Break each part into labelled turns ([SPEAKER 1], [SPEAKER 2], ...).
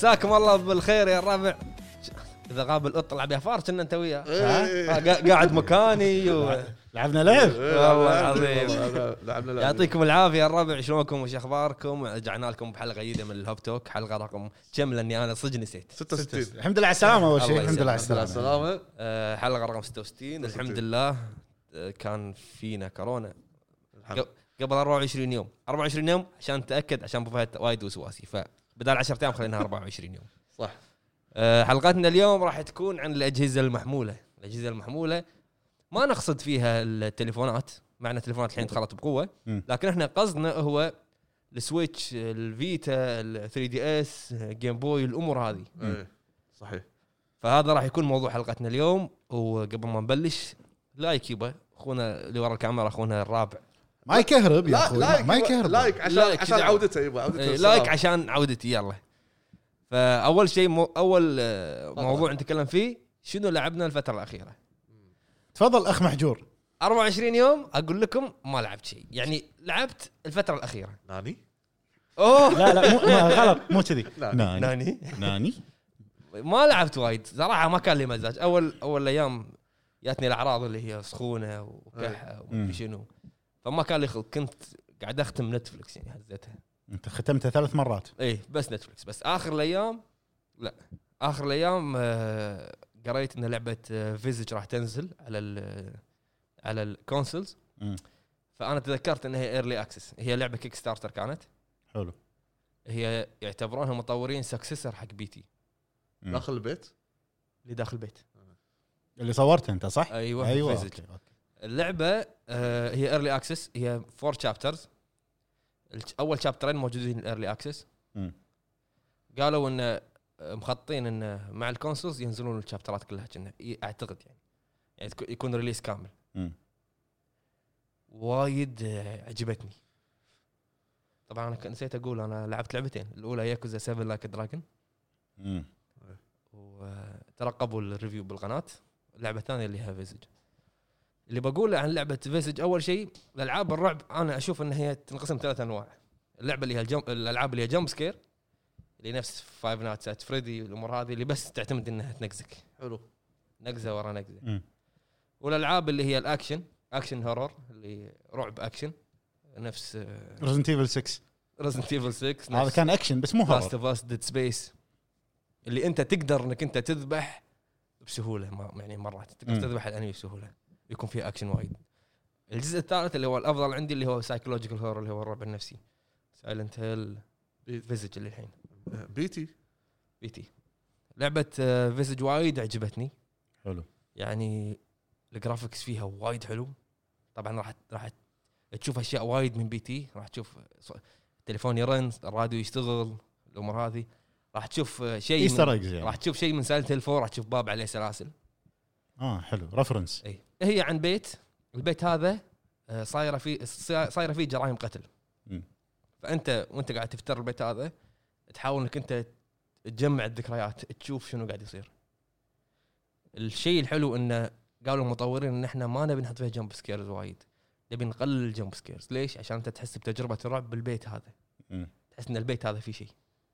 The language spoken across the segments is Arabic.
[SPEAKER 1] مساكم الله بالخير يا الربع. اذا غاب القط طلع بها فار كنا انت وياه قاعد مكاني
[SPEAKER 2] لعبنا لعب
[SPEAKER 1] والله العظيم.
[SPEAKER 3] لعبنا لعب.
[SPEAKER 1] يعطيكم العافيه يا الربع، شلونكم وش اخباركم؟ رجعنا لكم بحلقه جديده من الهوب توك، حلقه رقم كم لاني انا صدق نسيت
[SPEAKER 3] 66.
[SPEAKER 2] الحمد لله على السلامه. اول شيء
[SPEAKER 1] الله
[SPEAKER 2] الحمد لله على
[SPEAKER 3] على
[SPEAKER 2] السلامه.
[SPEAKER 3] السلامة.
[SPEAKER 1] حلقه رقم 66 الحمد لله. كان فينا كورونا قبل 24 يوم 24 يوم عشان نتاكد، عشان ابو فهد وايد وسواسي، فبدال 10 ايام خليناها 24 يوم.
[SPEAKER 3] صح.
[SPEAKER 1] حلقتنا اليوم راح تكون عن الأجهزة المحمولة. الأجهزة المحمولة ما نقصد فيها التليفونات، معنا تليفونات الحين دخلت بقوة، لكن احنا قصدنا هو السويتش، الفيتا، ال 3DS، جيم بوي، الأمور هذه.
[SPEAKER 3] صحيح.
[SPEAKER 1] فهذا راح يكون موضوع حلقتنا اليوم. وقبل ما نبلش لايك يبا اخونا اللي ورا الكاميرا، اخونا الرابع،
[SPEAKER 2] ما يكهرب يا اخوي، ما يكهرب.
[SPEAKER 3] لايك عشان عودته يبا، عودته.
[SPEAKER 1] لايك عشان عودتي. يلا. فاول شيء اول موضوع نتكلم فيه، شنو لعبنا الفتره الاخيره؟
[SPEAKER 2] تفضل اخ محجور.
[SPEAKER 1] 24 يوم اقول لكم ما لعبت شيء، يعني لعبت الفتره الاخيره.
[SPEAKER 3] ناني
[SPEAKER 2] لا مو غلط، مو كذي. ناني
[SPEAKER 1] ما لعبت وايد صراحه، ما كان لي مزاج. اول ايام جاتني الاعراض اللي هي سخونه وكحه وما شنو، فما كان لي خلق. كنت قاعد اختم نتفلكس، يعني هزتها.
[SPEAKER 2] انت ختمتها 3 مرات؟
[SPEAKER 1] ايه بس نتفلكس. بس اخر الايام لا، اخر الايام قريت ان لعبه فيزج راح تنزل على الكونسولز. فانا تذكرت انها ايرلي اكسس، هي لعبه كيك ستارتر كانت.
[SPEAKER 2] حلو.
[SPEAKER 1] هي يعتبرونها مطورين سكسسر حق بي-تي
[SPEAKER 3] داخل البيت،
[SPEAKER 1] اللي داخل البيت
[SPEAKER 2] اللي صورته انت صح؟
[SPEAKER 1] ايوه. أوكي. اللعبه هي ايرلي اكسس، هي 4 شابترز. اول شابترين موجودين الايرلي اكسس. قالوا ان مخططين ان مع الكونسولز ينزلون الشابترات كلها، كنا اعتقد يعني يكون ريليس كامل. وايد عجبتني. طبعا انا نسيت اقول انا لعبت لعبتين، الاولى ياكوزا 7 لايك دراجون، وترقبوا الريفيو بالقناه. اللعبه الثانيه اللي هي فيزج. اللي بقوله عن لعبه فيزج، اول شيء الالعاب الرعب انا اشوف ان هي تنقسم 3 انواع. اللعبه اللي هي الالعاب اللي هي جمب سكير، اللي نفس فايف نايتس ات فريدي والامور هذه، اللي بس تعتمد انها تنقزك.
[SPEAKER 3] حلو،
[SPEAKER 1] نقزه ورا نقزه. والالعاب اللي هي الاكشن، اكشن هورر، اللي رعب اكشن، نفس
[SPEAKER 2] ريزنت ايفل 6.
[SPEAKER 1] ريزنت ايفل 6
[SPEAKER 2] هذا كان اكشن بس مو هورر.
[SPEAKER 1] لاست اوف اس، ديد سبيس، اللي انت تقدر انك انت تذبح بسهوله. يعني مرات تقدر تذبح الانمي بسهوله، يكون فيه اكشن وايد. الجزء الثالث اللي هو الافضل عندي، اللي هو سايكولوجيكال هورر، اللي هو الرعب النفسي، سايلنت هيل، فيزج. اللي الحين بي-تي لعبه فيزج وايد عجبتني.
[SPEAKER 2] حلو.
[SPEAKER 1] يعني الجرافيكس فيها وايد حلو. طبعا راح تشوف اشياء وايد من بي-تي. راح تشوف التليفون يرن، الراديو يشتغل، الامور هذه. راح تشوف شيء
[SPEAKER 2] يعني.
[SPEAKER 1] راح تشوف شيء من سايلنت هيل 4، راح تشوف باب عليه سلاسل.
[SPEAKER 2] حلو ريفرنس.
[SPEAKER 1] اي هي عن البيت هذا صايره فيه جرائم قتل. فانت وانت قاعد تفتر البيت هذا، تحاول انك انت تجمع الذكريات، تشوف شنو قاعد يصير. الشيء الحلو انه قالوا المطورين ان احنا ما نبي نحط فيها جمب سكيرز وايد، نبي نقلل الجمب سكيرز. ليش؟ عشان انت تحس بتجربه الرعب بالبيت هذا. تحس ان البيت هذا فيه شيء.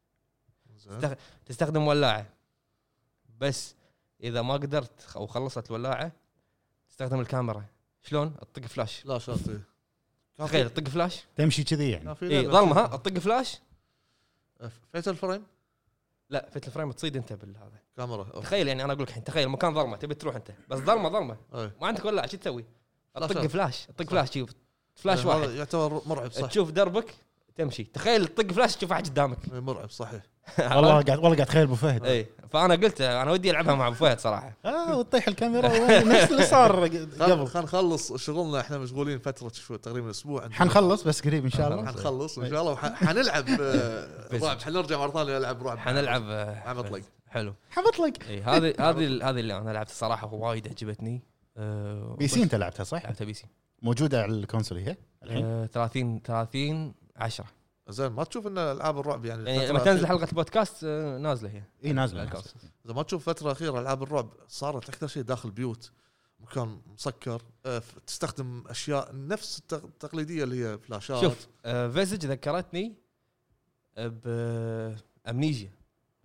[SPEAKER 1] تستخدم ولاعه، بس اذا ما قدرت او خلصت الولاعه تستخدم الكاميرا. شلون؟ اطق فلاش.
[SPEAKER 3] لا شاطئ.
[SPEAKER 1] تخيل اطق فلاش
[SPEAKER 2] تمشي كذي يعني.
[SPEAKER 1] اي ظلمه، ها اطق فلاش.
[SPEAKER 3] فيتل فريم.
[SPEAKER 1] لا فيتل فريم تصيد انت بالهذا
[SPEAKER 3] كاميرا.
[SPEAKER 1] تخيل يعني انا اقول لك الحين، تخيل مكان ظلمه تبي تروح انت، بس ظلمه ما عندك ولاعه، شو تسوي؟ اطق فلاش. شوف فلاش واحد
[SPEAKER 3] يعتبر مرعب صح.
[SPEAKER 1] تشوف دربك تمشي. تخيل تطق فلاش تشوف واحد قدامك.
[SPEAKER 3] مرعب صحيح.
[SPEAKER 2] والله قاعد اتخيل ابو فهد.
[SPEAKER 1] اي فانا قلت انا ودي العبها مع ابو فهد صراحه.
[SPEAKER 2] وتطيح الكاميرا نفس اللي صار قبل.
[SPEAKER 3] خلينا نخلص شغلنا، احنا مشغولين فتره شو تقريبا اسبوع.
[SPEAKER 2] حنخلص بس قريب ان شاء الله.
[SPEAKER 3] حنخلص ان شاء الله وحنلعب رعب. حنرجع مره ثانيه نلعب رعب.
[SPEAKER 1] حنلعب
[SPEAKER 3] مطلق.
[SPEAKER 1] حلو
[SPEAKER 2] حمطلق.
[SPEAKER 1] اي هذه اللي انا لعبتها صراحه وايد عجبتني.
[SPEAKER 2] بي سي انت لعبتها صح؟
[SPEAKER 1] لعبتها بي سي
[SPEAKER 2] موجوده على الكونسول هي الحين
[SPEAKER 1] 30/10.
[SPEAKER 3] زين ما تشوف ان العاب الرعب يعني
[SPEAKER 1] لما تنزل حلقه البودكاست نازله هي.
[SPEAKER 2] اي نازله.
[SPEAKER 3] اذا ما تشوف فتره اخيره العاب الرعب صارت اكثر شيء داخل بيوت، مكان مسكر، تستخدم اشياء نفس التقليديه اللي هي فلاشات.
[SPEAKER 1] شوف فيزج ذكرتني بامنيجيا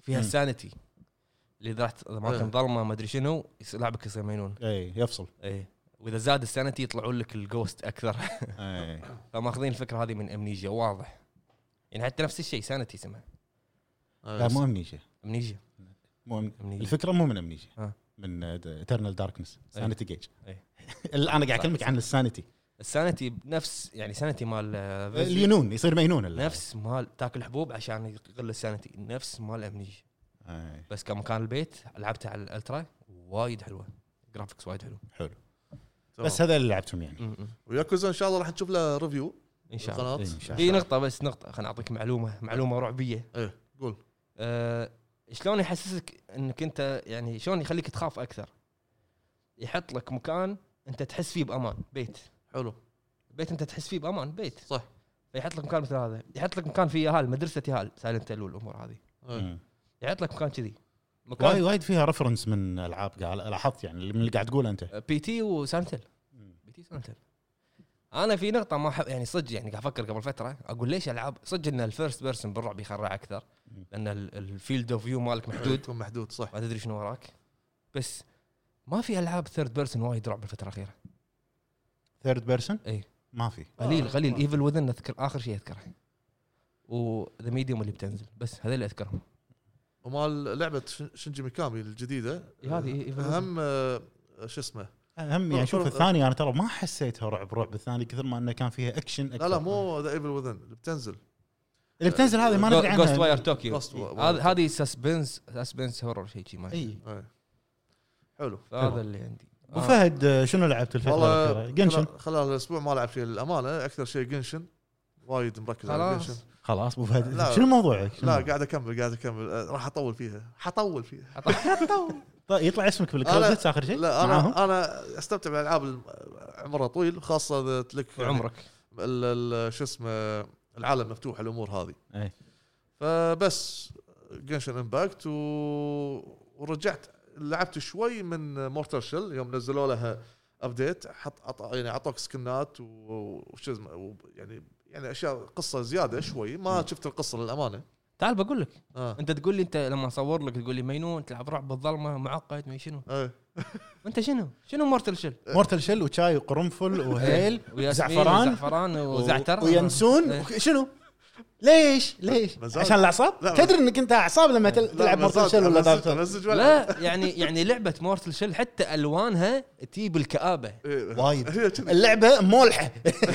[SPEAKER 1] فيها السانيتي اللي اذا رحت اماكن ظلمه ما ادري شنو لاعبك يصير مجنون.
[SPEAKER 2] اي يفصل.
[SPEAKER 1] اي واذا زاد السانيتي يطلعون لك الجوست اكثر.
[SPEAKER 2] اي
[SPEAKER 1] فماخذين الفكره هذه من امنيجيا واضح. يعني حتى نفس الشيء سانيتي اسمها.
[SPEAKER 2] لا مو امنيجيا.
[SPEAKER 1] امنيجيا
[SPEAKER 2] مو
[SPEAKER 1] أمنيجيا.
[SPEAKER 2] الفكره مو من امنيجيا من ايترنال داركنس سانيتي جيج. انا قاعد اكلمك عن السانيتي.
[SPEAKER 1] السانيتي بنفس يعني سانيتي مال
[SPEAKER 2] اليونون يصير مجنون
[SPEAKER 1] نفس مال تاكل حبوب عشان يقل السانيتي نفس مال امنيجيا. بس كمكان البيت لعبتها على الالترا وايد حلوه جرافيكس وايد حلو.
[SPEAKER 2] بس هذا اللي لعبتهم يعني.
[SPEAKER 3] وياكوزا ان شاء الله راح نشوف له ريفيو
[SPEAKER 1] ان شاء الله.
[SPEAKER 2] في
[SPEAKER 1] نقطه خليني اعطيك معلومه رعبيه.
[SPEAKER 3] ايه قول.
[SPEAKER 1] شلون يحسسك انك انت يعني شلون يخليك تخاف اكثر؟ يحط لك مكان انت تحس فيه بامان. بيت
[SPEAKER 3] حلو.
[SPEAKER 1] بيت انت تحس فيه بامان بيت
[SPEAKER 3] صح.
[SPEAKER 1] فيحط لك مكان مثل هذا. يحط لك مكان فيه ياهال مدرسه ياهال سايلنت هيل والامور هذه. يحط لك مكان كذي
[SPEAKER 2] مكان وايد فيها ريفرنس من العاب قاعد لاحظت يعني من اللي قاعد تقوله انت.
[SPEAKER 1] بي تي وسانتل. بي تي سانتل. انا في نقطه ما احب يعني صدق يعني قاعد افكر قبل فتره اقول ليش العاب صدق ان الفيرست بيرسون بالرعب يخرع اكثر لان الفيلد اوف فيو مالك محدود
[SPEAKER 3] صح.
[SPEAKER 1] ما تدري شنو وراك. بس ما في العاب ثيرد بيرسون وايد رعب بالفتره الاخيره.
[SPEAKER 2] ثيرد بيرسون
[SPEAKER 1] اي
[SPEAKER 2] ما في
[SPEAKER 1] قليل ايفل وذن اذكر اخر شيء اذكره وذا ميديوم اللي بتنزل بس هذول اللي اذكرهم.
[SPEAKER 3] ومال لعبه شنجي ميكامي الجديده
[SPEAKER 1] هذه
[SPEAKER 3] اهم شو اسمه
[SPEAKER 2] اهم يعني شوف الثاني انا ترى ما حسيتها رعب الثاني كثر ما انه كان فيها اكشن أكثر.
[SPEAKER 3] لا مو ذا ايفل وذن اللي بتنزل
[SPEAKER 2] هذه ما ندري عنها.
[SPEAKER 1] جوست واير طوكيو هذه سسبنس هورر شيء ما
[SPEAKER 2] اي
[SPEAKER 3] حلو.
[SPEAKER 1] هذا اللي عندي.
[SPEAKER 2] ابو فهد شنو لعبت الفتره الاخيره؟ جنشن
[SPEAKER 3] خلال الاسبوع ما لعب فيه الامانه اكثر شيء جنشن وايد مركز على جنشن.
[SPEAKER 2] خلاص ابو فهد شنو موضوعك؟
[SPEAKER 3] لا قاعد اكمل راح اطول فيها
[SPEAKER 2] طيب يطلع اسمك بالكريدتس اخر شيء؟
[SPEAKER 3] لا انا استمتع بالالعاب عمرها طويل خاصه لك
[SPEAKER 1] عمرك
[SPEAKER 3] شو اسمه العالم مفتوح الامور هذه.
[SPEAKER 2] اي
[SPEAKER 3] فبس جنشن امباكت ورجعت لعبت شوي من مورتال شيل يوم نزلوا لها ابديت يعني عطوك سكنات وش اسمه يعني اشياء قصه زياده شوي ما شفت القصه للامانه.
[SPEAKER 1] تعال بقول لك انت تقول لي انت لما اصور لك تقول لي مجنون تلعب رعب بالظلمه معقد ما شنو انت شنو مورتال شيل
[SPEAKER 2] وشاي وقرنفل وهيل
[SPEAKER 1] وزعفران وزعتر
[SPEAKER 2] وينسون شنو ليش عشان الاعصاب تدري انك انت اعصاب لما تلعب مورتال شيل ولا دارك
[SPEAKER 1] لا يعني لعبه مورتال شيل حتى الوانها تجيب الكآبه
[SPEAKER 2] وايد. اللعبه مولحه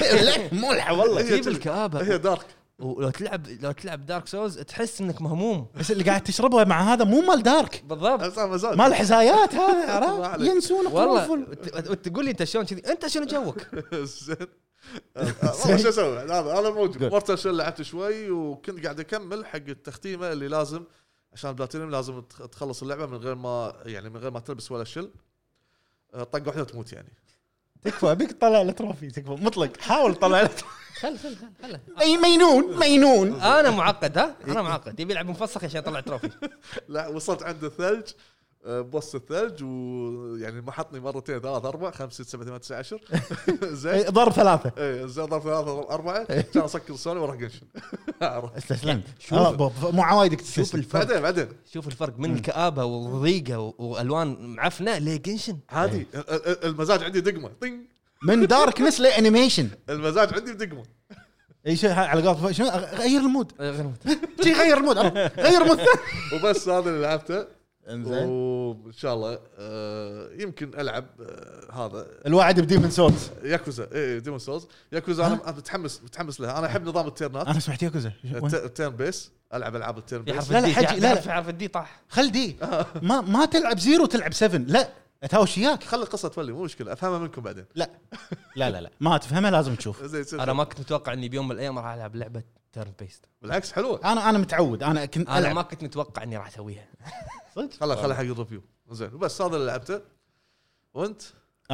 [SPEAKER 2] والله
[SPEAKER 1] تجيب الكآبه
[SPEAKER 3] هي دارك.
[SPEAKER 1] ولو تلعب دارك سولز تحس انك مهموم
[SPEAKER 2] بس اللي قاعد تشربه مع هذا مو مال دارك
[SPEAKER 1] بالضبط
[SPEAKER 2] مال حزايات هذا ينسون
[SPEAKER 1] والله. وتقول لي انت شلون كذي انت شنو جوك
[SPEAKER 3] زين والله شو اسوي هذا موجود. مورتال شيل لعبت شوي وكنت قاعد اكمل حق التختيمه اللي لازم عشان بلاتينيوم لازم تخلص اللعبه من غير ما تلبس ولا شل طق واحده تموت يعني.
[SPEAKER 2] تكفى ابيك تطلع التروفي تكفى مطلق حاول تطلع
[SPEAKER 1] خل
[SPEAKER 2] اي مينون
[SPEAKER 1] انا معقد انا معقد يبي يلعب مفسخ عشان يطلع تروفي.
[SPEAKER 3] لا وصلت عند الثلج بوس الثلج ويعني ما حطني مرتين 3 4 5 6 7 8 9 10 زين
[SPEAKER 2] ضرب 3
[SPEAKER 3] اي زين ضرب 3 4 كان اسكر السوني واروح جنشن.
[SPEAKER 2] استسلمت مو عوايدك
[SPEAKER 3] شوف الفرق بعدين
[SPEAKER 1] شوف الفرق من الكآبه والضيقه والوان معفنه لجنشن
[SPEAKER 3] عادي. المزاج عندي دقمه طين
[SPEAKER 2] من داركنس لانيميشن
[SPEAKER 3] المزاج عندي بدقمه
[SPEAKER 2] اي شيء على قولت شنو غير المود غير المود
[SPEAKER 3] وبس هذا اللي لعبته. وان شاء الله يمكن العب هذا
[SPEAKER 2] الواحد بديمون سولز
[SPEAKER 3] ياكوزا ديمون سولز ياكوزا انا متحمس لها. انا احب نظام التيرنات.
[SPEAKER 2] انا سمعت ياكوزا
[SPEAKER 3] التيرن بيس العب العاب التيرن بيس.
[SPEAKER 1] لا حجي لا حرف الدي طاح
[SPEAKER 2] خل دي ما تلعب 0 تلعب 7 لا اتهاوش وياك
[SPEAKER 3] خلي القصه تولي مو مشكله افهمها منكم بعدين.
[SPEAKER 2] لا ما تفهمها لازم تشوف.
[SPEAKER 1] انا ما كنت متوقع اني بيوم من الايام راح العب لعبه تيرن بيست.
[SPEAKER 3] بالعكس حلوه.
[SPEAKER 2] انا متعود انا كنت
[SPEAKER 1] انا ما كنت متوقع اني راح اسويها
[SPEAKER 3] صدق. خلها حق الريفيو زين. بس هذا اللي لعبته. وانت؟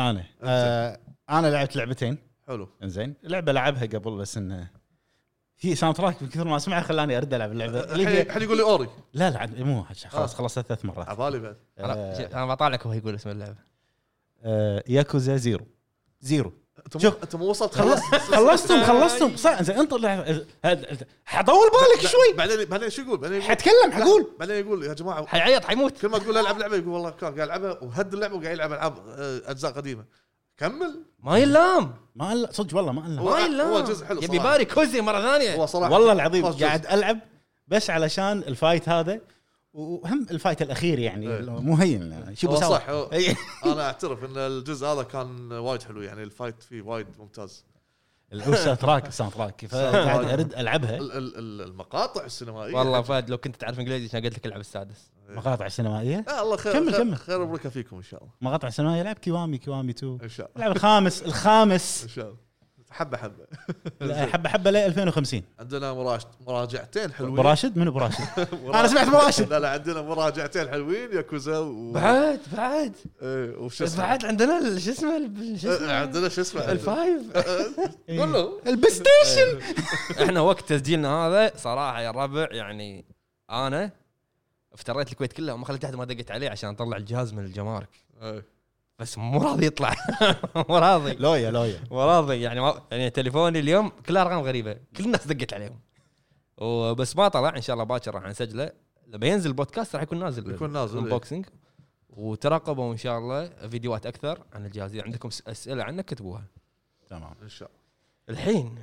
[SPEAKER 2] انا لعبت لعبتين.
[SPEAKER 3] حلو
[SPEAKER 2] انزين لعبه لعبها قبل بس انه في ساوند تراك بكثر ما اسمعها خلاني ارد العب اللعبه.
[SPEAKER 3] الحين يقول لي اوري.
[SPEAKER 2] لا مو خلاص خلصت 3 مرات
[SPEAKER 3] عبالي بعد.
[SPEAKER 1] انا بطالعك وهو يقول اسم اللعبه
[SPEAKER 2] ياكوزا زيرو
[SPEAKER 3] انت مو وصلت
[SPEAKER 2] خلصتم صح. زين انطر حطول بالك شوي.
[SPEAKER 3] بعدين شو يقول؟
[SPEAKER 2] حتكلم حقول
[SPEAKER 3] بعدين يقول يا جماعه
[SPEAKER 1] حيعيط حيموت.
[SPEAKER 3] كل ما تقول العب لعبه يقول والله كان قاعد يلعبها وهد اللعبه وقاعد يلعب العاب اجزاء قديمه. كمل
[SPEAKER 1] ما يلام
[SPEAKER 2] صدق والله ما
[SPEAKER 1] هو
[SPEAKER 3] جزء حلو
[SPEAKER 1] يبي باري كوزي مره ثانيه.
[SPEAKER 3] هو صراحه
[SPEAKER 2] والله العظيم قاعد العب بس علشان الفايت هذا، وهم الفايت الاخير يعني مو هين شو بسوي
[SPEAKER 3] صح. انا اعترف ان الجزء هذا كان وايد حلو يعني الفايت فيه وايد ممتاز.
[SPEAKER 2] الساوند تراك فقاعد ارد العبها.
[SPEAKER 3] المقاطع السينمائيه
[SPEAKER 1] والله فهد لو كنت تعرف انجليزي كان قلت لك العب السادس.
[SPEAKER 2] مقاطع السينمائيه
[SPEAKER 3] الله خير
[SPEAKER 2] كمل
[SPEAKER 3] خير وبركه فيكم ان شاء الله.
[SPEAKER 2] مقاطع السينمائيه لعب كيوامي 2
[SPEAKER 3] ان شاء
[SPEAKER 2] الله. لعب الخامس
[SPEAKER 3] ان شاء الله حبه
[SPEAKER 2] حبه ل 2050.
[SPEAKER 3] عندنا مراجعتين حلوين.
[SPEAKER 2] براشد منو براشد؟ انا سمعت براشد.
[SPEAKER 3] لا عندنا مراجعتين حلوين ياكوزا
[SPEAKER 1] بعد
[SPEAKER 3] وش
[SPEAKER 1] بس بعد عندنا شو اسمه
[SPEAKER 3] عندنا شو اسمه
[SPEAKER 1] الفايف
[SPEAKER 3] قول له
[SPEAKER 2] البلايستيشن.
[SPEAKER 1] احنا وقت تسجيلنا هذا صراحه يا الربع يعني انا افتريت الكويت كلها وما خليت احد ما دقت عليه عشان اطلع الجهاز من الجمارك بس مو راضي يطلع. مو راضي
[SPEAKER 2] لويا
[SPEAKER 1] مو راضي يعني تليفوني اليوم كلها ارقام غريبه كل الناس دقت عليهم وبس ما طلع. ان شاء الله باكر راح نسجله لما ينزل البودكاست راح يكون نازل انبوكسنج وترقبوا ان شاء الله فيديوهات اكثر عن الجهاز. اذا عندكم اسئله عنه كتبوها.
[SPEAKER 2] تمام
[SPEAKER 3] ان شاء الله.
[SPEAKER 1] الحين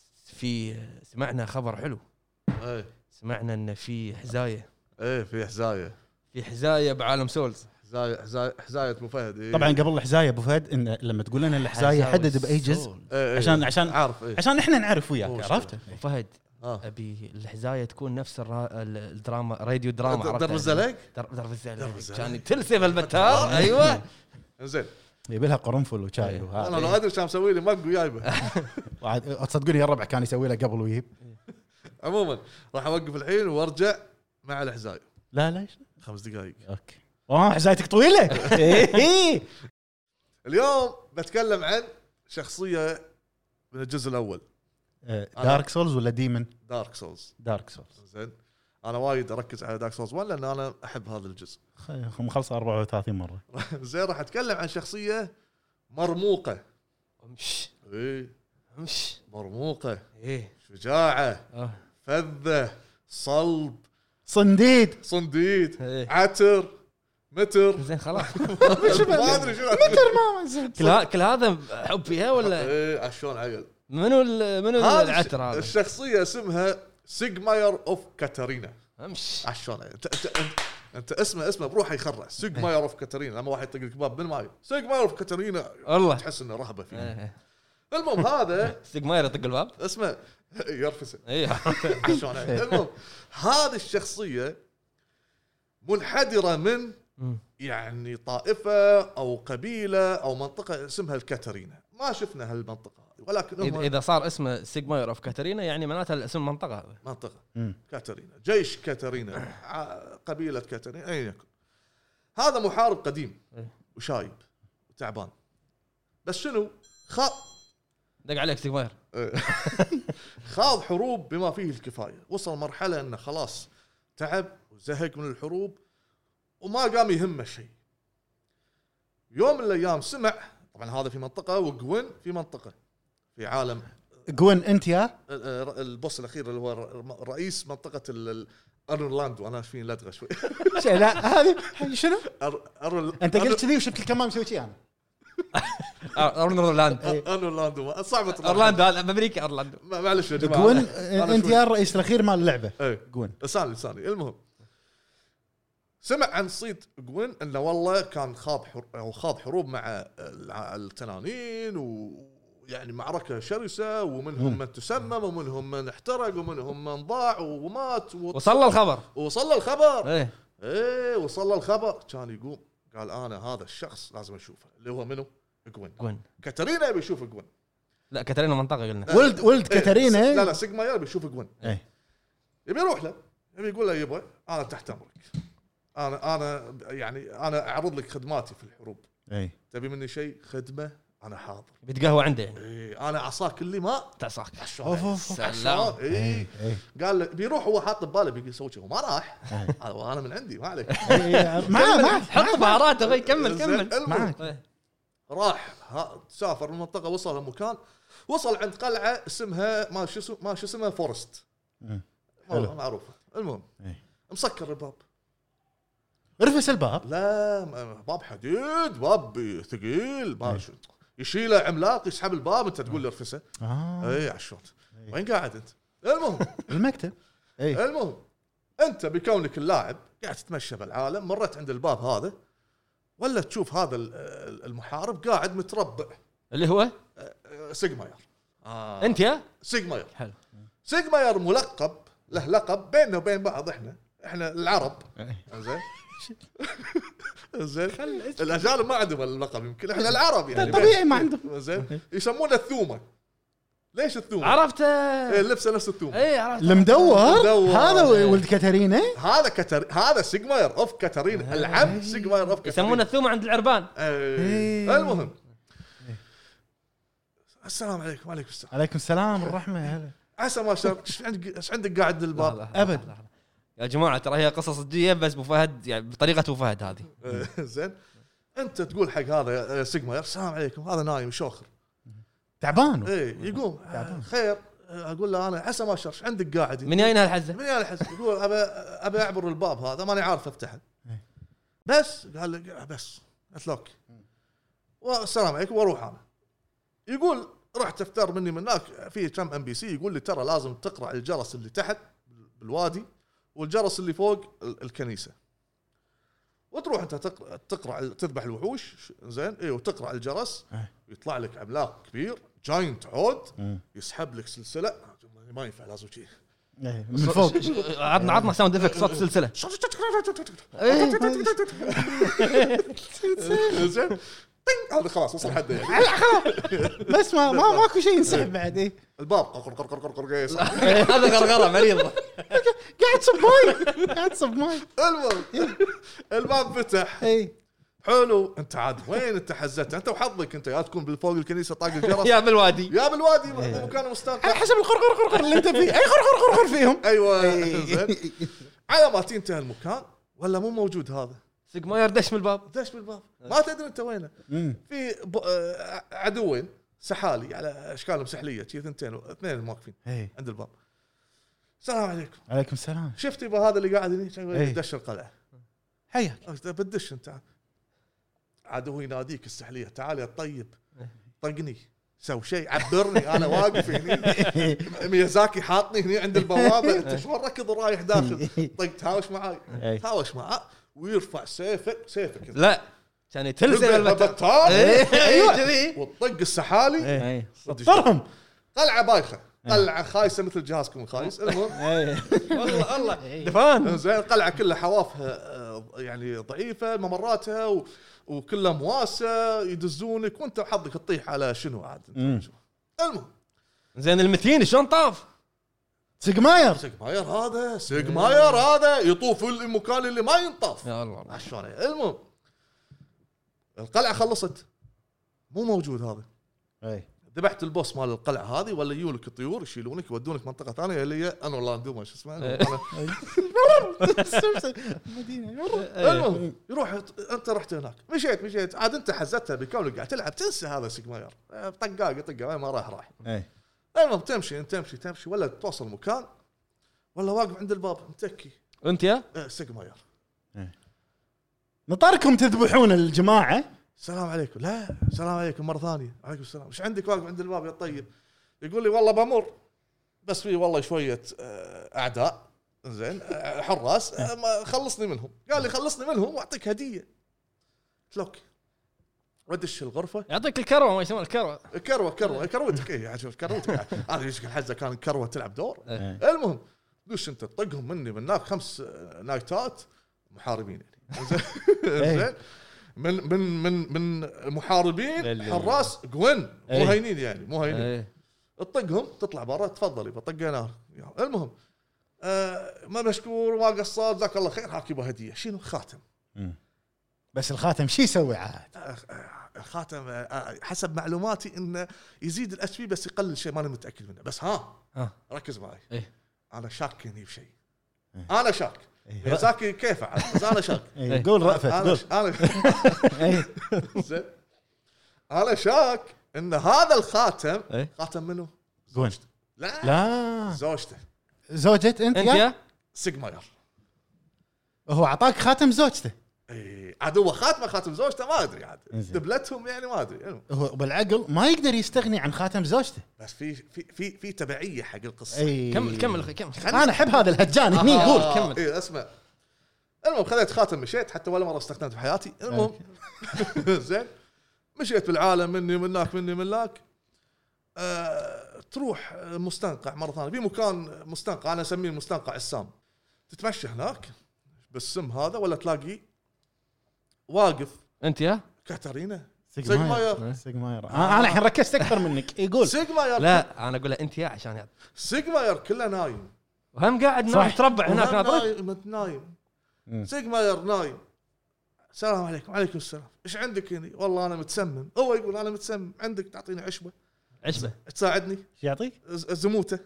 [SPEAKER 1] سمعنا خبر حلو. سمعنا ان في حزايه. في حزايه بعالم سولز.
[SPEAKER 3] حزايه ابو فهد.
[SPEAKER 2] طبعا قبل الحزايه ابو فهد ان لما تقول لنا الحزايه حدد باي جزء عشان
[SPEAKER 3] عارف
[SPEAKER 2] عشان احنا نعرف وياك. عرفت
[SPEAKER 1] فهد ابي الحزايه تكون نفس الدراما راديو دراما.
[SPEAKER 3] درب الزلق
[SPEAKER 1] كان تلسف البتار. ايوه
[SPEAKER 3] زين
[SPEAKER 2] يبي لها قرنفل وشاي وهذا.
[SPEAKER 3] انا لو ادري شو مسوي لي ماكو جايبه.
[SPEAKER 2] تصدقوني الربع كان يسوي له قبل ويجيب.
[SPEAKER 3] عموما راح اوقف الحين وارجع مع الحزايه.
[SPEAKER 2] لا
[SPEAKER 3] 5 دقائق.
[SPEAKER 2] اوكي حزايتك طويله.
[SPEAKER 3] اليوم بتكلم عن شخصيه من الجزء الاول.
[SPEAKER 2] دارك سولز ولا ديمن؟
[SPEAKER 3] دارك سولز. زين انا وايد اركز على دارك سولز 1 لان انا احب هذا الجزء.
[SPEAKER 2] مخلص 34 مره.
[SPEAKER 3] زين راح اتكلم عن شخصيه مرموقه. مرموقه. شجاعه. فذه. صلب. صنديد. عتر. متر.
[SPEAKER 1] زين خلاص.
[SPEAKER 3] ما ادري شو
[SPEAKER 1] متر. كل هذا حب فيها ولا
[SPEAKER 3] شلون عيل؟
[SPEAKER 1] منو العتر هذا؟
[SPEAKER 3] الشخصيه اسمها سيغماير اوف كاتارينا. شلون انت اسمه بروحه يخرع. سيغماير اوف كاتارينا لما واحد يطق الكباب بالماي سيغماير اوف كاتارينا
[SPEAKER 1] والله
[SPEAKER 3] تحس انه رهبه فيه. المهم هذا
[SPEAKER 1] سيغماير يطق الباب
[SPEAKER 3] اسمه يرفسه. شلون المهم هذه الشخصيه منحدره من يعني طائفه او قبيله او منطقه اسمها الكاتارينا. ما شفنا هالمنطقه ولكن
[SPEAKER 1] اذا صار اسمه سيغماير اوف كاتارينا يعني معناتها الاسم منطقه
[SPEAKER 3] كاتارينا. جيش كاتارينا. قبيله كاتارينا اي يكن. هذا محارب قديم وشايب وتعبان بس شنو
[SPEAKER 1] دق عليك سيغماير.
[SPEAKER 3] خاض حروب بما فيه الكفايه. وصل مرحله انه خلاص تعب وزهق من الحروب وما قام يهمه شيء. يوم من الايام سمع طبعا هذا في منطقه وجوين في منطقه في عالم.
[SPEAKER 2] جوين انت يا
[SPEAKER 3] البوس الاخير اللي هو رئيس منطقه ارلاندو. انا فين لدغه شوي.
[SPEAKER 2] لا هذه شنو انت قلت كذي وشفت الكمام مسوي شيء. انا
[SPEAKER 3] اورلاندو صعبه.
[SPEAKER 1] اورلاندو بامريكا. اورلاندو
[SPEAKER 3] معلش يا جماعه.
[SPEAKER 2] جوين انت يا الرئيس الاخير مال اللعبه.
[SPEAKER 3] جوين لساني. المهم سمع عن صيد جوين انه والله كان خاض حروب مع التنانين ويعني معركه شرسه ومنهم من تسمم ومنهم من احترق ومنهم من ضاع ومات
[SPEAKER 1] وصل الخبر.
[SPEAKER 3] وصل الخبر كان يقوم قال انا هذا الشخص لازم اشوفه اللي هو منو جوين. كاتارينا يبي يشوف جوين.
[SPEAKER 1] لا كاتارينا منطقه قلنا
[SPEAKER 2] ولد كاتارينا.
[SPEAKER 3] لا سيغماير يبي يشوف جوين. يبي يروح له يبي يقول له يبا انا تحت امرك. انا اعرض لك خدماتي في الحروب. تبي مني شيء خدمه انا حاضر.
[SPEAKER 1] بتقهوى عنده يعني.
[SPEAKER 3] انا عصاك اللي ما
[SPEAKER 1] تعصاك.
[SPEAKER 3] سلام. قال له بيروح هو حاط بباله بيجي يسوي شيء وما راح. انا من عندي ما عليك.
[SPEAKER 1] حط بهاراته كمل
[SPEAKER 3] معك. راح سافر من منطقه وصل لمكان وصل عند قلعه اسمها ما شو اسمها فورست معروفه. المهم مسكر الباب
[SPEAKER 2] رفس الباب
[SPEAKER 3] لا باب حديد باب ثقيل ما يشيله عملاق يسحب الباب انت تقول له ارفسه اي عشان وين قاعد انت المهم
[SPEAKER 2] المكتب
[SPEAKER 3] المهم انت بكونك اللاعب قاعد تتمشى بالعالم مرت عند الباب هذا ولا تشوف هذا المحارب قاعد متربع
[SPEAKER 1] اللي هو
[SPEAKER 3] سيجماير
[SPEAKER 1] انت يا
[SPEAKER 3] سيجماير
[SPEAKER 1] حلو
[SPEAKER 3] سيجماير ملقب له لقب بيننا وبين بعض احنا العرب زين زين الاجانب ما عندهم اللقب يمكن احنا العرب يعني
[SPEAKER 2] طبيعي ما عندهم
[SPEAKER 3] زين يسمونه الثومه. ليش الثومه؟
[SPEAKER 1] عرفته
[SPEAKER 3] اللبسه نفس الثومه
[SPEAKER 1] اي عرفت
[SPEAKER 2] المدور هذا ولد كاترينا
[SPEAKER 3] هذا سيجماير اوف كاترينا العم سيجماير اوف كاترينا
[SPEAKER 1] يسمونه الثومه عند العربان.
[SPEAKER 3] المهم السلام عليكم. وعليكم السلام.
[SPEAKER 2] عليكم السلام والرحمه. هلا
[SPEAKER 3] عسى ما شاء ايش عندك قاعد الباب
[SPEAKER 2] ابد
[SPEAKER 1] يا جماعه ترى هي قصص جديه بس ابو فهد يعني بطريقه ابو فهد هذه
[SPEAKER 3] زين انت تقول حق هذا سيجماير السلام عليكم هذا نايم شوخر
[SPEAKER 2] تعبان
[SPEAKER 3] يقوم خير اقول له انا عسى ما شاء ايش عندك قاعد
[SPEAKER 1] من اين هالحزه
[SPEAKER 3] من اين الحزه يقول ابى اعبر الباب هذا ماني عارف افتحه بس قال لي بس اتلوك والسلام عليكم واروح انا. يقول رحت افتر مني من هناك في كم ام بي سي يقول لي ترى لازم تقرا الجرس اللي تحت بالوادي والجرس اللي فوق الكنيسه وتروح انت تقرا تذبح الوحوش زين وتقرا الجرس يطلع لك عملاق كبير جاينت عود يسحب لك سلسله ما ينفع لازم شيء
[SPEAKER 2] من فوق
[SPEAKER 1] عطنا ساوند افكت صوت سلسله
[SPEAKER 3] زين هذا خلاص وصل حد يعني
[SPEAKER 2] بس ماكو شيء ينسحب بعد
[SPEAKER 3] الباب قرقر
[SPEAKER 1] هذا قرقره مريض
[SPEAKER 2] قاعد تصب ماي
[SPEAKER 3] المهم الباب فتح حلو انت عاد وين انت حزت انت وحظك انت يا تكون بالفوق الكنيسه طاق الجرس
[SPEAKER 1] يا بالوادي
[SPEAKER 3] مكان مستنقع
[SPEAKER 2] حسب القرقر اللي انت فيه اي قرقر فيهم
[SPEAKER 3] ايوه زين على ما تنتهي المكان ولا مو موجود هذا
[SPEAKER 1] سيجماير دش من الباب
[SPEAKER 3] ما تدري انت وينه في عدوين سحالي على اشكالهم سحليه شي اثنين واقفين عند الباب. السلام عليكم.
[SPEAKER 2] عليكم السلام.
[SPEAKER 3] شفتي بهذا اللي قاعد هنا دش القلعه
[SPEAKER 2] حياك
[SPEAKER 3] بدش انت عدو يناديك السحليه تعال يا طيب طقني سوي شيء عبرني انا واقف هنا ميازاكي حاطني هنا عند البوابه انت شو ركض ورايح داخل طق تهاوش معاه ويرفع سيفك
[SPEAKER 1] لا كان يتلزم
[SPEAKER 3] البطال
[SPEAKER 1] ايوه كذي
[SPEAKER 3] وطق السحالي
[SPEAKER 2] صدرهم
[SPEAKER 3] قلعه بايخه قلعه خايسه مثل جهازكم الخايس. المهم
[SPEAKER 1] والله دفان
[SPEAKER 3] زين القلعه كلها حوافها يعني ضعيفه ممراتها وكلها مواسه يدزونك وانت حظك تطيح على شنو عاد. المهم
[SPEAKER 1] زين المتين شلون طاف
[SPEAKER 3] سيجماير هذا يطوف المكان اللي ما ينطاف
[SPEAKER 1] يا الله
[SPEAKER 3] شلون. المهم القلعه خلصت مو موجود هذا ذبحت البوس مال القلعه هذه ولا يجونك الطيور يشيلونك يودونك منطقه ثانيه اللي هي اورلاندو ما شو اسمه المهم يروح انت رحت هناك مشيت عاد انت حزتها بكونك قاعد تلعب تنسى هذا سيجماير طقه ما راح المهم تمشي ولا توصل مكان ولا واقف عند الباب متكي
[SPEAKER 1] انت يا
[SPEAKER 3] سيجماير
[SPEAKER 2] نطاركم تذبحون الجماعه.
[SPEAKER 3] السلام عليكم. لا السلام عليكم مره ثانيه. عليكم السلام. ايش عندك واقف عند الباب يا طيب؟ يقول لي والله بمر بس في والله شويه اعداء زين حراس خلصني منهم. قال لي خلصني منهم واعطيك هديه تلوك ودش الغرفه
[SPEAKER 1] يعطيك الكروه ما يسمون
[SPEAKER 3] كروتك ايه شوف كروتك هذا ايش الحزه كان كروه تلعب دور. المهم دوش انت تطقهم مني من هناك 5 نايتات محاربين زين من محاربين حراس قوين مهينين يعني مهينين تطقهم تطلع برا تفضلي بطقنا. المهم ما مشكور ما قصرت جزاك الله خير هاك يبغى هديه شنو خاتم.
[SPEAKER 2] بس الخاتم شي يسوي عاد
[SPEAKER 3] الخاتم حسب معلوماتي انه يزيد الاس بي بس يقلل شيء ماني متاكد منه بس ركز معي انا شاك هني بشيء انا شاك ميازاكي كيف عاد انا شاك
[SPEAKER 2] قول رأفت
[SPEAKER 3] انا زين انا شاك ان هذا الخاتم
[SPEAKER 1] إيه؟
[SPEAKER 3] خاتم منه
[SPEAKER 2] جوين. لا
[SPEAKER 3] زوجته
[SPEAKER 2] زوجة انت يا
[SPEAKER 3] سيجماير.
[SPEAKER 2] هو اعطاك خاتم زوجته.
[SPEAKER 3] اي عاد هو خاتم زوجته ما ادري عاد دبلتهم يعني ما ادري.
[SPEAKER 2] هو بالعقل ما يقدر يستغني عن خاتم زوجته.
[SPEAKER 3] بس في تبعيه حق القصه.
[SPEAKER 1] كمل
[SPEAKER 2] انا احب هذا الهجان هني يقول
[SPEAKER 1] كمل.
[SPEAKER 3] اي اسمع. المهم خذيت خاتم مشيت حتى ولا مره استخدمته في حياتي. المهم زين مشيت بالعالم مني ومنك مني منك. تروح مستنقع مره ثانيه في مكان مستنقع انا اسميه مستنقع السام. تتمشى هناك بالسم هذا ولا تلاقي واقف
[SPEAKER 1] انت يا
[SPEAKER 3] كاترينا
[SPEAKER 2] سيجماير. انا الحين ركزت اكثر منك. يقول
[SPEAKER 3] سيجماير.
[SPEAKER 1] لا انا اقول له انت يا عشان
[SPEAKER 3] سيجماير كله نايم
[SPEAKER 1] وهم قاعد نايم تربع هناك
[SPEAKER 3] نايم. سيجماير نايم. السلام عليكم. وعليكم السلام. ايش عندك هنا؟ والله انا متسمم. هو يقول انا متسمم. عندك تعطيني عشبه تساعدني؟
[SPEAKER 2] ايش يعطيك؟
[SPEAKER 3] زموته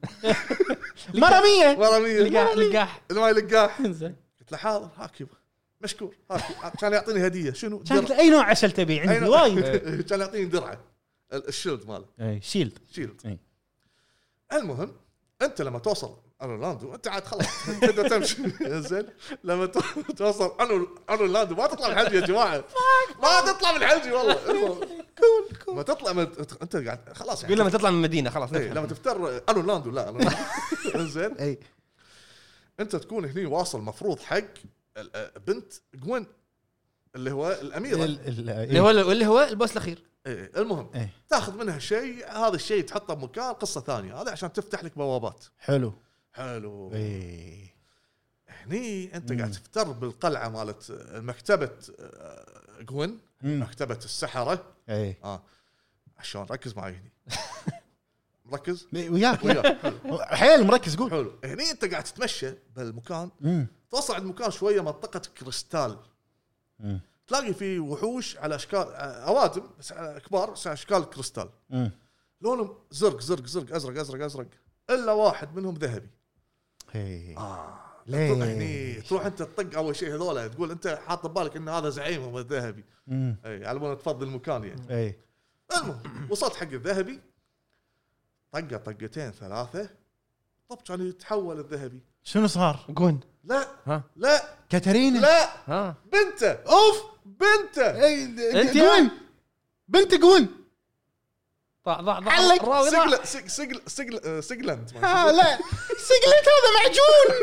[SPEAKER 2] مرميه
[SPEAKER 1] لقاح
[SPEAKER 3] ما يلقاح.
[SPEAKER 2] انزين
[SPEAKER 3] قلت له حاضر هاك يبا مشكور هاك كان يعطيني هديه. شنو
[SPEAKER 2] كانت اي نوع عسل تبي عندي وايد.
[SPEAKER 3] كان يعطيني درعه الشيلد ماله.
[SPEAKER 2] اي شيلد.
[SPEAKER 3] المهم انت لما توصل اورلاندو انت عاد خلاص تقدر تمشي. زين لما توصل اورلاندو ما تطلع من الحلقه يا جماعه. ما تطلع من الحلقه والله. كول ما تطلع انت قاعد خلاص يعني.
[SPEAKER 1] لما تطلع من المدينه خلاص
[SPEAKER 3] لما تفتر اورلاندو لا زين.
[SPEAKER 2] اي
[SPEAKER 3] انت تكون هني واصل مفروض حق بنت جوين اللي هو الاميره
[SPEAKER 1] اللي هو البوس الاخير.
[SPEAKER 3] المهم تاخذ منها شيء. هذا الشيء تحطه بمكان قصه ثانيه. هذا عشان تفتح لك بوابات.
[SPEAKER 2] حلو
[SPEAKER 3] هني انت قاعد تفتر بالقلعه مالت مكتبه جوين مكتبه السحره. عشان ركز معي هني. مركز
[SPEAKER 2] وياك حيل مركز. قول
[SPEAKER 3] حلو. هني انت قاعد تتمشى بالمكان. توصل عند مكان شويه منطقه كريستال. تلاقي فيه وحوش على اشكال اوادم بس كبار بس اشكال كريستال. لونهم زرق ازرق الا واحد منهم ذهبي. ليه تروح انت تطق اول شيء هذول تقول انت حاط ببالك ان هذا زعيمهم الذهبي. علمونا تفضل المكان يعني. المهم وصلت حق الذهبي طقتين ثلاثه طب كان يتحول الذهبي.
[SPEAKER 2] شنو صار؟
[SPEAKER 1] جون
[SPEAKER 3] لا
[SPEAKER 2] كاترينا
[SPEAKER 3] لا بنته اوف بنته
[SPEAKER 2] جوين بنت جوين
[SPEAKER 1] ضع
[SPEAKER 3] سيجلند.
[SPEAKER 2] لا سيجلند هذا معجون.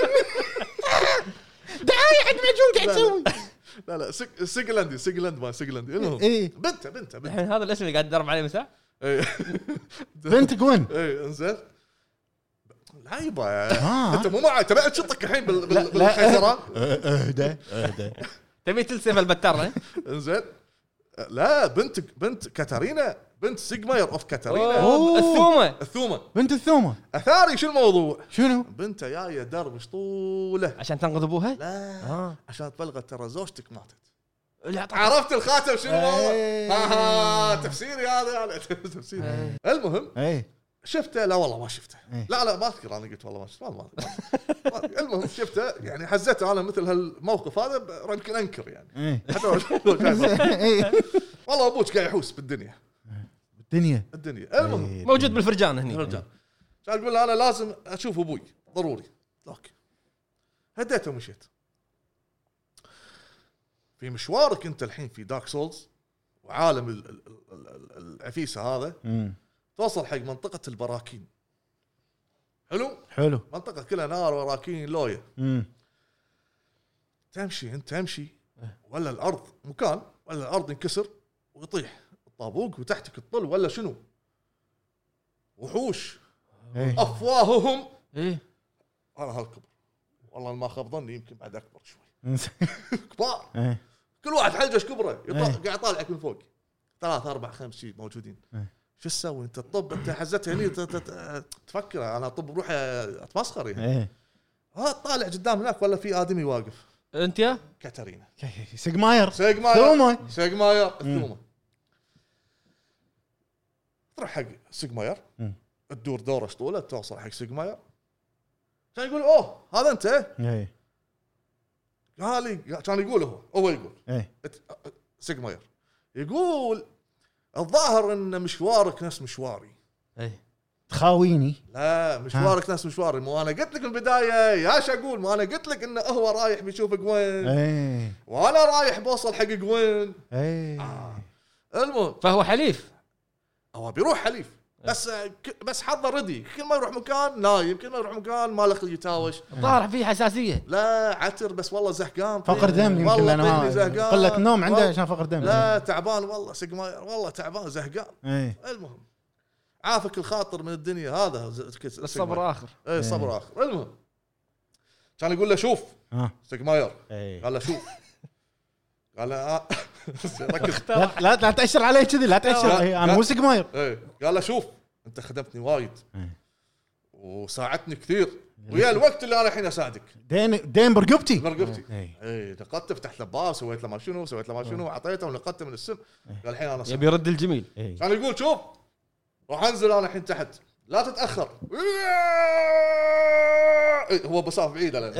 [SPEAKER 2] دعاية حق معجون قاعد تسوي.
[SPEAKER 3] لا سيجلند ما سيجلند. المهم بنته
[SPEAKER 1] الحين هذا الاسم اللي قاعد تدرب عليه مساء.
[SPEAKER 2] بنت جوين.
[SPEAKER 3] انزين لا يبا انت مو معي تبع تشطك الحين بالخيزرة.
[SPEAKER 2] اهدى
[SPEAKER 1] تبي تلسف البتر.
[SPEAKER 3] انزين لا بنت كاتارينا بنت سيجماير اوف كاتارينا. الثومه
[SPEAKER 2] بنت الثومه.
[SPEAKER 3] اثاري شو الموضوع؟
[SPEAKER 2] شنو
[SPEAKER 3] بنته جايه دربش طوله
[SPEAKER 1] عشان تنقذ ابوها.
[SPEAKER 3] لا عشان تبلغت ترى زوجتك ماتت. عرفت الخاتم شنو الموضوع؟ تفسيري هذا تفسيري. المهم شفته لا والله ما شفته. لا ما اذكر انا قلت والله ما شفته ما المهم شفته يعني حزته انا مثل هالموقف هذا يمكن انكر يعني. حتى والله ابوك قاعد يحوس بالدنيا. المهم
[SPEAKER 1] موجود بالفرجان هني.
[SPEAKER 3] كان اقول له انا لازم اشوف ابوي ضروري. اوكي هديته ومشيت. في مشوارك انت الحين في دارك سولز وعالم العفيسه هذا توصل حق منطقة البراكين. حلو منطقة كلها نار وراكين لوية. تمشي ولا الأرض مكان ولا الأرض ينكسر ويطيح الطابوق وتحتك الطل ولا شنو وحوش أفواههم على هالكبر. والله ما خاب ظني يمكن بعد أكبر شوي. كبار كل واحد حلجش كبره قاعد يطالعك من فوق 3 4 5 شيء موجودين. شو تسوي انت؟ الطب انت حزتها هني تفكر انا طب بروح اتمسخر يعني. طالع قدام هناك ولا في ادمي واقف.
[SPEAKER 1] انت يا
[SPEAKER 3] كاترينا
[SPEAKER 2] سيجماير الثومه. تروح حق سيجماير تدور دوره طوله توصل حق سيجماير كان يقول اوه هذا انت. قال لي كان يقول هو يقول سيجماير يقول
[SPEAKER 3] الظاهر ان مشوارك نفس مشواري.
[SPEAKER 2] تخاويني؟
[SPEAKER 3] لا مشوارك نفس مشواري. مو انا قلت لك من البدايه يا ايش اقول؟ ما انا قلت لك انه هو رايح بيشوف جوين وانا رايح بوصل حق جوين. المهم
[SPEAKER 1] فهو حليف،
[SPEAKER 3] هو بيروح حليف بس حظه ردي. كل ما يروح مكان نايم، كل ما يروح مكان ما له خلق يتاوش.
[SPEAKER 1] الظاهر فيه حساسيه.
[SPEAKER 3] لا عتر بس والله زهقان،
[SPEAKER 2] فقر دم يمكن، لانه قله النوم عنده عشان فقر دم.
[SPEAKER 3] لا تعبان والله سيجماير، والله تعبان زهقان. المهم عافك الخاطر من الدنيا، هذا
[SPEAKER 1] الصبر اخر.
[SPEAKER 3] الصبر اخر. المهم كان يقول له شوف سيجماير، قال له شوف، قال له
[SPEAKER 2] لا تأشر علي كذي، لا تأشر، انا مو سيجماير.
[SPEAKER 3] قال له شوف انت خدمتني وايد وساعدتني كثير، ويا الوقت اللي انا الحين اساعدك
[SPEAKER 2] دين برقبتي.
[SPEAKER 3] نقدت، فتحت له باب، سويت له ما شنو اعطيته ونقدته من السم. قال الحين انا
[SPEAKER 1] يبي يرد الجميل.
[SPEAKER 3] كان يقول شوف راح انزل انا الحين تحت، لا تتاخر. هو بصاف بعيد الان.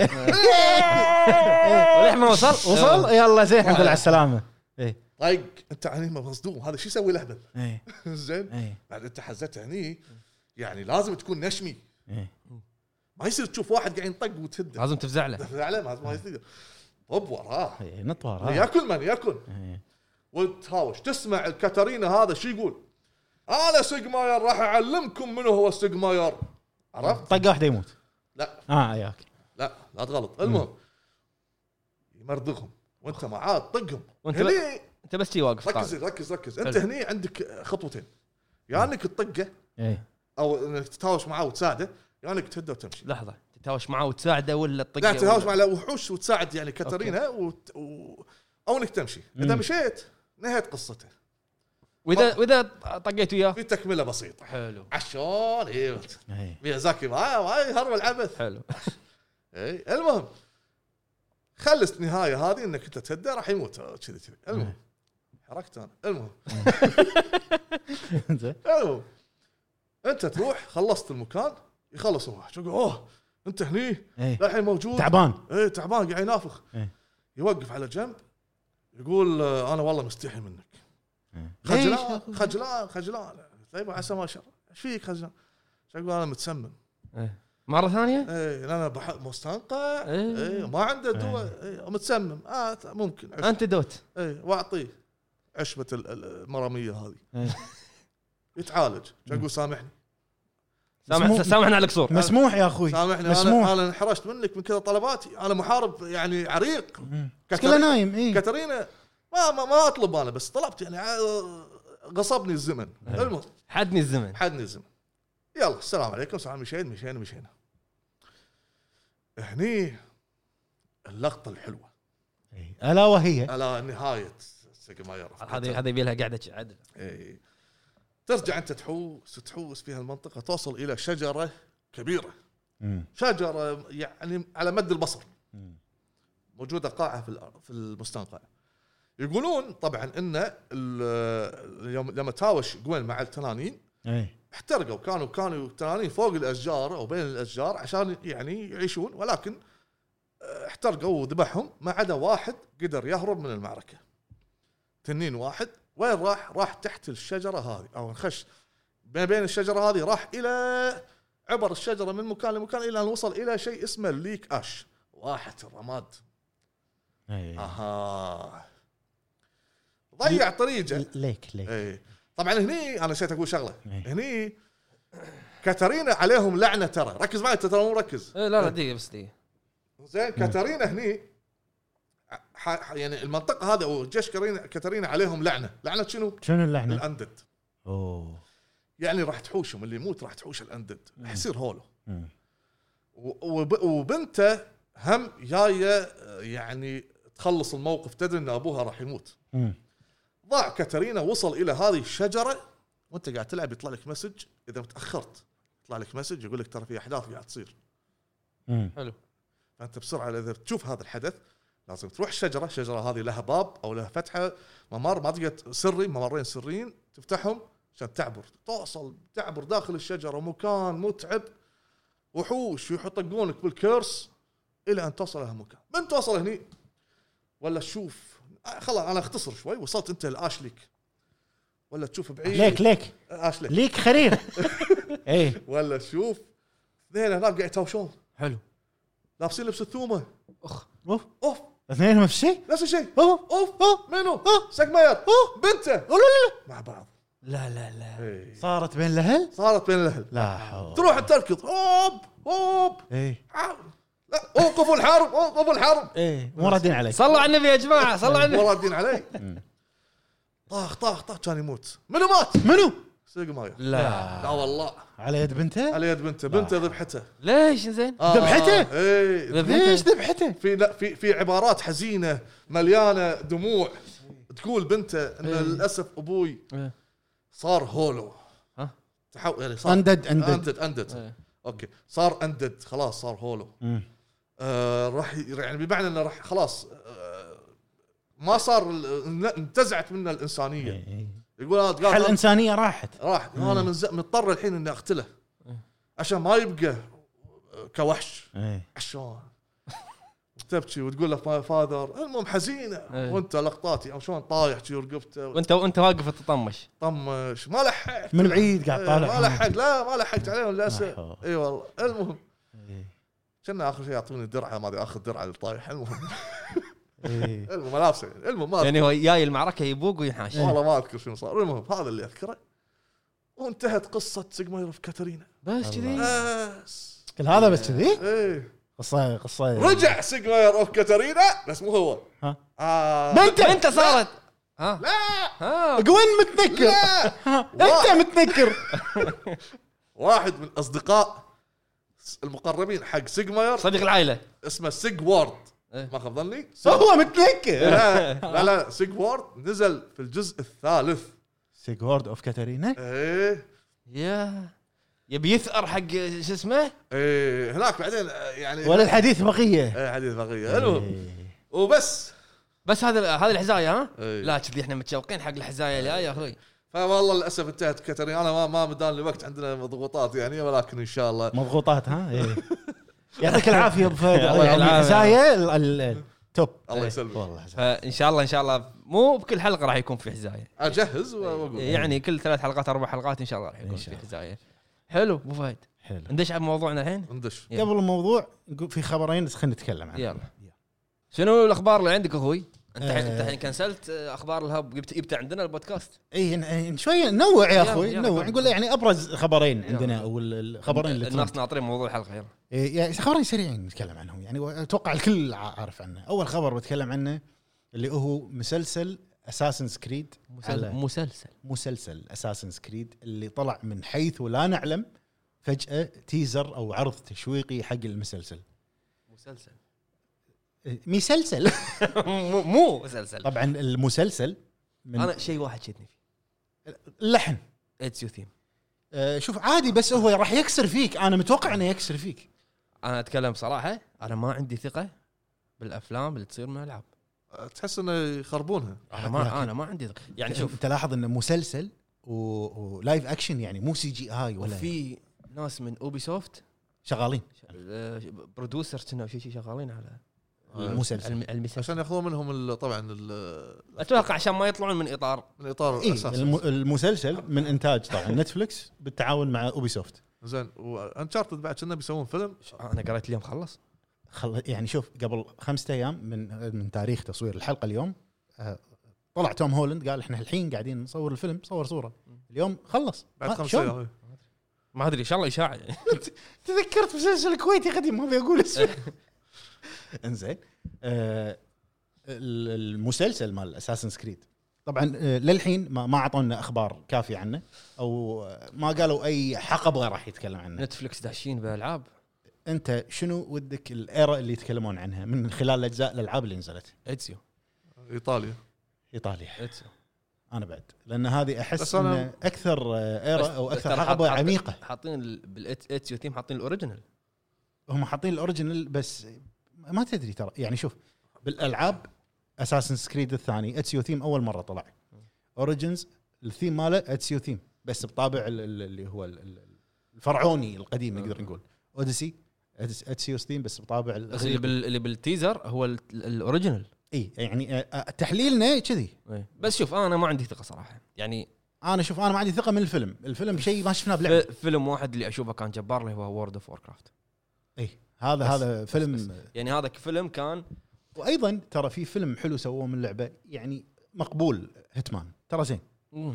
[SPEAKER 1] ولحمه وصل
[SPEAKER 2] يلا زين الحمد لله على السلامه.
[SPEAKER 3] طيب انت يعني مصدوم، هذا شو يسوي لهبل؟ زين بعد انت حزت هني، يعني لازم تكون نشمي. ما يصير تشوف واحد قاعد ينطق وتهده،
[SPEAKER 1] لازم تفزع له
[SPEAKER 3] ما يصير. طب وراه
[SPEAKER 2] نط وراه،
[SPEAKER 3] ياكل من ياكل وتهاوش. تسمع الكاترينا هذا شو يقول؟ انا سيجماير راح اعلمكم منو هو سيجماير. عرفت؟
[SPEAKER 2] طقه واحده يموت.
[SPEAKER 3] لا
[SPEAKER 2] ياك
[SPEAKER 3] لا تغلط. المهم يمرضغهم وانت معاه تطقهم،
[SPEAKER 1] انت بس شي واقف.
[SPEAKER 3] ركز انت هني عندك خطوتين، يا انك تطقه او انك تتهاوش معاه وتساعده، يا انك تهده وتمشي.
[SPEAKER 1] لحظه، تتهاوش معاه وتساعده ولا تطقه؟
[SPEAKER 3] لا تتهاوش مع الوحوش وتساعد يعني كاترينا او انك تمشي. اذا مشيت نهايه قصته.
[SPEAKER 1] واذا طقيت وياه
[SPEAKER 3] في تكمله بسيطه.
[SPEAKER 1] حلو
[SPEAKER 3] عشان ميازاكي ما يهرب العبث.
[SPEAKER 1] حلو.
[SPEAKER 3] المهم خلص النهايه هذه انك انت تهده راح يموت كذي. المهم حركت انا. المهم انت تروح خلصت المكان، يخلص هو يقول انت هني الحين موجود
[SPEAKER 2] تعبان.
[SPEAKER 3] تعبان قاعد ينافخ. يوقف على جنب يقول انا والله مستحي منك. خجلان. طيب عسى ما شر، ايش فيك خجلان؟ يقول انا متسمم.
[SPEAKER 1] مره ثانيه
[SPEAKER 3] انا مستنقع. ما عنده دواء. متسمم. ممكن
[SPEAKER 1] انت دوت.
[SPEAKER 3] واعطيه عشبه المراميه هذه. يتعالج. يقول سامحني
[SPEAKER 1] على القصور.
[SPEAKER 2] مسموح يا اخوي،
[SPEAKER 3] سامحني. انا انحرجت منك من كذا طلباتي، انا محارب يعني عريق.
[SPEAKER 2] كله نايم.
[SPEAKER 3] كاترينا ما اطلب انا، بس طلبت يعني غصبني الزمن. المهم
[SPEAKER 1] حدني الزمن.
[SPEAKER 3] يلا السلام عليكم. سلام. مشينا هني اللقطه الحلوه
[SPEAKER 2] الا وهي
[SPEAKER 3] نهايه سيجماير.
[SPEAKER 1] هذه يبي لها قاعده عدل.
[SPEAKER 3] ترجع انت تحوس في هالمنطقه، توصل الى شجره كبيره. شجره يعني على مد البصر. موجوده قاعه في المستنقع. يقولون طبعا ان لما تهاوش جوين مع التنانين احترقوا. كانوا تنانين فوق الاشجار او بين الاشجار عشان يعني يعيشون، ولكن احترقوا وذبحهم، ما عدا واحد قدر يهرب من المعركه. تنين واحد وين راح تحت الشجره هذه، او نخش بين الشجره هذه، راح الى عبر الشجره من مكان لمكان الى ان وصل الى شيء اسمه ليك اش، واحه الرماد. ضيع طريقه
[SPEAKER 2] ليك.
[SPEAKER 3] طبعا هني انا نسيت اقول شغله. هني كاترينا عليهم لعنه، ترى ركز معي، ترى مو مركز.
[SPEAKER 1] لا دقيقه بس دقيقه.
[SPEAKER 3] زين كاترينا هني يعني المنطقه هذا او جيش كاترينا عليهم لعنه شنو
[SPEAKER 2] اللعنه؟
[SPEAKER 3] الاندد. يعني راح تحوشهم، اللي يموت راح تحوش الاندد، راح يصير هولو. وبنته هم جايه يعني تخلص الموقف، تدري ان ابوها راح يموت. ضاع كاترينا، وصل الى هذه الشجره وانت قاعد تلعب يطلع لك مسج، اذا متاخرت يطلع لك مسج يقول لك ترى في احداث قاعد تصير.
[SPEAKER 1] حلو.
[SPEAKER 3] فانت بسرعه اذا تشوف هذا الحدث لازم تروح الشجره هذه لها باب او لها فتحه، ممر ما تقدر سري، ممرين سريين تفتحهم عشان تعبر داخل الشجره، مكان متعب، وحوش يحطقونك بالكيرس الى ان توصل لها مكان. من توصل هني ولا تشوف خلاص انا اختصر شوي، وصلت انت لاشليك ولا تشوف بعيد
[SPEAKER 2] ليك ليك خرير ايه
[SPEAKER 3] ولا تشوف اثنين هناك قاعد يتهاوشون
[SPEAKER 1] حلو
[SPEAKER 3] لابسين لبس الثومه
[SPEAKER 2] اوف اثنين نفس الشيء
[SPEAKER 3] نفس الشيء
[SPEAKER 2] اوف
[SPEAKER 3] منو سقمير بنته
[SPEAKER 2] لا
[SPEAKER 3] مع بعض
[SPEAKER 1] لا
[SPEAKER 3] إيه.
[SPEAKER 2] صارت بين الاهل لا حول.
[SPEAKER 3] تروح تركض هوب
[SPEAKER 2] ايه
[SPEAKER 3] لا اوقفوا الحرب
[SPEAKER 2] ايه مو راضين عليك
[SPEAKER 1] صلوا على النبي يا جماعه صلوا على النبي
[SPEAKER 3] مرادين علي طاخ كان يموت منو سقمير
[SPEAKER 1] لا
[SPEAKER 3] والله
[SPEAKER 2] على يد بنته
[SPEAKER 3] بنته ذبحته
[SPEAKER 1] ليش زين
[SPEAKER 2] ذبحته
[SPEAKER 3] ايه
[SPEAKER 2] ليش ذبحته
[SPEAKER 3] في عبارات حزينه مليانه دموع تقول بنته ان للاسف ابوي صار هولو يعني صار اندد اوكي صار اندد خلاص صار هولو راح يعني بمعنى انه راح خلاص ما صار انتزعت منه الانسانيه يقول
[SPEAKER 2] حل الانسانيه راح
[SPEAKER 3] انا مضطر الحين اني اقتله عشان ما يبقى كوحش عشان تبكي وتقول له فاذر المهم حزينه وانت لقطاتي او شلون طايح شي رقبته
[SPEAKER 1] وانت واقف تطمش
[SPEAKER 3] ما لحقت
[SPEAKER 2] من بعيد قاعد طالع
[SPEAKER 3] ما لحقت عليهم للاسف اي والله المهم كنا اخر شيء يعطوني درع ما ادري اخذ درع اللي طايح المهم المهم لابسه المهم
[SPEAKER 1] يعني هو جاي المعركه يبوق وينحاش
[SPEAKER 3] والله ما اذكر شنو صار المهم هذا اللي اذكره وانتهت قصه سيجماير في كاترينا
[SPEAKER 1] بس كذي
[SPEAKER 3] بس
[SPEAKER 2] كل هذا بس كذي
[SPEAKER 3] ايه
[SPEAKER 2] قصه
[SPEAKER 3] رجع سيجماير اوف كاترينا بس مو هو
[SPEAKER 1] انت صارت
[SPEAKER 2] وين متنكر انت متنكر
[SPEAKER 3] واحد من اصدقاء المقربين حق سيجماير
[SPEAKER 1] صديق العائله
[SPEAKER 3] اسمه سيج وورد ما خاب ظني
[SPEAKER 2] هو متنكر
[SPEAKER 3] لا سيج وورد نزل في الجزء الثالث
[SPEAKER 2] سيج وورد اوف كاترينا
[SPEAKER 3] ايه
[SPEAKER 1] يبي يثأر حق شو اسمه
[SPEAKER 3] ايه هناك بعدين يعني
[SPEAKER 2] ولا الحديث بقيه
[SPEAKER 3] حديث بقيه المهم وبس
[SPEAKER 1] هذه الحزايه ها
[SPEAKER 3] ايه.
[SPEAKER 1] لا كذي احنا متشوقين حق الحزايه الجايه يا اخوي
[SPEAKER 3] فوالله للاسف انتهت كاترينا انا ما مدان لوقت عندنا مضغوطات يعني ولكن ان شاء الله
[SPEAKER 2] مضغوطات ايه يعطيك العافيه ابو فهد يعني حزايه التوب
[SPEAKER 3] الله يسلمك
[SPEAKER 2] والله
[SPEAKER 1] فان شاء الله مو بكل حلقه راح يكون في حزايه
[SPEAKER 3] اجهز واقول
[SPEAKER 1] يعني كل 3 حلقات 4 حلقات ان شاء الله راح يكون في حزايه حلو ابو فهد
[SPEAKER 2] حلو
[SPEAKER 1] ندش على موضوعنا الحين
[SPEAKER 3] ندش
[SPEAKER 2] قبل الموضوع في خبرين بس خلينا نتكلم عنهم
[SPEAKER 1] يلا شنو الاخبار اللي عندك اخوي انت الحين كنسلت اخبار الهب جبت عندنا البودكاست
[SPEAKER 2] اي شويه نوع يا اخوي نوع نقول يعني ابرز خبرين عندنا او الخبرين اللي
[SPEAKER 1] الناس ناطرين موضوع الحلقه يلا
[SPEAKER 2] يعني خبرين سريعين نتكلم عنهم يعني اتوقع الكل عارف عنه اول خبر بتكلم عنه اللي هو مسلسل اساسنز كريد مسلسل اساسنز كريد اللي طلع من حيث لا نعلم فجأة تيزر او عرض تشويقي حق المسلسل مسلسل
[SPEAKER 1] مو مسلسل
[SPEAKER 2] طبعا المسلسل
[SPEAKER 1] انا شيء واحد شدني فيه
[SPEAKER 2] اللحن
[SPEAKER 1] اتس يو ثيم
[SPEAKER 2] شوف عادي بس هو راح يكسر فيك انا متوقع انه يكسر فيك
[SPEAKER 1] انا اتكلم صراحه انا ما عندي ثقه بالافلام اللي تصير من الالعاب
[SPEAKER 3] تحس انه يخربونها
[SPEAKER 1] انا ما عندي ثقه يعني شوف
[SPEAKER 2] انت لاحظ انه مسلسل ولايف اكشن يعني مو سي جي اي ولا
[SPEAKER 1] في ناس من اوبي سوفت
[SPEAKER 2] شغالين
[SPEAKER 1] برودوسر كنا شيء شغالين على
[SPEAKER 2] المسلسل
[SPEAKER 3] عشان ياخذون منهم طبعا
[SPEAKER 1] اتوقع عشان ما يطلعون من اطار
[SPEAKER 3] الاساس
[SPEAKER 2] المسلسل من انتاج طبعا نتفلكس بالتعاون مع اوبي سوفت
[SPEAKER 3] زين وانشارتد بعد كنا بيسوون فيلم
[SPEAKER 1] انا قريت اليوم خلص
[SPEAKER 2] يعني شوف قبل 5 ايام من تاريخ تصوير الحلقه اليوم طلع توم هولاند قال احنا الحين قاعدين نصور الفيلم صور صوره اليوم خلص
[SPEAKER 3] بعد 5 ايام
[SPEAKER 1] ما ادري ان شاء الله اشاعه
[SPEAKER 2] تذكرت مسلسل كويتي قديم ما بيقول اسمه انزين المسلسل مال اساسنز كريد طبعا للحين ما اعطونا اخبار كافيه عنه او ما قالوا اي حقبه راح يتكلم عنه
[SPEAKER 1] نتفلكس داشين بالالعاب
[SPEAKER 2] انت شنو ودك الايرا اللي يتكلمون عنها من خلال اجزاء الالعاب اللي نزلت
[SPEAKER 1] اتسيو
[SPEAKER 2] ايطاليا اتسيو انا بعد لان هذه احس ان اكثر ايرا او اكثر حقبه عميقه
[SPEAKER 1] حاطين بالاتسيو تيم حاطين الاوريجينال
[SPEAKER 2] هم حاطين الاوريجينال بس ما تدري ترى يعني شوف بالالعاب اساسنز كريد الثاني اتسيو ثيم اول مره طلع اوريجينز الثيم ماله اتسيو ثيم بس بطابع اللي هو الفرعوني القديم نقدر نقول اوديسي اتسيو ثيم بس بطابع
[SPEAKER 1] اللي بالتيزر هو الاوريجينال
[SPEAKER 2] اي يعني تحليلنا كذي
[SPEAKER 1] بس شوف انا ما عندي ثقه صراحه يعني
[SPEAKER 2] انا شوف انا ما عندي ثقه من الفيلم شيء ما شفناه بلعبه.
[SPEAKER 1] فيلم واحد اللي اشوفه كان جبار اللي هو وورد اوف ووركرافت.
[SPEAKER 2] اي هذا فيلم
[SPEAKER 1] بس. يعني هذا فيلم كان.
[SPEAKER 2] وايضا ترى في فيلم حلو سووه من اللعبه يعني مقبول، هيتمان ترى زين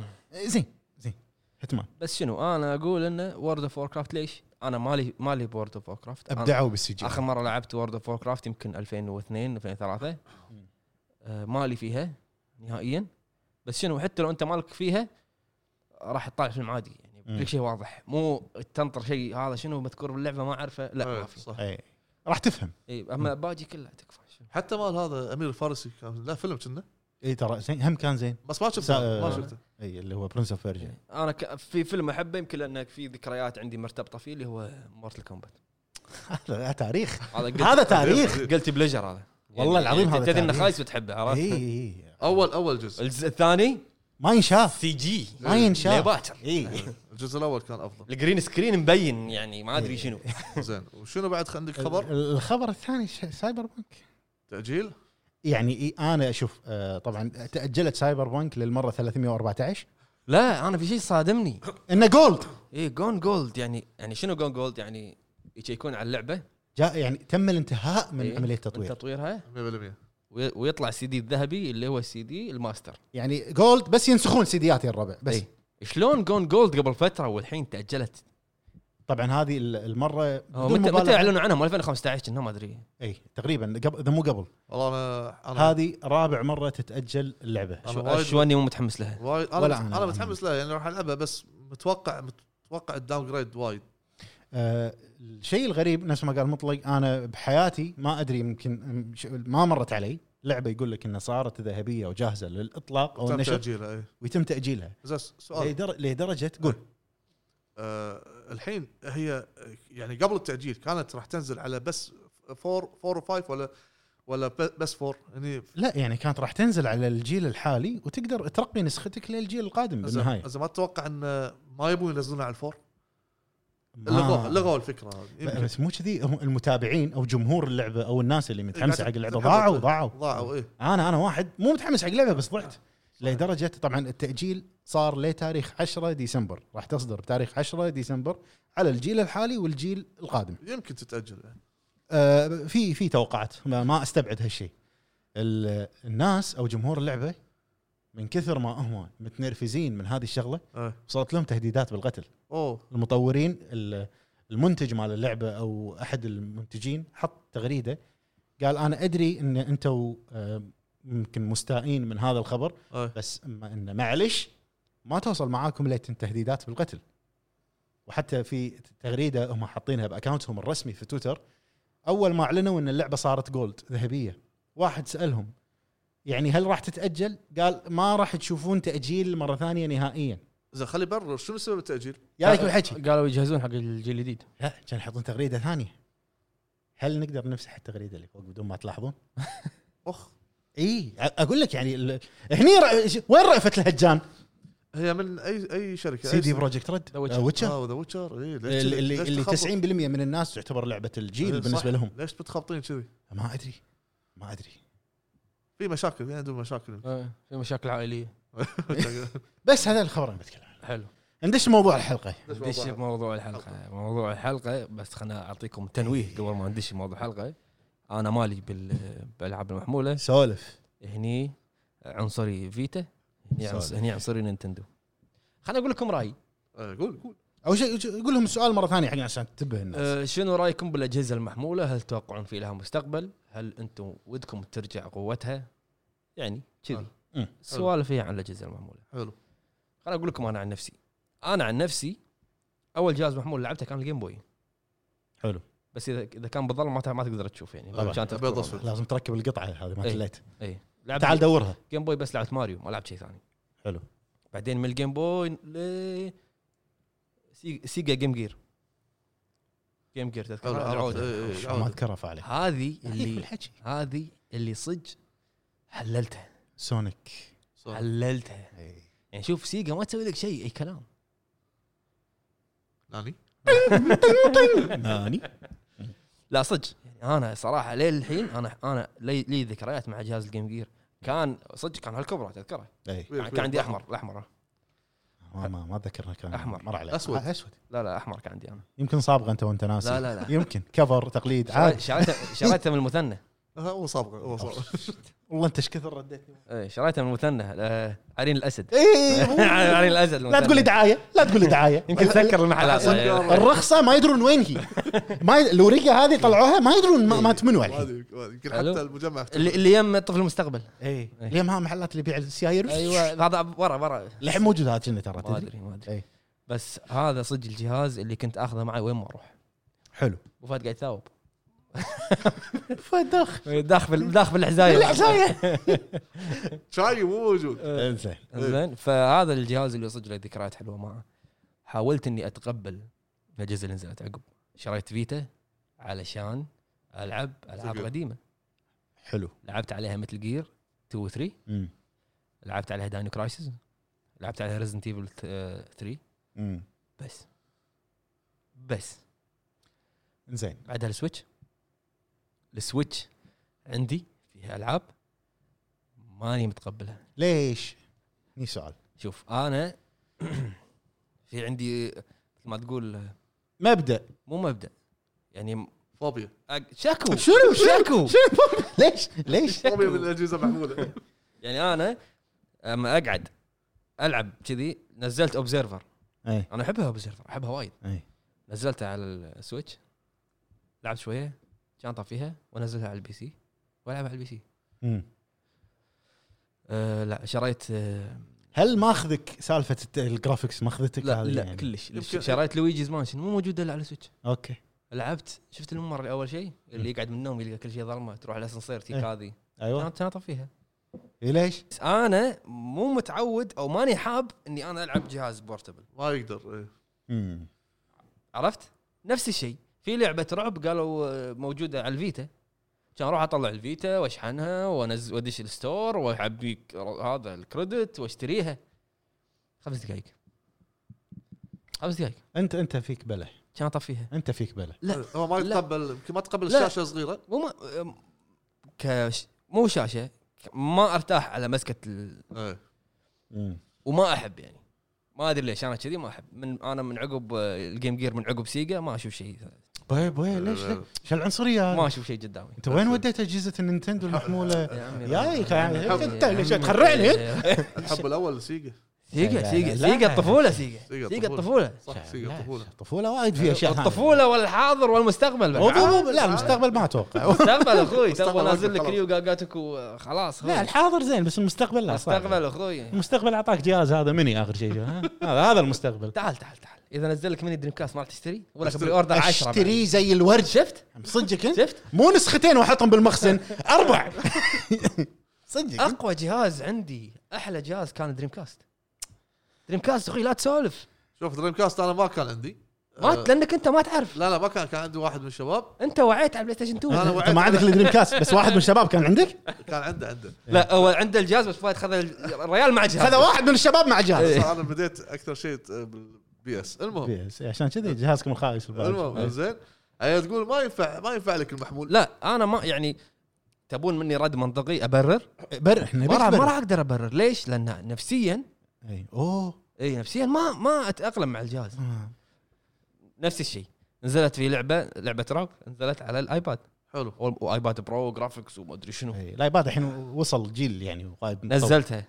[SPEAKER 2] هيتمان.
[SPEAKER 1] بس شنو انا اقول انه وورد اوف ووركرافت ليش انا مالي بورد اوف ووركرافت.
[SPEAKER 2] ابدعوا بالسي جي.
[SPEAKER 1] اخر مره لعبت وورد اوف ووركرافت يمكن 2002 2003 مالي فيها نهائيا. بس شنو حتى لو انت مالك فيها راح تطالع فيلم عادي يعني كل شيء واضح، مو تنطر شيء هذا شنو مذكور باللعبه ما اعرفه لا ما في
[SPEAKER 3] صح.
[SPEAKER 2] اي راح تفهم.
[SPEAKER 1] اي اما باجي كلها تكفى.
[SPEAKER 3] حتى مال هذا امير الفارسي كان لا فيلم كنا
[SPEAKER 2] اي ترى زين هم كان زين
[SPEAKER 3] بس ما شفته ما شفته.
[SPEAKER 2] اي اللي هو برنس اوف فيرجن.
[SPEAKER 1] انا في فيلم احبه يمكن لانه في ذكريات عندي مرتبطه فيه اللي هو مورتل كومبات.
[SPEAKER 2] هذا تاريخ
[SPEAKER 1] هذا
[SPEAKER 2] تاريخ
[SPEAKER 1] قلت بليجر هذا
[SPEAKER 2] والله العظيم. هذا
[SPEAKER 1] تدري انه خايس بتحبه عرفت.
[SPEAKER 2] اي
[SPEAKER 3] اول جزء.
[SPEAKER 1] الجزء الثاني
[SPEAKER 2] ما ينشاف
[SPEAKER 1] سي جي
[SPEAKER 2] ما ينشاف
[SPEAKER 1] باكر.
[SPEAKER 2] اي
[SPEAKER 3] الجزء الاول كان افضل.
[SPEAKER 1] الجرين سكرين مبين يعني ما ادري شنو.
[SPEAKER 3] زين وشنو بعد عندك خبر؟
[SPEAKER 2] الخبر الثاني سايبر بانك
[SPEAKER 3] تاجيل.
[SPEAKER 2] يعني انا اشوف طبعا تاجلت سايبر بانك للمره 314.
[SPEAKER 1] لا انا في شيء صادمني
[SPEAKER 2] انه جولد.
[SPEAKER 1] ايه جون جولد يعني شنو جون جولد يعني يكون على اللعبه
[SPEAKER 2] جاء يعني تم الانتهاء من عمليه
[SPEAKER 1] تطويرها
[SPEAKER 3] 100%
[SPEAKER 1] ويطلع السي دي الذهبي اللي هو السي دي الماستر.
[SPEAKER 2] يعني جولد بس ينسخون سيديات يا الربع بس.
[SPEAKER 1] شلون جون جولد قبل فتره والحين تاجلت؟
[SPEAKER 2] طبعا هذه المره
[SPEAKER 1] متى اعلنوا عنها؟ 2015 كنا ما ادري.
[SPEAKER 2] اي تقريبا اذا مو قبل.
[SPEAKER 3] والله انا
[SPEAKER 2] هذه رابع مره تتاجل اللعبه.
[SPEAKER 1] شو اني مو متحمس لها
[SPEAKER 3] انا متحمس لها يعني راح العبها بس متوقع الداون جريد وايد.
[SPEAKER 2] الشيء الغريب نفس ما قال مطلق انا بحياتي ما ادري يمكن ما مرت علي لعبه يقول لك انها صارت ذهبيه وجاهزه للاطلاق او النشر ويتم تاجيلها.
[SPEAKER 3] سؤال
[SPEAKER 2] لدرجه تقول
[SPEAKER 3] الحين هي يعني قبل التاجيل كانت راح تنزل على بس 4 و5 ولا بس 4 يعني
[SPEAKER 2] لا يعني كانت راح تنزل على الجيل الحالي وتقدر ترقي نسختك للجيل القادم بالنهايه.
[SPEAKER 3] اذا ما تتوقع ان ما يبون ينزلونها على الفور لغوا الفكره هذه.
[SPEAKER 2] بس مو كذي المتابعين او جمهور اللعبه او الناس اللي متحمسه حق اللعبه ضاعوا.
[SPEAKER 3] إيه؟
[SPEAKER 2] انا واحد مو متحمس حق اللعبه بس ضعت لدرجه طبعا التاجيل صار لتاريخ 10 ديسمبر راح تصدر بتاريخ 10 ديسمبر على الجيل الحالي والجيل القادم.
[SPEAKER 3] يمكن تتاجل يعني.
[SPEAKER 2] في توقعات ما استبعد هالشيء. الناس او جمهور اللعبه من كثر ما هم متنرفزين من هذه الشغله وصلت لهم تهديدات بالقتل. المطورين المنتج مال اللعبه او احد المنتجين حط تغريده قال انا ادري ان انتم يمكن مستائين من هذا الخبر بس ان معلش ما توصل معاكم تهديدات بالقتل. وحتى في تغريده هم حاطينها باكاونتهم الرسمي في تويتر اول ما اعلنوا ان اللعبه صارت جولد ذهبيه. واحد سالهم يعني هل راح تتاجل؟ قال ما راح تشوفون تاجيل مره ثانيه نهائيا.
[SPEAKER 3] اذا خلي برا شنو سبب التاجيل؟
[SPEAKER 2] ياك الحكي
[SPEAKER 1] قالوا يجهزون حق الجيل الجديد.
[SPEAKER 2] لا كان يحطون تغريده ثانيه. هل نقدر نمسح التغريده اللي فوق بدون ما تلاحظون؟ اي اقول لك يعني هني وين رأفت الهجان؟
[SPEAKER 3] هي من اي شركه؟
[SPEAKER 2] سي دي بروجكت ريد
[SPEAKER 3] ذا ويتشر.
[SPEAKER 2] اللي 90% من الناس تعتبر لعبه الجيل بالنسبه لهم.
[SPEAKER 3] ليش بتخبطين كذي؟
[SPEAKER 2] ما ادري
[SPEAKER 3] في مشاكل في عندهم مشاكل
[SPEAKER 1] في مشاكل عائليه.
[SPEAKER 2] بس هذا الخبر اللي بتكلم عنه.
[SPEAKER 1] حلو
[SPEAKER 2] ندش موضوع الحلقه.
[SPEAKER 1] موضوع الحلقه بس خلنا اعطيكم تنويه قبل ما ندش موضوع الحلقه. انا مالي بالالعاب المحموله
[SPEAKER 2] سولف
[SPEAKER 1] هني عنصري فيتا هني عنصري نينتندو. خليني اقول لكم رايي.
[SPEAKER 3] قول
[SPEAKER 2] اول شيء قول لهم السؤال مره ثانيه حق عشان تنتبه الناس.
[SPEAKER 1] شنو رايكم بالاجهزه المحموله؟ هل تتوقعون في لها مستقبل؟ هل انتم ودكم ترجع قوتها؟ يعني كذي سوالف فيها عن الاجهزه المحموله.
[SPEAKER 3] حلو.
[SPEAKER 1] خليني اقول لكم انا عن نفسي اول جهاز محمول لعبته كان الجيم بوي.
[SPEAKER 2] حلو.
[SPEAKER 1] بس اذا كان بالظلم ما تقدر تشوف يعني
[SPEAKER 2] لازم تركب القطعه هذه ما تليت.
[SPEAKER 1] اي
[SPEAKER 2] تعال دورها.
[SPEAKER 1] جيم بوي بس لعبت ماريو ما لعبت شيء ثاني.
[SPEAKER 2] حلو.
[SPEAKER 1] بعدين من الجيم بوي سيجا جيم جير تذكر
[SPEAKER 2] ما اذكرها فعلا.
[SPEAKER 1] هذه اللي صج حللتها
[SPEAKER 2] سونيك
[SPEAKER 1] حللتها. يعني شوف سيجا ما تسوي لك شيء اي كلام.
[SPEAKER 3] ناني
[SPEAKER 1] لا صج يعني انا صراحه ليه الحين انا لي ذكريات مع جهاز الجيم جير. كان صدق كان هالكبره تذكره. كان عندي الاحمر
[SPEAKER 2] ما اتذكر كان
[SPEAKER 1] أحمر.
[SPEAKER 2] مر عليه
[SPEAKER 3] أسود.
[SPEAKER 2] اسود
[SPEAKER 1] لا احمر كان عندي انا.
[SPEAKER 2] يمكن صابغه انت وانت ناسي.
[SPEAKER 1] لا.
[SPEAKER 2] يمكن كفر تقليد عادي.
[SPEAKER 1] شريته من المثنى.
[SPEAKER 3] هو صابغ
[SPEAKER 2] والله انت ايش كثر رديتني.
[SPEAKER 1] ايه شريته من المثنى. عرين الاسد.
[SPEAKER 2] ايه
[SPEAKER 1] عرين الاسد.
[SPEAKER 2] لا تقول لي دعايه لا تقول لي دعايه.
[SPEAKER 1] يمكن سكر المحل.
[SPEAKER 3] سكر.
[SPEAKER 2] الرخصه ما يدرون وين هي. ما اللوريه هذه طلعوها ما يدرون ما تمنوا الحين.
[SPEAKER 3] يمكن حتى المجمع
[SPEAKER 1] اللي يم طفل المستقبل.
[SPEAKER 2] ايه اليوم ها محلات اللي يبيع السيايير.
[SPEAKER 1] ايوه هذا ورا
[SPEAKER 2] الحين موجود هذا كنا ترى
[SPEAKER 1] ما
[SPEAKER 2] تدري.
[SPEAKER 1] ادري
[SPEAKER 2] إيه.
[SPEAKER 1] بس هذا صدق الجهاز اللي كنت اخذه معي وين ما اروح.
[SPEAKER 2] حلو.
[SPEAKER 1] وفهد قاعد يثاوب
[SPEAKER 2] داخل
[SPEAKER 1] بالحزايه
[SPEAKER 3] شاي مو موجود.
[SPEAKER 1] زين. فهذا الجهاز اللي صدق له ذكريات حلوه معه. حاولت اني اتقبل الاجهزه اللي نزلت عقب. شريت فيتا علشان العاب قديمه.
[SPEAKER 2] حلو.
[SPEAKER 1] لعبت عليها مثل جير 2 و 3. لعبت عليها داينو كرايسيس. لعبت عليها ريزنت ايفل 3. بس
[SPEAKER 2] زين.
[SPEAKER 1] بعدها السويتش عندي فيها العاب ماني متقبلها.
[SPEAKER 2] ليش؟ ني سؤال.
[SPEAKER 1] شوف انا في عندي ما تقول مو مبدأ يعني
[SPEAKER 3] فوبيا.
[SPEAKER 1] شكو.
[SPEAKER 2] شنو ليش
[SPEAKER 3] فوبيا من الاجهزه محموله.
[SPEAKER 1] يعني انا اما اقعد العب كذي نزلت اوبزيرفر. انا احبها اوبزيرفر احبها وايد. نزلتها على السويتش لعبت شويه كان طفيها ونزلها على البي سي والعبها على البي سي. لا شريت.
[SPEAKER 2] هل ماخذك سالفه الجرافيكس ماخذتك؟
[SPEAKER 1] لا
[SPEAKER 2] يعني.
[SPEAKER 1] كلش. شريت لويجيز مانشن مو موجوده الا على السويتش.
[SPEAKER 2] اوكي.
[SPEAKER 1] لعبت شفت الممر اللي اول شيء اللي يقعد من النوم يلقى كل شيء ظلمه تروح على الاسانسير تيك هذه.
[SPEAKER 2] ايوه
[SPEAKER 1] كان طفيها.
[SPEAKER 2] ليش؟
[SPEAKER 1] انا مو متعود او ماني حاب اني انا العب جهاز بورتبل.
[SPEAKER 3] ما يقدر.
[SPEAKER 1] عرفت نفس الشيء في لعبه رعب قالوا موجوده على الفيتا. كان اروح اطلع الفيتا واشحنها وانزل ودش الستور واعبي هذا الكريدت واشتريها 5 دقائق.
[SPEAKER 2] انت فيك بله.
[SPEAKER 1] كان اطفيها.
[SPEAKER 2] انت فيك بله.
[SPEAKER 1] لا
[SPEAKER 3] هو ما يتقبل يمكن ما تقبل الشاشه صغيره.
[SPEAKER 1] مو شاشه ما ارتاح على مسكه وما احب يعني ما ادري ليش انا كذي ما احب من عقب الجيم جير من عقب سيجا ما اشوف شيء.
[SPEAKER 2] بوي ليش ايش العنصريه؟
[SPEAKER 1] ما اشوف شيء قدامي.
[SPEAKER 2] انت وين وديت اجهزه النينتندو المحموله يا انت ليش تخرعني؟
[SPEAKER 3] الحب الاول سيجا
[SPEAKER 1] الطفوله سيجا الطفوله
[SPEAKER 3] صح. سيجا
[SPEAKER 2] الطفوله وايد فيها اشياء.
[SPEAKER 1] الطفوله والحاضر والمستقبل.
[SPEAKER 2] لا المستقبل ما اتوقع.
[SPEAKER 1] المستقبل اخوي تبغى نازل لك ريو جاجاتك وخلاص.
[SPEAKER 2] لا الحاضر زين بس المستقبل لا.
[SPEAKER 1] المستقبل اخوي
[SPEAKER 2] المستقبل اعطاك جهاز هذا مني اخر شيء. هذا المستقبل.
[SPEAKER 1] تعال اذا نزل لك مني دريم كاست ما راح تشتري ولا قبل اوردر 10
[SPEAKER 2] اشتري زي الورد.
[SPEAKER 1] شفت
[SPEAKER 2] صدقك انت مو نسختين واحطهم بالمخزن 4 صدق.
[SPEAKER 1] اقوى جهاز عندي احلى جهاز كان دريم كاست اخوي لا تسولف.
[SPEAKER 3] شوف دريم كاست انا ما كان عندي
[SPEAKER 1] لانك انت ما تعرف.
[SPEAKER 3] لا ما كان عندي واحد من الشباب.
[SPEAKER 1] انت وعيت على بلاي ستيشن 2.
[SPEAKER 2] انت ما عندك الدريم كاست بس واحد من الشباب كان عندك.
[SPEAKER 3] كان عنده
[SPEAKER 1] لا هو عنده الجهاز بس فايت خذ الريال مع جهاز.
[SPEAKER 2] هذا واحد من الشباب مع جهاز.
[SPEAKER 3] انا بديت اكثر شيء بالبي اس. المهم
[SPEAKER 2] عشان كذي جهازكم الخايس.
[SPEAKER 3] المهم زين تقول ما ينفع لك المحمول.
[SPEAKER 1] لا انا ما يعني تبون مني رد منطقي ابرر
[SPEAKER 2] احنا
[SPEAKER 1] ما راح اقدر ابرر. ليش؟ لان نفسيا نفسيا ما اتاقلم مع الجهاز. نفس الشيء نزلت في لعبه رعب نزلت على الايباد.
[SPEAKER 3] حلو.
[SPEAKER 1] وايباد برو جرافيكس وما ادري شنو.
[SPEAKER 2] الايباد الحين وصل جيل يعني
[SPEAKER 1] نزلتها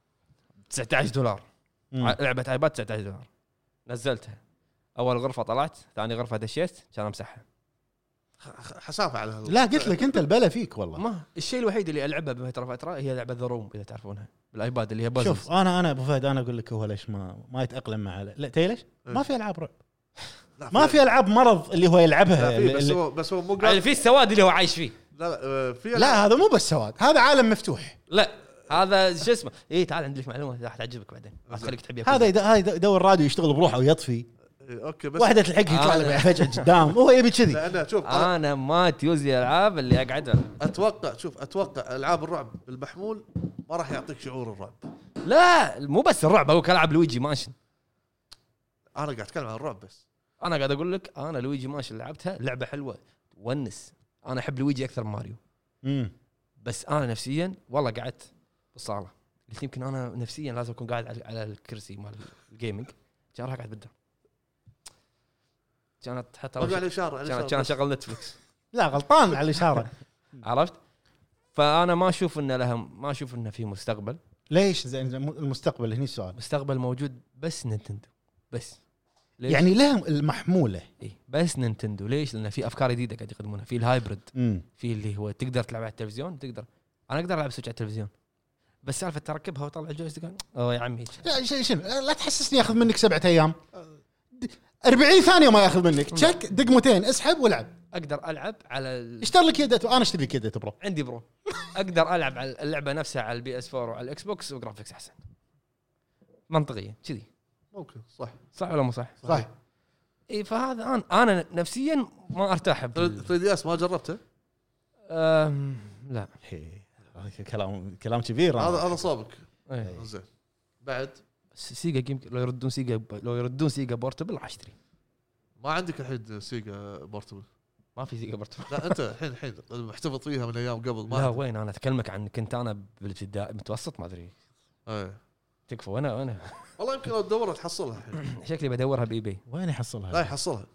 [SPEAKER 1] $19. لعبه ايباد $19 نزلتها. اول غرفه طلعت ثاني غرفه دشيت كان امسحها.
[SPEAKER 3] حسافه على هذا.
[SPEAKER 2] لا قلت لك انت البلا فيك والله.
[SPEAKER 1] ما الشيء الوحيد اللي العبه بفتره هي لعبه ذا روم اذا تعرفونها بالايباد اللي هي بازل.
[SPEAKER 2] شوف انا ابو فهد انا اقول لك هو ليش ما يتاقلم مع لا ليش ما في العاب رعب. ما في العاب مرض اللي هو يلعبها.
[SPEAKER 3] بس هو مو
[SPEAKER 1] يعني في السواد اللي هو عايش فيه.
[SPEAKER 3] لا
[SPEAKER 2] هذا مو بس سواد هذا عالم مفتوح.
[SPEAKER 1] لا هذا شو اسمه تعال عندي لك معلومه راح تعجبك بعدين خليك تحبيها.
[SPEAKER 2] هذا يدور راديو يشتغل بروحه ويطفي.
[SPEAKER 3] اوكي بس
[SPEAKER 2] واحده تلحق يطلع له فجاه قدام هو يبي كذي.
[SPEAKER 3] انا شوف
[SPEAKER 1] انا ما تيوزي العاب اللي اقعد
[SPEAKER 3] اتوقع العاب الرعب بالمحمول ما راح يعطيك شعور الرعب.
[SPEAKER 1] لا مو بس الرعب هو كلعب لويجي مانشن.
[SPEAKER 3] انا قاعد اتكلم عن الرعب بس.
[SPEAKER 1] انا قاعد اقول لك انا لويجي مانشن لعبتها لعبه حلوه تونس. انا احب لويجي اكثر من ماريو. بس انا نفسيا والله قعدت بالصاله قلت يمكن انا نفسيا لازم اكون قاعد على الكرسي مال الجيمنج، كان راح قاعد بالدار، كانت حتى
[SPEAKER 3] رجع الاشاره
[SPEAKER 1] كان شغل نتفلكس.
[SPEAKER 2] لا غلطان على الاشاره.
[SPEAKER 1] عرفت؟ فانا ما اشوف ان لها، ما اشوف انه في مستقبل.
[SPEAKER 2] ليش؟ زين المستقبل هني السؤال.
[SPEAKER 1] مستقبل موجود بس نينتندو بس. ليش؟
[SPEAKER 2] يعني لهم المحموله.
[SPEAKER 1] إيه بس نينتندو. ليش؟ لان في افكار جديده قاعد يقدمونها، في الهايبرد، في اللي هو تقدر تلعب على التلفزيون، تقدر انا اقدر العب سويتش على التلفزيون، بس سالفه تركبها وطلع الجويستيك يا عمي.
[SPEAKER 2] شنو لا تحسسني ياخذ منك 7 ايام 40 ثانيه ما ياخذ منك، تشك دقمتين اسحب والعب.
[SPEAKER 1] اقدر العب على
[SPEAKER 2] اشتر لك يدته، انا اشتري لك يدته برو،
[SPEAKER 1] عندي برو. اقدر العب على اللعبه نفسها على البي اس 4 وعلى الاكس بوكس وجرافيكس احسن. منطقيا كذي
[SPEAKER 3] ممكن
[SPEAKER 1] صح ولا مو صح؟
[SPEAKER 2] صح.
[SPEAKER 1] اي فهذا انا نفسيا ما ارتاح
[SPEAKER 3] 3 دي اس ما جربته؟
[SPEAKER 1] لا
[SPEAKER 2] كلام كبير.
[SPEAKER 3] هذا صابك.
[SPEAKER 1] إيه.
[SPEAKER 3] زين بعد
[SPEAKER 1] سيجا جيم، لو يردون سيجا بورتبل راح اشتري.
[SPEAKER 3] ما عندك الحين سيجا بورتبل؟
[SPEAKER 1] ما في سيجا بورتبل.
[SPEAKER 3] لا انت الحين محتفظ فيها من ايام قبل.
[SPEAKER 1] لا وين انا اتكلمك عن كنت انا بالابتدائي متوسط ما ادري.
[SPEAKER 3] ايه
[SPEAKER 1] تكفى. وانا
[SPEAKER 3] والله يمكن لو تدور تحصلها الحين.
[SPEAKER 1] شكلي بدورها باي باي.
[SPEAKER 2] وين يحصلها؟
[SPEAKER 3] لا يحصلها.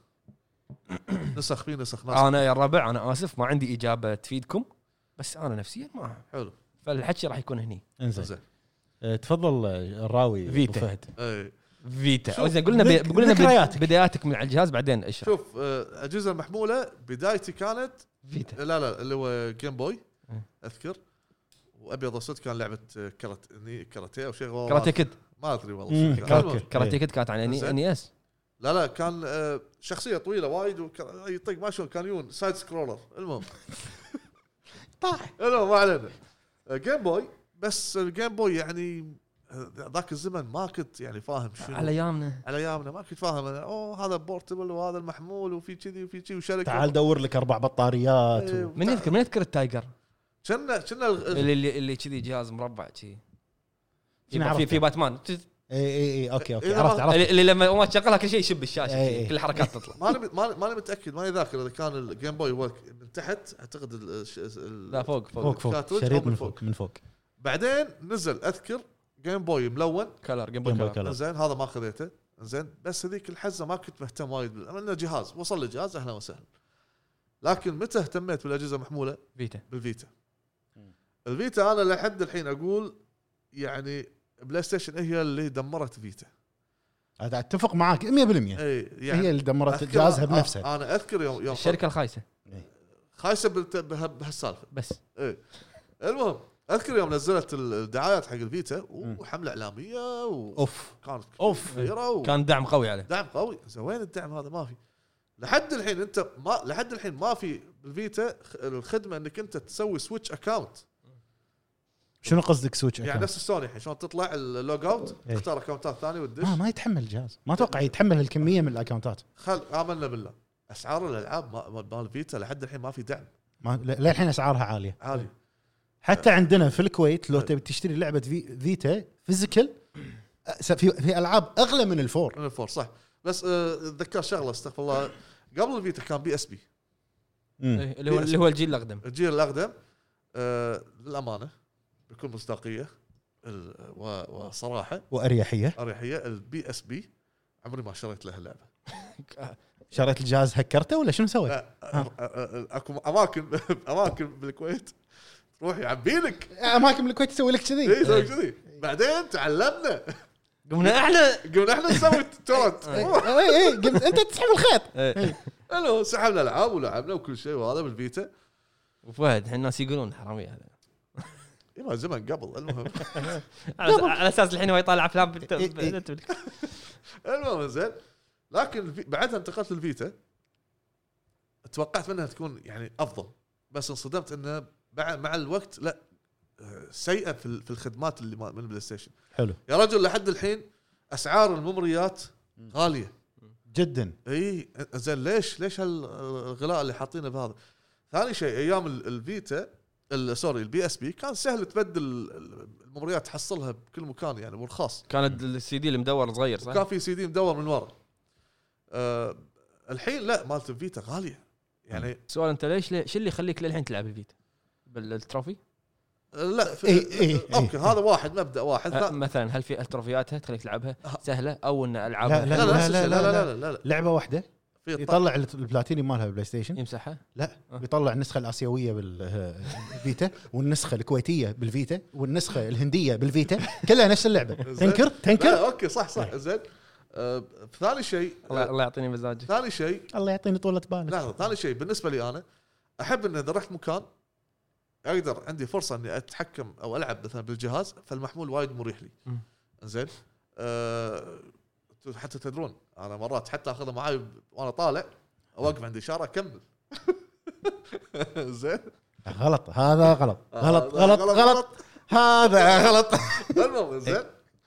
[SPEAKER 3] نسخ في نسخ ناس.
[SPEAKER 1] انا يا الربع انا اسف ما عندي اجابه تفيدكم، بس انا نفسيا ما
[SPEAKER 3] حلو.
[SPEAKER 1] فالحكي راح يكون هني.
[SPEAKER 2] انزين تفضل الراوي
[SPEAKER 1] فيتا.
[SPEAKER 2] فهد.
[SPEAKER 3] ايه
[SPEAKER 1] فيتا. زين قلنا بداياتك من على الجهاز بعدين اشرح.
[SPEAKER 3] شوف اجهزه المحموله بدايتي كانت
[SPEAKER 1] فيتا.
[SPEAKER 3] لا اللي هو جيم بوي اذكر، وابيض واسود كان لعبه كاراتيه او شيء
[SPEAKER 1] كاراتيه كيد
[SPEAKER 3] ما ادري والله.
[SPEAKER 1] كاراتيه كيد كانت على اني اس.
[SPEAKER 3] لا كان شخصيه طويله وايد ويطق ما شلون كان يون سايد سكرولر. المهم
[SPEAKER 2] طاح
[SPEAKER 3] ما علينا. جيم بوي. بس الجيم بوي يعني ذاك الزمن ما كنت يعني فاهم شنو
[SPEAKER 1] على ايامنا
[SPEAKER 3] ما كنت فاهم أنا هذا بورتبل وهذا المحمول وفي كذي وفي كذي وشركه.
[SPEAKER 2] تعال دور لك 4 بطاريات
[SPEAKER 1] من يذكر التايجر
[SPEAKER 3] كنا
[SPEAKER 1] اللي كذي جهاز مربع كذي في باتمان.
[SPEAKER 2] اي اوكي عرفت
[SPEAKER 1] اللي لما ما تشغلها كل شيء يشب الشاشه كل الحركات تطلع.
[SPEAKER 3] ماني متاكد ماني ذاكر اذا كان الجيم بوي هو من تحت اعتقد
[SPEAKER 1] لا فوق
[SPEAKER 2] شريط من فوق.
[SPEAKER 3] بعدين نزل اذكر جيم بوي ملون
[SPEAKER 1] كلر جيم بوي كلر.
[SPEAKER 3] زين هذا ما خذيته. زين بس هذيك الحزه ما كنت مهتم وايد انه جهاز وصل لي جهاز اهلا وسهلا. لكن متى اهتميت بالاجهزه المحموله؟ بالفيتا. الفيتا انا لحد الحين اقول يعني بلاي ستيشن هي اللي دمرت فيتا.
[SPEAKER 2] هذا اتفق معاك 100%. يعني هي اللي دمرت جهازها بنفسها.
[SPEAKER 3] انا اذكر يوم
[SPEAKER 1] الشركه الخايسه
[SPEAKER 3] بهالسالفه
[SPEAKER 1] بس.
[SPEAKER 3] المهم اذكر يوم نزلت الدعايات حق الفيتا وحمله اعلاميه كانت كبيره
[SPEAKER 1] كان دعم قوي عليه.
[SPEAKER 3] دعم قوي. وين الدعم هذا؟ ما في لحد الحين. انت لحد الحين ما في بالفيتا الخدمه انك انت تسوي سويتش اكاونت.
[SPEAKER 2] شنو قصدك سويتش
[SPEAKER 3] يعني نفس السوني الحين شلون تطلع اللوج اوت تختار اكاونتات ثانيه وتدش.
[SPEAKER 2] ما يتحمل الجهاز. ما اتوقع يتحمل الكميه من الاكاونتات.
[SPEAKER 3] آمنا بالله اسعار الالعاب مال فيتا لحد الحين ما في دعم.
[SPEAKER 2] للحين اسعارها عاليه. حتى عندنا في الكويت لو تبي تشتري لعبه فيتا فيزيكال في العاب اغلى من الفور.
[SPEAKER 3] صح. بس اتذكر شغله استغفر الله قبل الفيتا كان بي اس بي
[SPEAKER 1] اللي هو الجيل الاقدم. للامانه بكل مصداقيه وصراحه
[SPEAKER 2] واريحيه
[SPEAKER 3] البي اس بي عمري ما شريت له اللعبه.
[SPEAKER 2] شريت الجهاز هكرته ولا شنو سويت؟
[SPEAKER 3] اكو اماكن بالكويت روح يعبيلك
[SPEAKER 2] اماكن بالكويت تسوي لك كذي.
[SPEAKER 3] يسوي كذي. بعدين تعلمنا
[SPEAKER 1] قمنا احنا
[SPEAKER 3] نسوي تورنت.
[SPEAKER 2] قمت انت تسحب الخيط.
[SPEAKER 3] الو سحبنا العاب ولعبنا وكل شيء وهذا بالفيتا.
[SPEAKER 1] وفهد الحين الناس يقولون حرامي هذا
[SPEAKER 3] ما زمن قبل. المهم
[SPEAKER 1] على اساس الحين هو يطالع افلام
[SPEAKER 3] المهم زين. لكن بعدها انتقلت للفيتا توقعت منها تكون يعني افضل، بس انصدمت انه مع الوقت لا سيئه في الخدمات اللي من بلاي ستيشن.
[SPEAKER 2] حلو
[SPEAKER 3] يا رجل لحد الحين اسعار الميموريات غاليه
[SPEAKER 2] جدا.
[SPEAKER 3] اي زين ليش هالغلاء اللي حاطينه بهذا؟ ثاني شيء ايام الفيتا البي اس بي كان سهل تبدل الميموريات تحصلها بكل مكان يعني ورخاص.
[SPEAKER 1] كانت السي دي المدور صغير صح؟
[SPEAKER 3] كان في سي دي مدور من ورا. الحين لا مالت الفيتا غاليه يعني.
[SPEAKER 1] سؤال انت ليش شو اللي يخليك للحين تلعب الفيتا بالتروفي؟
[SPEAKER 3] لا
[SPEAKER 2] إيه.
[SPEAKER 3] اوكي هذا واحد مبدا واحد.
[SPEAKER 1] مثلا هل في تروفياتها تخليك تلعبها سهله او ان العابها
[SPEAKER 3] لا
[SPEAKER 2] لعبه واحده يطلع البلاتيني مالها بالبلاي ستيشن
[SPEAKER 1] يمسحها؟
[SPEAKER 2] لا بيطلع النسخه الاسيويه بالفيتا والنسخه الكويتيه بالفيتا والنسخه الهنديه بالفيتا كلها نفس اللعبه. تنكر
[SPEAKER 3] اوكي صح زين. ثاني شيء
[SPEAKER 1] الله يعطيني مزاجك.
[SPEAKER 3] ثاني شيء
[SPEAKER 2] الله يعطيني طولة بالك.
[SPEAKER 3] لا ثاني شيء بالنسبه لي انا احب ان اذا رحت مكان اقدر عندي فرصه اني اتحكم او العب مثلا بالجهاز، فالمحمول وايد مريح لي. زين حتى تدرون انا مرات حتى اخذه معي وانا طالع اوقف عند اشاره اكمل. زين
[SPEAKER 2] غلط هذا غلط هذا غلط.
[SPEAKER 3] المهم زين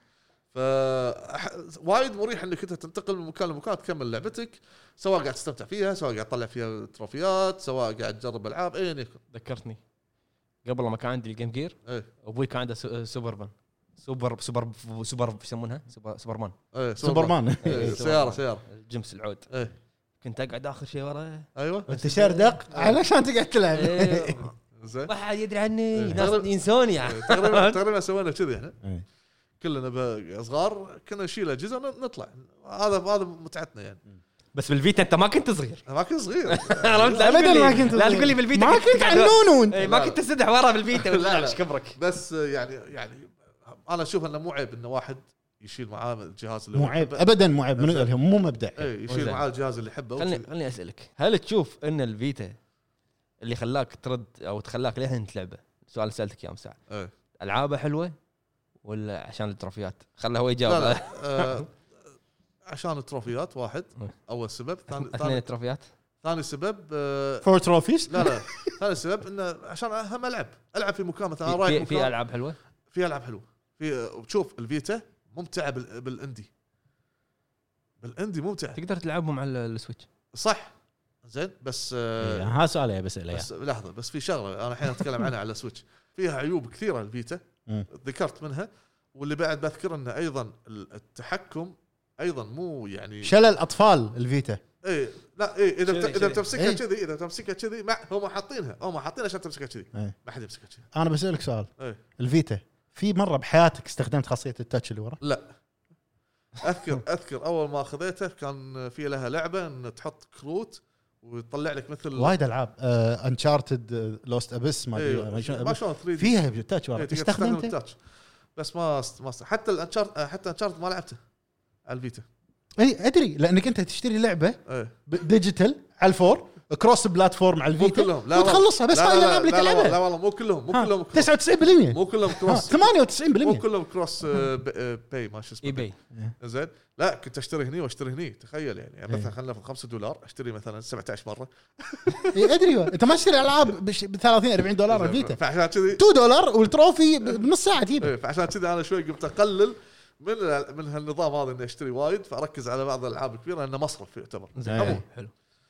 [SPEAKER 3] وايد مريح انك انت تنتقل من مكان لمكان تكمل لعبتك، سواء قاعد تستمتع فيها، سواء قاعد تطلع فيها تروفيات، سواء قاعد تجرب العاب ايا يكن.
[SPEAKER 1] ذكرتني قبل ما كان عندي الجيم جير ابوي كان عنده سوبرمان سوبر يسمونها سوبرمان
[SPEAKER 2] سوبرمان
[SPEAKER 3] سياره
[SPEAKER 1] الجمس العود. كنت اقعد اخر شيء ورا
[SPEAKER 2] ايوه انتشار دق علشان تقعد تلعب.
[SPEAKER 3] زين
[SPEAKER 1] ما حد يدري عني ناس ينسوني يعني.
[SPEAKER 3] تقريبا سوينا كذي احنا كلنا صغار كنا نشيل اجهزه ونطلع. هذا متعتنا يعني.
[SPEAKER 1] بس بالفيتا انت ما كنت صغير.
[SPEAKER 3] ما كنت صغير
[SPEAKER 2] ابدا ما كنت.
[SPEAKER 1] لا تقول لي بالفيتا
[SPEAKER 2] ما كنت عنونون.
[SPEAKER 1] ما كنت تسدح ورا بالفيتا ولا ايش كبرك.
[SPEAKER 3] بس يعني انا اشوف انه مو عيب انه واحد يشيل معاه الجهاز اللي
[SPEAKER 2] مو عيب ابدا، مو عيب، مو مبدع.
[SPEAKER 3] يشيل معاه الجهاز اللي يحبه.
[SPEAKER 1] خلني اسالك، هل تشوف ان الفيتا اللي خلاك ترد او تخلاك لين تلعبه، سؤال اللي سالتك اياه مساعد، العابه حلوه ولا عشان التروفيات؟ خله هو يجاوب.
[SPEAKER 3] لا عشان التروفيات واحد اول سبب.
[SPEAKER 1] ثاني التروفيات.
[SPEAKER 3] ثاني سبب
[SPEAKER 2] فور تروفيز.
[SPEAKER 3] لا ثاني سبب انه عشان اهم العب في مكان مثلا رايح
[SPEAKER 1] في العاب حلوه.
[SPEAKER 3] في العاب حلوه تشوف الفيتا ممتعه بالاندي ممتعه،
[SPEAKER 1] تقدر تلعبهم على السويتش
[SPEAKER 3] صح. زين بس
[SPEAKER 2] ها سؤال يا بس
[SPEAKER 3] لحظه، بس في شغله انا الحين اتكلم عنها على السويتش فيها عيوب كثيره الفيتا ذكرت منها، واللي بعد بذكر انه ايضا التحكم ايضا مو يعني
[SPEAKER 2] شلل الاطفال الفيتا.
[SPEAKER 3] لا اذا تمسكها كذي اذا تمسكها كذي هم حاطينها عشان تمسكها كذي، ما حد يمسكها كذي.
[SPEAKER 2] انا بسالك سؤال، الفيتا في مره بحياتك استخدمت خاصيه التاتش اللي ورا؟
[SPEAKER 3] لا اذكر اول ما اخذته كان في لها لعبه ان تحط كروت ويطلع لك مثل
[SPEAKER 2] وايد العاب انشارتد لوست ابيس ما
[SPEAKER 3] شلون
[SPEAKER 2] فيها التاتش ورا استخدمته،
[SPEAKER 3] بس ما حتى الانشارتد ما لعبته على الفيتا.
[SPEAKER 2] اي ادري لانك انت تشتري لعبه ديجيتال على الفور كروس بلاتفورم على الفيتا وتخلصها، بس هاي الالعاب اللي تلعبها.
[SPEAKER 3] لا والله مو كلهم
[SPEAKER 2] 99%
[SPEAKER 3] مو كلهم كروس
[SPEAKER 2] 98%
[SPEAKER 3] مو كلهم كروس باي ما شو اسمه
[SPEAKER 1] اي باي.
[SPEAKER 3] زين لا كنت اشتري هني واشتري هني، تخيل يعني مثلا خلينا في $5 اشتري مثلا 17 مره.
[SPEAKER 2] اي ادري انت ما تشتري العاب ب $30-40 الفيتا،
[SPEAKER 3] فعشان كذي
[SPEAKER 2] $2 والتروفي بنص ساعه تجيبه.
[SPEAKER 3] فعشان كذي انا شوي قمت اقلل من هالنظام هذا اني اشتري وايد، فاركز على بعض الالعاب الكبيره لانه مصرف يعتبر.
[SPEAKER 1] حلو.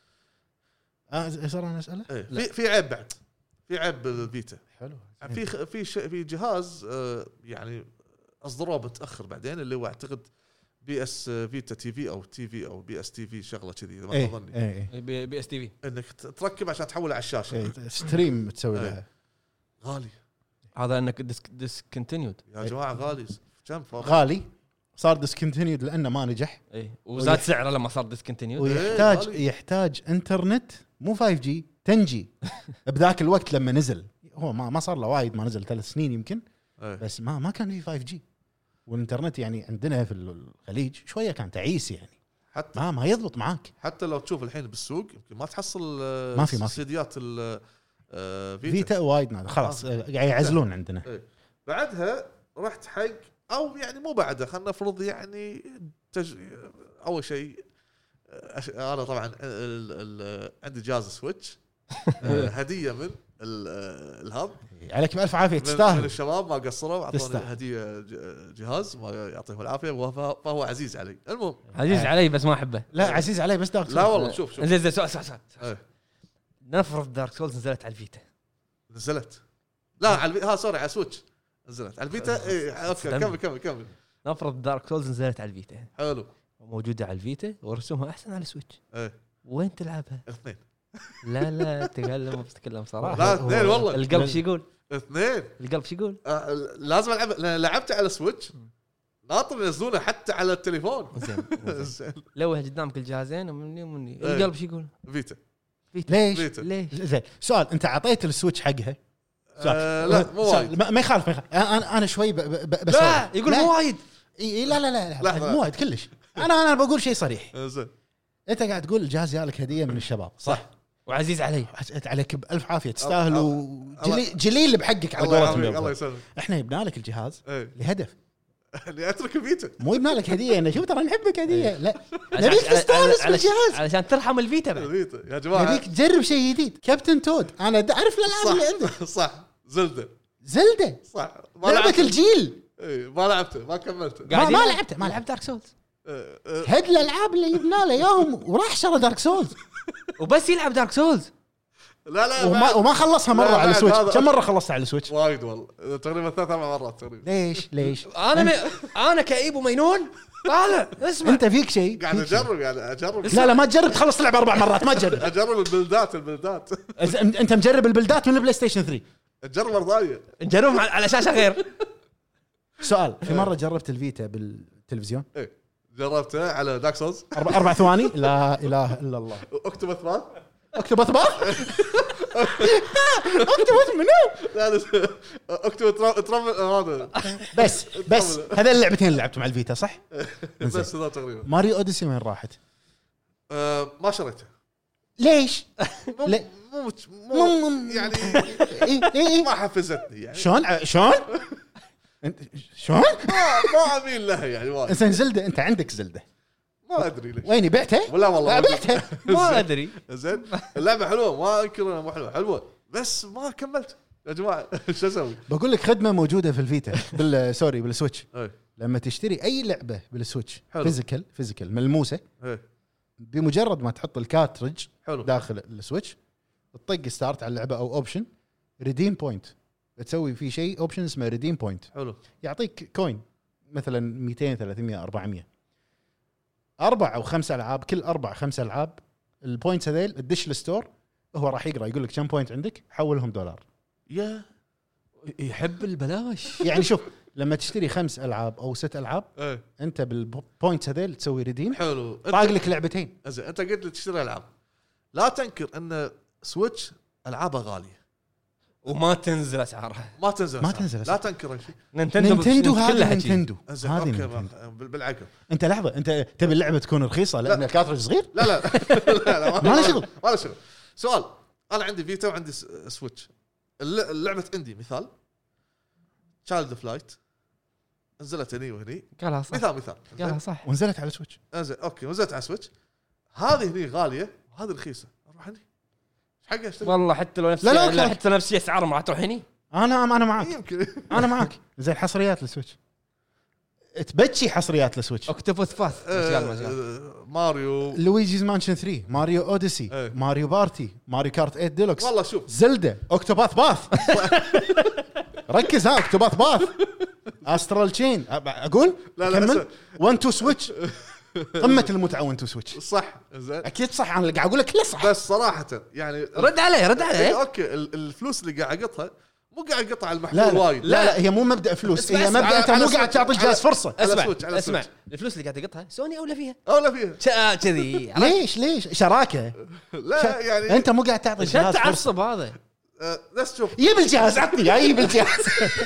[SPEAKER 2] صار انا اساله
[SPEAKER 3] في عيب بعد، في عيب بالفيتا
[SPEAKER 2] حلو.
[SPEAKER 3] في جهاز يعني اصدروه متاخر بعدين اللي هو اعتقد بي اس فيتا تي في او تي في او بي اس تي في شغله كذي اذا ما ظني.
[SPEAKER 1] بي اس تي في
[SPEAKER 3] انك تركب عشان تحوله على الشاشه.
[SPEAKER 2] ستريم تسوي لها
[SPEAKER 3] غالي.
[SPEAKER 1] هذا انك ديسكونتينيود
[SPEAKER 3] يا جماعه غالي. كم
[SPEAKER 2] غالي صار ديسكونتينيود لانه ما نجح.
[SPEAKER 1] وزاد سعره لما صار ديسكونتينيود.
[SPEAKER 2] ويحتاج انترنت مو 5G 10G بذاك الوقت لما نزل. هو ما صار له وايد، ما نزل 3 سنين يمكن. بس ما كان في 5G، والانترنت يعني عندنا في الخليج شويه كان تعيس يعني، حتى ما يضبط معاك.
[SPEAKER 3] حتى لو تشوف الحين بالسوق يمكن ما تحصل
[SPEAKER 2] ما في
[SPEAKER 3] سيديات
[SPEAKER 2] فيتا وايد نادر خلاص قاعد يعزلون عندنا.
[SPEAKER 3] بعدها رحت حق او يعني مو بعدها خلينا نفرض يعني اول شيء انا طبعا عندي جهاز سويتش هديه من الهب.
[SPEAKER 2] عليك بألف عافيه تستاهل.
[SPEAKER 3] من الشباب ما قصروا اعطوني هديه جهاز ما يعطيهم العافيه، فهو عزيز علي. المهم
[SPEAKER 1] عزيز علي بس ما احبه.
[SPEAKER 2] لا عزيز علي بس دارك.
[SPEAKER 3] لا والله شوف
[SPEAKER 1] زين سؤال نفرض دارك سولز نزلت على الفيتا.
[SPEAKER 3] نزلت لا على سوري على سويتش نزلت على الفيتا. اوكي كمل.
[SPEAKER 1] نفرض دارك سولز نزلت على الفيتا.
[SPEAKER 3] حلو.
[SPEAKER 1] موجوده على الفيتا ورسومها احسن على السويتش. وين تلعبها؟
[SPEAKER 3] اثنين.
[SPEAKER 1] لا تتكلم صراحه.
[SPEAKER 3] لا اثنين والله.
[SPEAKER 1] القلب شو يقول؟
[SPEAKER 3] 2
[SPEAKER 1] القلب شو يقول؟
[SPEAKER 3] لازم العب. لعبت على سويتش ناطر ينزلونه حتى على التليفون.
[SPEAKER 1] زين لو قدامك الجهازين ومني
[SPEAKER 3] إيه.
[SPEAKER 1] القلب شو يقول؟
[SPEAKER 3] فيتا.
[SPEAKER 2] ليش؟
[SPEAKER 1] ليش؟
[SPEAKER 2] زين سؤال، انت اعطيت السويتش حقها؟
[SPEAKER 3] لا مو وايد.
[SPEAKER 2] ما يخالف ما يخالف. انا شوي بس
[SPEAKER 1] لا يقول مو وايد.
[SPEAKER 2] لا مو وايد كلش. انا بقول شيء صريح.
[SPEAKER 3] زين
[SPEAKER 2] انت قاعد تقول الجهاز جالك هديه من الشباب صح؟
[SPEAKER 1] وعزيز علي.
[SPEAKER 2] عليك بألف عافيه، تستاهل وجليل بحقك على قولتهم.
[SPEAKER 3] الله يسلمك.
[SPEAKER 2] احنا يبنى لك الجهاز لهدف،
[SPEAKER 3] اللي اترك الفيتا.
[SPEAKER 2] مو يبنى لك هديه انه شوف ترى نحبك هديه، لا نبيك تستانس بالجهاز
[SPEAKER 1] علشان ترحم الفيتا بعد.
[SPEAKER 3] الفيتا يا جماعه.
[SPEAKER 2] نبيك تجرب شيء جديد. كابتن تود انا اعرف الالعاب اللي عندك.
[SPEAKER 3] صح زلدة صح.
[SPEAKER 2] لعبه الجيل.
[SPEAKER 3] اي ما لعبته ما كملته.
[SPEAKER 2] ما
[SPEAKER 1] لعبت دارك سولز.
[SPEAKER 2] هد الالعاب اللي يبنى له اياهم وراح شرى دارك سولز
[SPEAKER 1] وبس يلعب دارك سولز.
[SPEAKER 3] لا
[SPEAKER 2] وما خلصها مره على السويتش. كم مره خلصتها على السويتش؟
[SPEAKER 3] وايد والله تقريبا 3 مرات تقريبا.
[SPEAKER 2] ليش
[SPEAKER 1] انا كئيب ومينون. طالع اسمع
[SPEAKER 2] انت فيك شيء
[SPEAKER 3] قاعد اجرب
[SPEAKER 2] لا ما تجرب تخلص اللعبه 4 مرات. ما تجرب.
[SPEAKER 3] اجرب البلدات
[SPEAKER 2] انت مجرب البلدات من البلاي ستيشن 3.
[SPEAKER 3] اجرب ارضايه.
[SPEAKER 1] نجربهم على شاشه غير.
[SPEAKER 2] سؤال، في مره جربت الفيتا بالتلفزيون؟
[SPEAKER 3] ايه جربته على دارك سولز
[SPEAKER 2] 4 ثواني. لا اله الا الله.
[SPEAKER 3] اكتوبث باث.
[SPEAKER 2] اكتوبث منو؟
[SPEAKER 3] لا اكتوبث ترافل هذا
[SPEAKER 2] بس هذا اللعبتين اللي لعبتهم على الفيتا صح؟
[SPEAKER 3] بس هذا تقريبا.
[SPEAKER 2] ماريو اوديسي وين راحت؟
[SPEAKER 3] ما شريته.
[SPEAKER 2] ليش؟
[SPEAKER 3] مو يعني ما حفزتني يعني.
[SPEAKER 2] شلون؟
[SPEAKER 3] ما اميل لها يعني وايد.
[SPEAKER 2] زين زلدة، انت عندك زلدة
[SPEAKER 3] ما ادري ليش.
[SPEAKER 2] وين بعتها؟
[SPEAKER 3] ولا والله
[SPEAKER 2] بعتها.
[SPEAKER 1] ما ادري.
[SPEAKER 3] زين اللعبه حلوه ما انكر انها مو حلوه بس ما كملت يا جماعه. شو اسوي؟
[SPEAKER 2] بقول لك خدمه موجوده في الفيتا سوري بالسويتش.
[SPEAKER 3] اي
[SPEAKER 2] لما تشتري اي لعبه بالسويتش
[SPEAKER 3] حلو.
[SPEAKER 2] فيزيكال ملموسه، بمجرد ما تحط الكارترج
[SPEAKER 3] حلو
[SPEAKER 2] داخل السويتش تطق ستارت على اللعبه او اوبشن ريديم بوينت، تسوي فيه شيء اوبشن اسمه ريديم بوينت،
[SPEAKER 3] حلو
[SPEAKER 2] يعطيك كوين مثلا 200 300 400 4 أو 5 العاب. كل 4 5 العاب البوينتس هذيل تدش الستور، هو راح يقرا يقول لك كم بوينت عندك، حولهم دولار.
[SPEAKER 3] يا
[SPEAKER 1] يحب البلاش.
[SPEAKER 2] يعني شوف لما تشتري 5 العاب او 6 العاب انت بالبوينتس هذيل تسوي ريديم،
[SPEAKER 3] حلو
[SPEAKER 2] طاق لك لعبتين.
[SPEAKER 3] زين انت قلت لي تشتري العاب، لا تنكر ان سويتش العابها غاليه
[SPEAKER 2] وما تنزل اسعارها.
[SPEAKER 3] ما تنزل لا تنكر شيء.
[SPEAKER 2] نينتندو هذا نينتندو
[SPEAKER 3] هذه بالعقل.
[SPEAKER 2] انت لحظه، انت تبي اللعبه تكون رخيصه لان الكارترج صغير؟
[SPEAKER 3] لا
[SPEAKER 2] ما له شغل.
[SPEAKER 3] سؤال، انا عندي فيتا وعندي سويتش. اللعبه عندي مثال تشايلد فلايت نزلت هني وهني،
[SPEAKER 1] قالها صح
[SPEAKER 3] مثال
[SPEAKER 1] قالها صح
[SPEAKER 2] ونزلت على سويتش.
[SPEAKER 3] زين اوكي ونزلت على سويتش. هذه هني غاليه وهذه رخيصه، اروح هني حق اشتري.
[SPEAKER 1] والله حتى لو نفس
[SPEAKER 2] لا
[SPEAKER 1] حتى نفس اسعار ما تروح هني.
[SPEAKER 2] انا معك
[SPEAKER 3] يمكن
[SPEAKER 2] انا معك. زين حصريات للسويتش تبكي، حصريات للسويتش
[SPEAKER 1] اوكتوبوس فاث
[SPEAKER 3] ماريو،
[SPEAKER 2] لويجيز مانشن 3، ماريو اوديسي، ماريو بارتي، ماريو كارت 8 ديلوكس.
[SPEAKER 3] والله شوف
[SPEAKER 2] زلدة، اوكتوباث باث. ركز، اوكتوباث باث، استرال تشين. اقول كمل 1 2 سويتش. قمه المتعه 1 2 سويتش.
[SPEAKER 3] صح زين
[SPEAKER 2] اكيد صح، انا قاعد اقول لك كله صح.
[SPEAKER 3] بس صراحه يعني
[SPEAKER 1] رد عليه
[SPEAKER 3] اوكي الفلوس اللي قاعد اقطها مو قاعد اقطع على المحلول وايد.
[SPEAKER 2] لا هي مو مبدا فلوس، هي مبدا انت مو قاعد تعطي الجهاز فرصه.
[SPEAKER 1] اسمع الفلوس اللي قاعد تقطها سوني اولى فيها كذي.
[SPEAKER 2] ليش شراكه؟
[SPEAKER 3] لا يعني
[SPEAKER 2] انت مو قاعد تعطي الجهاز فرصه.
[SPEAKER 1] تعصب هذا.
[SPEAKER 3] بس شوف
[SPEAKER 2] يجيب الجهاز، عطني يجيب الجهاز.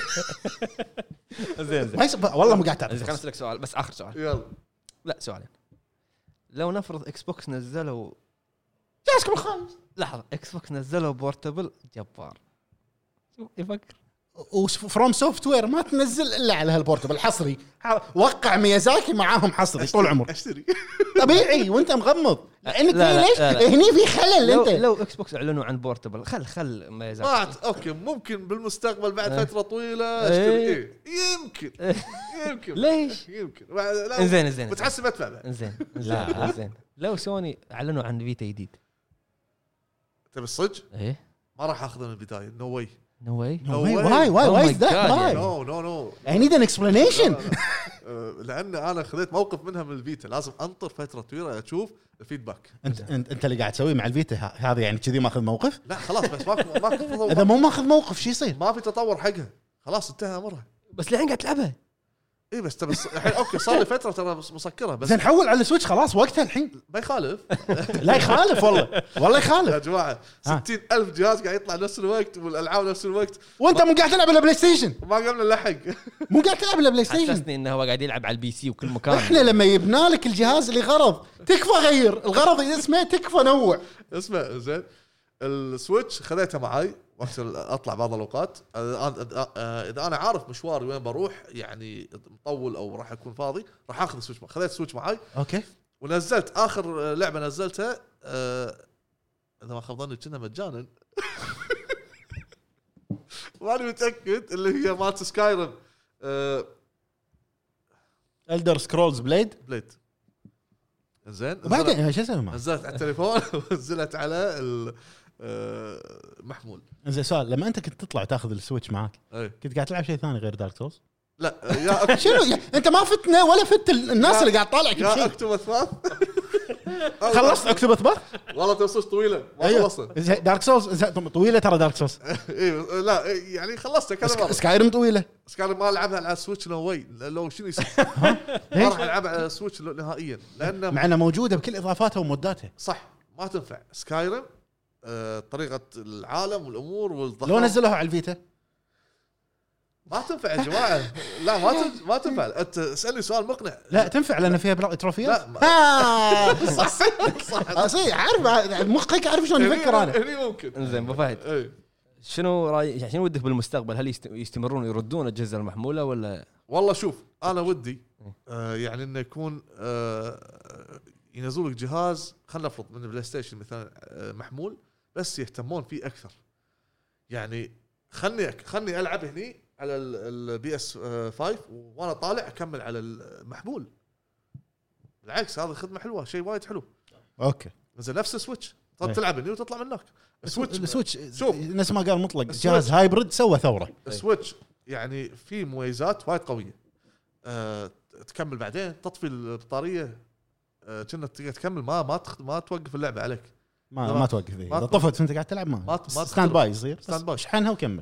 [SPEAKER 1] زين
[SPEAKER 2] والله مو قاعد تعطي.
[SPEAKER 1] خليني اسالك سؤال بس، اخر سؤال.
[SPEAKER 3] يلا
[SPEAKER 1] لا سؤالين. لو نفرض اكس بوكس نزلوا
[SPEAKER 2] جهازكم الخامس،
[SPEAKER 1] لحظه، اكس بوكس نزلوا بورتبل جبار، شو يفكر؟
[SPEAKER 2] وفروم سوفت وير ما تنزل الا على هالبورتبل حصري. وقع ميازاكي معاهم حصري طول عمر.
[SPEAKER 3] اشتري
[SPEAKER 2] طبيعي وانت مغمض لانك ليش هني في خلل. انت
[SPEAKER 1] لو اكس بوكس اعلنوا عن بورتبل خل ميازاكي.
[SPEAKER 3] اوكي ممكن بالمستقبل بعد فتره طويله اشتري. يمكن
[SPEAKER 1] ليش
[SPEAKER 3] يمكن
[SPEAKER 1] زين
[SPEAKER 3] بتحسب ادفع
[SPEAKER 1] زين لو سوني اعلنوا عن فيتا جديد
[SPEAKER 3] تبي الصج؟
[SPEAKER 1] ايه
[SPEAKER 3] ما راح اخذه من البدايه. نو واي
[SPEAKER 2] why is that?
[SPEAKER 3] no
[SPEAKER 2] I need an explanation.
[SPEAKER 3] لان انا خذيت موقف منها من الفيتا، لازم انطر فتره طويله اشوف الفيدباك.
[SPEAKER 2] انت اللي قاعد تسوي مع الفيتا هذا يعني كذي ماخذ موقف؟
[SPEAKER 3] لا خلاص بس ما
[SPEAKER 2] اذا مو ماخذ موقف شو يصير؟
[SPEAKER 3] ما في تطور حقها، خلاص انتهى امرها.
[SPEAKER 1] بس الحين قاعد تلعبها.
[SPEAKER 3] اي بس تبى الحين اوكي صار لي فتره ترى مسكره بس
[SPEAKER 2] زين حول على السويتش خلاص وقتها الحين.
[SPEAKER 3] ما يخالف.
[SPEAKER 2] لا يخالف والله
[SPEAKER 3] يا
[SPEAKER 2] يخالف.
[SPEAKER 3] جماعه 60,000 جهاز قاعد يطلع نفس الوقت والالعاب نفس الوقت
[SPEAKER 2] وانت مو قاعد تلعب على بلاي ستيشن،
[SPEAKER 3] ما قمنا نلحق.
[SPEAKER 2] مو قاعد تلعب على بلاي ستيشن.
[SPEAKER 1] حسسني انه هو قاعد يلعب على البي سي وكل مكان.
[SPEAKER 2] احنا لما يبنى لك الجهاز لغرض تكفى غير الغرض اسمه تكفى نوع.
[SPEAKER 3] اسمع زين السويتش خذيتها معاي وقت اطلع بعض الاوقات. اذا انا عارف مشواري وين بروح يعني مطول او راح اكون فاضي راح اخذ السويتش. خذيت السويتش معاي
[SPEAKER 2] اوكي
[SPEAKER 3] ونزلت اخر لعبه نزلتها اذا ما خاب ظني كنا مجانا. ماني متاكد اللي هي مالت سكايرم
[SPEAKER 2] الدر سكرولز بليد.
[SPEAKER 3] زين
[SPEAKER 2] وبعدين شو اسوي معه؟
[SPEAKER 3] نزلت على التليفون ونزلت على المحمول.
[SPEAKER 2] زين سؤال، لما انت كنت تطلع تاخذ السويتش معاك كنت قاعد تلعب شيء ثاني غير دارك سولز؟
[SPEAKER 3] لا يا
[SPEAKER 2] شنو يعني انت ما فتنا ولا فت الناس اللي قاعد طالع كل
[SPEAKER 3] يا
[SPEAKER 2] شيء.
[SPEAKER 3] اكتب اثبات.
[SPEAKER 2] خلصت اكتب اثبات.
[SPEAKER 3] والله توصل طويله ما
[SPEAKER 2] أيوه.
[SPEAKER 3] خلصنا.
[SPEAKER 2] دارك سولز طويله ترى دارك سولز.
[SPEAKER 3] ايوه لا يعني خلصت كذا مره.
[SPEAKER 2] سكايرم طويله.
[SPEAKER 3] سكايرم ما العبها على السويتش نو واي لو شنو يصير. ما راح العبها على السويتش نهائيا لان
[SPEAKER 2] مع انها موجوده بكل اضافاتها وموداتها.
[SPEAKER 3] صح ما تنفع سكايرم طريقه العالم والامور والضخامه.
[SPEAKER 2] لو نزلوها على الفيتا
[SPEAKER 3] ما تنفع يا جماعه. لا ما تنفع. انت اسالني سؤال مقنع.
[SPEAKER 2] لا تنفع لان فيها تروفيات.
[SPEAKER 3] لا
[SPEAKER 2] صح صح عارف مخك عارف شلون يفكر انا.
[SPEAKER 3] هني ممكن.
[SPEAKER 1] انزين ابو فهد شنو راي يعني شنو ودك بالمستقبل؟ هل يستمرون يردون الاجهزه المحموله ولا؟
[SPEAKER 3] والله شوف انا ودي يعني انه يكون ينزلوا لك جهاز خلينا نفرض من البلاي ستيشن مثلا محمول بس يهتمون فيه اكثر. يعني خلني العب هني على البي اس 5 وانا طالع اكمل على المحمول. بالعكس هذا خدمه حلوه شيء وايد حلو.
[SPEAKER 2] اوكي
[SPEAKER 3] زين نفس السويتش تلعب هني وتطلع من هناك.
[SPEAKER 2] السويتش
[SPEAKER 3] شوف
[SPEAKER 2] نفس ما قال مطلق جهاز هايبرد سوى ثوره.
[SPEAKER 3] السويتش يعني في مميزات وايد قويه. تكمل بعدين تطفي البطاريه كنا تكمل ما توقف اللعبه عليك.
[SPEAKER 2] ما توقف اذا طفت وانت قاعد تلعب ما ستاند باي يصير بس شحنها وكمل.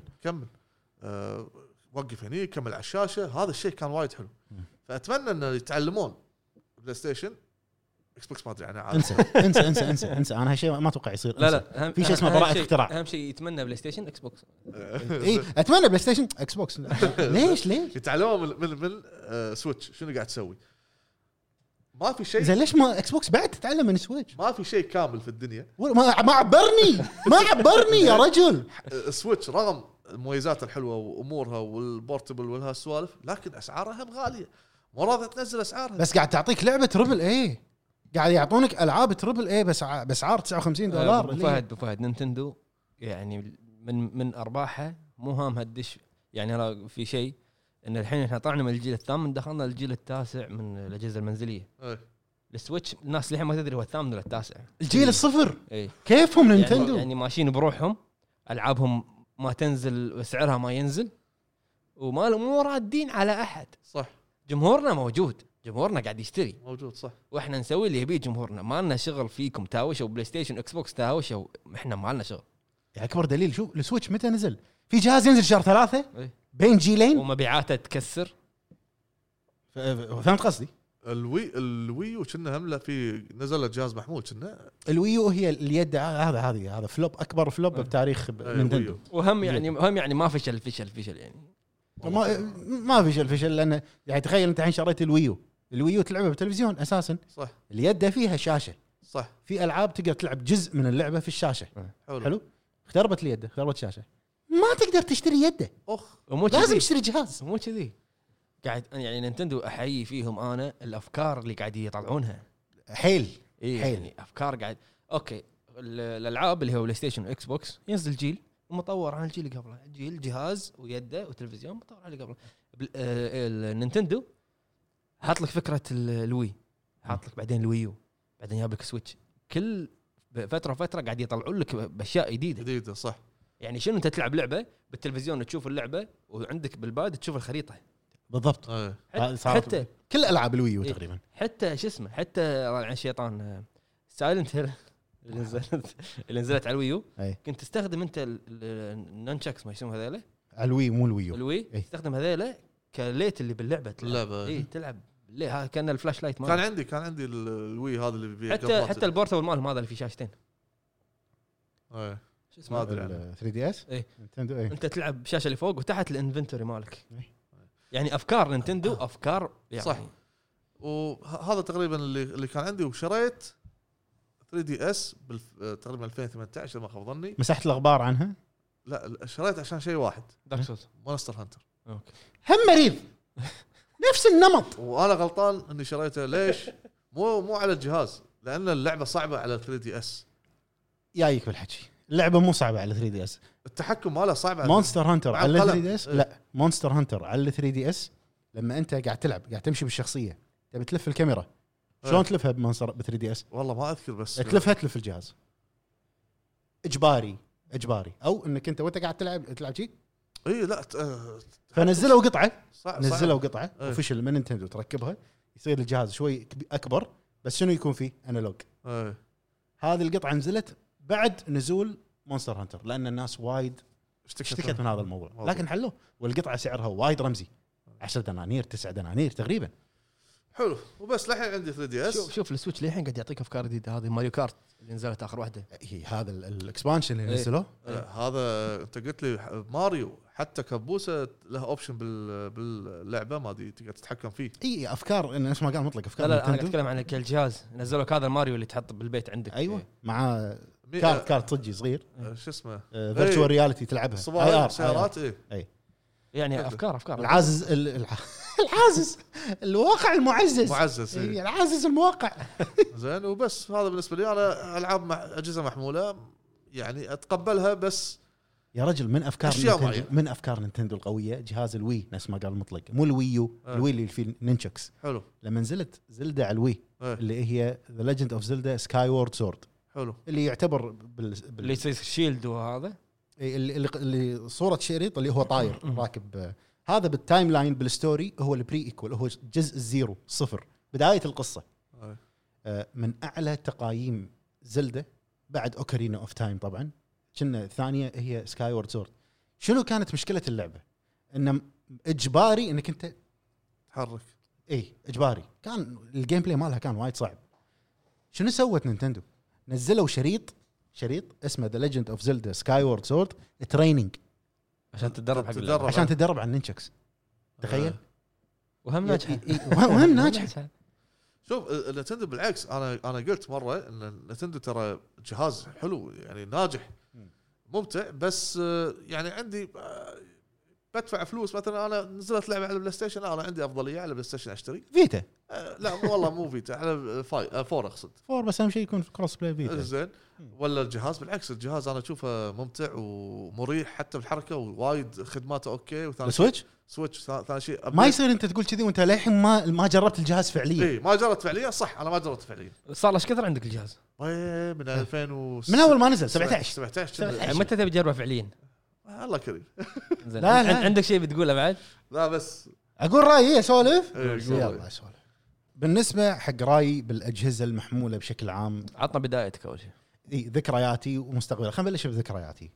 [SPEAKER 3] وقف هني كمل على الشاشه. هذا الشيء كان وايد حلو. فاتمنى ان يتعلمون بلاي ستيشن اكس بوكس ما ادري انا عارف.
[SPEAKER 2] انسى انا هالشيء ما اتوقع يصير.
[SPEAKER 1] لا
[SPEAKER 2] في شيء اسمه براءه اختراع.
[SPEAKER 1] اهم شيء يتمنى بلاي ستيشن اكس بوكس.
[SPEAKER 2] اي اتمنى بلاي ستيشن اكس بوكس. ليش
[SPEAKER 3] يتعلمون من سويتش شنو قاعد تسوي. ما في شيء
[SPEAKER 2] زين ليش ما اكس بوكس بعد تتعلم من سويتش؟
[SPEAKER 3] ما في شيء كامل في الدنيا.
[SPEAKER 2] ما عبرني يا رجل.
[SPEAKER 3] سويتش رغم المميزات الحلوه وامورها والبورتبل والهالسوالف لكن اسعارها هم غاليه. مو راضي تنزل اسعارها بس
[SPEAKER 2] قاعد تعطيك لعبه تربل اي. قاعد يعطونك العاب تربل اي بس باسعار $59.
[SPEAKER 1] ابو فهد نينتندو يعني من ارباحها مو هام هالدش. يعني انا في شيء ان الحين احنا طلعنا من الجيل الثامن دخلنا الجيل التاسع من الاجهزه المنزليه. السويتش الناس الحين ما تدري هو الثامن ولا التاسع.
[SPEAKER 2] الجيل الصفر. كيفهم نينتندو
[SPEAKER 1] يعني ماشيين بروحهم العابهم ما تنزل وسعرها ما ينزل وما مو رادين على احد.
[SPEAKER 3] صح
[SPEAKER 1] جمهورنا موجود. جمهورنا قاعد يشتري
[SPEAKER 3] موجود صح.
[SPEAKER 1] واحنا نسوي اللي يبيه جمهورنا. ما لنا شغل فيكم تاوشوا بلاي ستيشن اكس بوكس تاوشوا. احنا ما لنا شغل.
[SPEAKER 2] يعني اكبر دليل شوف السويتش متى نزل. في جهاز ينزل شهر 3 بين جيلين
[SPEAKER 1] ومبيعاته تكسر.
[SPEAKER 2] فهمت قصدي.
[SPEAKER 3] الويو كنا هم له في نزل جهاز محمول كنا.
[SPEAKER 2] الويو هي اليد هذا فلوب اكبر فلوب بتاريخ نينتندو.
[SPEAKER 1] وهم يعني ما فشل يعني
[SPEAKER 2] ما فشل لان يعني تخيل انت الحين شريت الويو تلعبها بالتلفزيون اساسا.
[SPEAKER 3] صح.
[SPEAKER 2] اليد فيها شاشه.
[SPEAKER 3] صح.
[SPEAKER 2] في العاب تقدر تلعب جزء من اللعبه في الشاشه. حلو. اختربت اليد اختربت شاشه ما تقدر تشتري يده. لازم تشتري جهاز.
[SPEAKER 1] مو كذي قاعد يعني نينتندو احيي فيهم انا الافكار اللي قاعد يطلعونها
[SPEAKER 2] حيل
[SPEAKER 1] يعني افكار قاعد اوكي. الالعاب اللي هو بلاي ستيشن واكس بوكس ينزل جيل مطور عن الجيل اللي قبله. جيل جهاز ويده وتلفزيون مطور على اللي قبله. النينتندو حاط لك فكره الوي حاط لك بعدين الويو بعدين جاب لك سويتش. كل فتره قاعد يطلعون لك باشياء جديده.
[SPEAKER 3] صح.
[SPEAKER 1] يعني شنو انت تلعب لعبه بالتلفزيون تشوف اللعبه وعندك بالباد تشوف الخريطه.
[SPEAKER 2] بالضبط.
[SPEAKER 3] إيه.
[SPEAKER 2] هذه صارت
[SPEAKER 1] حتى
[SPEAKER 2] كل العاب الويو
[SPEAKER 1] إيه.
[SPEAKER 2] تقريبا.
[SPEAKER 1] حتى شو اسمه، حتى عن الشيطان سايلنت هيل اللي نزلت على الويو،
[SPEAKER 2] أي.
[SPEAKER 1] كنت تستخدم انت النانشاكس ما يسمون هذول
[SPEAKER 2] على الوي مو الويو.
[SPEAKER 1] الوي،
[SPEAKER 2] أي.
[SPEAKER 1] تستخدم هذول كليت اللي باللعبه
[SPEAKER 3] اللعبة.
[SPEAKER 1] اي تلعب ليه، هذا كان الفلاش لايت
[SPEAKER 3] كان عندي الوي هذا اللي فيه
[SPEAKER 1] حتى البورتبل مالهم هذا اللي فيه شاشتين
[SPEAKER 3] ايه
[SPEAKER 1] شو اسمه
[SPEAKER 3] ما ادري عنه.
[SPEAKER 2] 3 دي اس
[SPEAKER 1] إيه.
[SPEAKER 2] نينتندو. ايه
[SPEAKER 1] انت تلعب بشاشه اللي فوق وتحت الانفنتوري مالك.
[SPEAKER 2] إيه.
[SPEAKER 1] يعني افكار نينتندو افكار يعني
[SPEAKER 3] صح. وهذا تقريبا اللي كان عندي. وشريت 3 دي اس تقريبا 2018 ما خاب ظني.
[SPEAKER 2] مسحت الغبار عنها.
[SPEAKER 3] لا شريت عشان شيء واحد،
[SPEAKER 1] دارك سولز.
[SPEAKER 3] مونستر هانتر.
[SPEAKER 1] اوكي
[SPEAKER 2] هم مريض نفس النمط.
[SPEAKER 3] وانا غلطان اني شريته. ليش؟ مو على الجهاز، لان اللعبه صعبه على 3 دي اس.
[SPEAKER 2] جايك بالحكي، اللعبه مو صعبه على 3 دي اس.
[SPEAKER 3] التحكم ماله صعب على
[SPEAKER 2] مونستر هانتر على
[SPEAKER 3] القلم.
[SPEAKER 2] 3 دي اس.
[SPEAKER 3] إيه.
[SPEAKER 2] لا مونستر هانتر على 3 دي اس لما انت قاعد تلعب قاعد تمشي بالشخصيه تبي تلف الكاميرا شلون
[SPEAKER 3] إيه.
[SPEAKER 2] تلفها بمونستر ب 3 دي اس؟
[SPEAKER 3] والله ما اذكر بس
[SPEAKER 2] تلف الجهاز اجباري او انك انت وانت قاعد تلعب شيء.
[SPEAKER 3] اي لا
[SPEAKER 2] فنزلوا قطعه
[SPEAKER 3] صعب.
[SPEAKER 2] نزلوا قطعه
[SPEAKER 3] إيه.
[SPEAKER 2] اوفيشال من نينتندو تركبها يصير الجهاز شوي اكبر، بس شنو يكون فيه انالوج.
[SPEAKER 3] إيه.
[SPEAKER 2] هذه القطعه نزلت بعد نزول مونستر هانتر لان الناس وايد اشتكت من هذا الموضوع، لكن حلوه. والقطعه سعرها وايد رمزي، 10 دنانير 9 دنانير تقريبا.
[SPEAKER 3] حلو. وبس لحين عندي 3 دي اس.
[SPEAKER 1] شوف السويتش للحين قاعد يعطيك افكار جديده. هذه ماريو كارت اللي نزلت اخر واحده،
[SPEAKER 2] هذا الاكسبانشن اللي
[SPEAKER 1] إيه.
[SPEAKER 2] نزلوه.
[SPEAKER 3] هذا انت قلت لي ماريو حتى كبوسه له اوبشن باللعبه ما دي تقدر تتحكم فيه.
[SPEAKER 2] اي افكار نفس ما قال مطلق افكار
[SPEAKER 1] لا انا قاعد
[SPEAKER 2] نينتندو.
[SPEAKER 1] اتكلم عن الجهاز. نزلوا لك هذا الماريو اللي تحط بالبيت عندك.
[SPEAKER 2] ايوه
[SPEAKER 1] إيه.
[SPEAKER 2] مع كارت صجي صغير
[SPEAKER 3] شو اسمه
[SPEAKER 2] فيرتشوال رياليتي تلعبها
[SPEAKER 3] صبايا سيارات. ايه
[SPEAKER 1] يعني افكار
[SPEAKER 2] العازز العازز الواقع المعزز
[SPEAKER 3] معزز.
[SPEAKER 2] إيه،
[SPEAKER 3] إيه.
[SPEAKER 2] العازز الموقع.
[SPEAKER 3] زين. وبس هذا بالنسبه لي. انا العاب مع اجهزه محموله يعني اتقبلها، بس
[SPEAKER 2] يا رجل من افكار
[SPEAKER 3] أشياء
[SPEAKER 2] نينتندو
[SPEAKER 3] معينة.
[SPEAKER 2] من افكار نينتندو القويه جهاز الوي نفس ما قال المطلق، مو الويو. الوي اللي فيه نينشكس.
[SPEAKER 3] حلو.
[SPEAKER 2] لما نزلت زلدة على الوي
[SPEAKER 3] إيه.
[SPEAKER 2] اللي هي ذا ليجند اوف زلدة سكاي وورد سورد،
[SPEAKER 3] حلو.
[SPEAKER 2] اللي يعتبر
[SPEAKER 1] اللي يصير شيلد وهذا
[SPEAKER 2] اللي صوره شريط اللي هو طاير راكب. هذا بالتايم لاين بالستوري هو البري ايكول، هو جزء الزيرو صفر بدايه القصه. من اعلى تقايم زلدة بعد اوكارينا اوف تايم طبعا. كنا الثانيه هي سكاي وورد سورد. شنو كانت مشكله اللعبه؟ انه اجباري انك انت
[SPEAKER 3] تحرك.
[SPEAKER 2] اي اجباري. كان الجيم بلاي مالها كان وايد صعب. شنو سوت نينتندو؟ نزلوا شريط اسمه ذا ليجند اوف زلدا سكاي وورد سورد تريننج
[SPEAKER 1] عشان تتدرب حق
[SPEAKER 3] تتدرب.
[SPEAKER 1] اللعبة.
[SPEAKER 2] عشان تدرب على النينشكس. تخيل.
[SPEAKER 1] وهم ناجحه.
[SPEAKER 2] وهم ناجحه.
[SPEAKER 3] شوف نتندو بالعكس. انا قلت مره ان نتندو ترى جهاز حلو يعني ناجح ممتع، بس يعني عندي بدفع فلوس. مثلا انا نزلت لعبه على البلاي ستيشن، انا عندي افضليه على البلاي ستيشن اشتري.
[SPEAKER 2] فيتا
[SPEAKER 3] لا والله مو فيتا، على فور اقصد.
[SPEAKER 2] فور، بس اهم شيء يكون كروس بلاي فيتا.
[SPEAKER 3] زين. ولا الجهاز بالعكس، الجهاز انا اشوفه ممتع ومريح حتى بالحركه، ووايد خدماته اوكي. وثاني
[SPEAKER 2] السويتش
[SPEAKER 3] سويتش ثاني شيء
[SPEAKER 2] ما يصير انت تقول كذي وانت للحين ما جربت الجهاز فعليا.
[SPEAKER 3] اي ما جربت فعليا. صح انا ما جربت فعليا.
[SPEAKER 1] صار له ايش كثر عندك الجهاز؟
[SPEAKER 3] من 2000
[SPEAKER 2] من اول ما نزل 17
[SPEAKER 1] يعني متى تبي تجربه فعليا؟
[SPEAKER 3] الله كريم.
[SPEAKER 1] زين.
[SPEAKER 2] لا.
[SPEAKER 1] عندك شيء بتقوله بعد؟
[SPEAKER 3] لا بس
[SPEAKER 2] اقول رايي اسولف.
[SPEAKER 3] إيه، قول
[SPEAKER 2] يلا
[SPEAKER 3] رأيك.
[SPEAKER 2] اسولف. بالنسبه حق رايي بالاجهزه المحموله بشكل عام،
[SPEAKER 1] عطنا بدايتك اول شيء.
[SPEAKER 2] ذكرياتي ومستقبلي. خلينا نبلش بذكرياتي.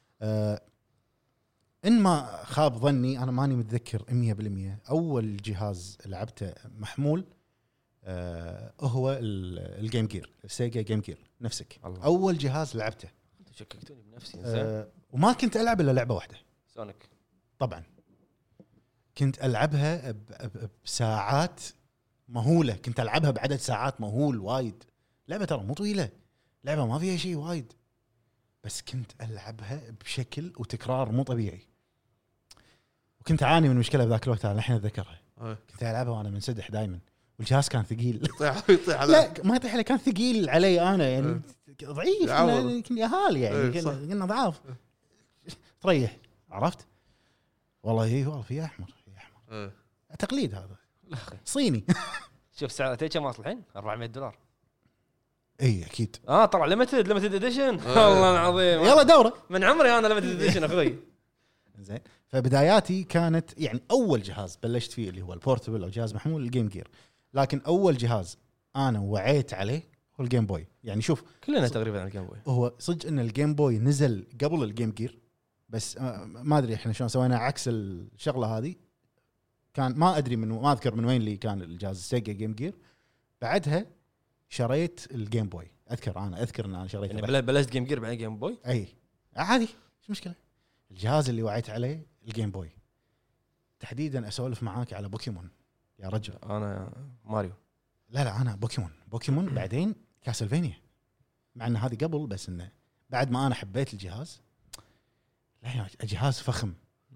[SPEAKER 2] ان ما خاب ظني انا ماني متذكر 100%. اول جهاز لعبته محمول هو الجيم جير، السيجا جيم جير نفسك.
[SPEAKER 1] الله.
[SPEAKER 2] اول جهاز لعبته.
[SPEAKER 1] انت شككتوني بنفسي. زين.
[SPEAKER 2] وما كنت العب الا لعبه واحده
[SPEAKER 1] سونيك.
[SPEAKER 2] طبعا. كنت العبها بساعات مهوله، كنت العبها بعدد ساعات مهول وايد. لعبه ترى مو طويله، لعبه ما فيها شيء وايد، بس كنت العبها بشكل وتكرار مو طبيعي. وكنت اعاني من مشكله بذاك الوقت، انا الحين اتذكرها. كنت العبها وانا منسدح دائما، والجهاز كان ثقيل.
[SPEAKER 3] يطيح على
[SPEAKER 2] لا ما يطيح عليه، كان ثقيل علي انا يعني. ضعيف كنا اهالي يعني، كنا ضعاف. تريح عرفت. والله والله في احمر تقليد هذا صيني.
[SPEAKER 1] شوف سعرته كم واصل الحين؟ $400.
[SPEAKER 2] اي اكيد.
[SPEAKER 1] طلع ليميتد اديشن. والله العظيم
[SPEAKER 2] يلا دوره
[SPEAKER 1] من عمري انا ليميتد اديشن اخوي.
[SPEAKER 2] زين. فبداياتي كانت يعني اول جهاز بلشت فيه اللي هو البورتبل او جهاز محمول الجيم جير، لكن اول جهاز انا وعيت عليه هو الجيم بوي. يعني شوف
[SPEAKER 1] كلنا تقريبا على الجيم بوي.
[SPEAKER 2] هو صدق ان الجيم بوي نزل قبل الجيم جير، بس ما ادري احنا شلون سوينا عكس الشغله هذه. كان ما ادري ما اذكر من وين اللي كان الجهاز سيجا جيم جير. بعدها شريت الجيم بوي. اذكر ان انا شريته
[SPEAKER 1] يعني بلشت جيم جير بعدين جيم بوي.
[SPEAKER 2] اي عادي، ايش مشكله. الجهاز اللي وعيت عليه الجيم بوي تحديدا. اسولف معاك على بوكيمون يا رجل.
[SPEAKER 1] انا ماريو.
[SPEAKER 2] لا انا بوكيمون بعدين كاسلفينيا، مع ان هذه قبل، بس انه بعد ما انا حبيت الجهاز. لا يا جهاز فخم.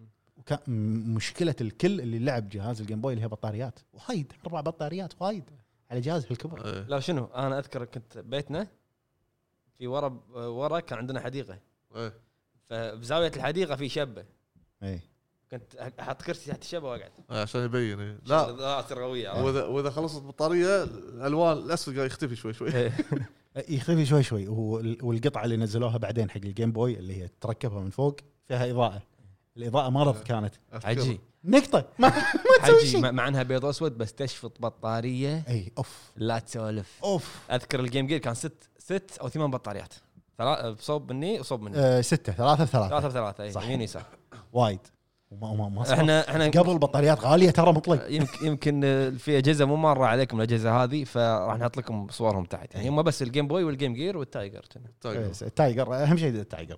[SPEAKER 2] مشكله الكل اللي لعب جهاز الجيم بوي اللي هي بطاريات وايد، 4 بطاريات وايد على جهاز هالكبر.
[SPEAKER 1] لا شنو، انا اذكر كنت بيتنا في ورا كان عندنا حديقه، فبزاويه الحديقه في شبه.
[SPEAKER 2] اي
[SPEAKER 1] كنت احط كرسي تحت الشبه واقعد
[SPEAKER 3] عشان يبين.
[SPEAKER 1] لا تصير قويه.
[SPEAKER 3] واذا خلصت البطاريه الالوان الاسود قاعد يختفي شوي
[SPEAKER 2] يختفي شوي. والقطعه اللي نزلوها بعدين حق الجيم بوي اللي هي تركبها من فوق فيها اضاءه. الاضاءه مرض كانت
[SPEAKER 1] عجي
[SPEAKER 2] نقطه ما تسوي شيء،
[SPEAKER 1] مع انها بيض اسود بس تشفط بطاريه.
[SPEAKER 2] اي اوف
[SPEAKER 1] لا تسولف.
[SPEAKER 2] اوف.
[SPEAKER 1] اذكر الجيم جير كان 6 أو 8 بطاريات، 3 صوب مني وصوب مني.
[SPEAKER 2] 6 3
[SPEAKER 1] 3
[SPEAKER 2] صح.
[SPEAKER 1] يمين يسار
[SPEAKER 2] وايد. وما
[SPEAKER 1] احنا
[SPEAKER 2] قبل بطاريات غاليه ترى مطلق.
[SPEAKER 1] يمكن في اجهزه مو مره عليكم الاجهزه هذه، فراح نحط لكم صورهم تحت. يعني هم بس الجيم بوي والجيم جير والتايجر.
[SPEAKER 2] التايجر اهم شيء. التايجر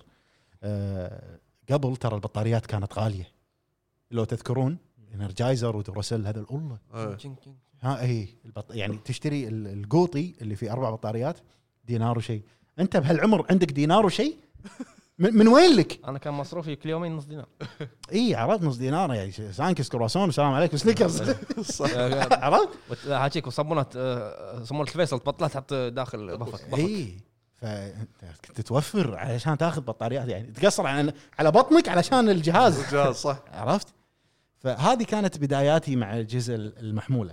[SPEAKER 2] قبل ترى البطاريات كانت غاليه، لو تذكرون انرجايزر ودورسل هذا الله. ها اي يعني تشتري القوطي اللي فيه 4 بطاريات دينار وشيء. انت بهالعمر عندك دينار وشيء؟ من وين لك؟
[SPEAKER 1] انا كان مصروفي كل يومين نص دينار.
[SPEAKER 2] اي عرفت، نص دينار يعني سانكس كرواسون والسلام عليكم سنيكرز. عرفت
[SPEAKER 1] حاجيك وصابونات صابونه الفيصل تبطلها تحط داخل بفك.
[SPEAKER 2] اي فكنت توفر علشان تاخذ بطاريات، يعني تقصر على بطنك علشان الجهاز
[SPEAKER 3] صح.
[SPEAKER 2] عرفت. فهذه كانت بداياتي مع الأجهزة المحمولة.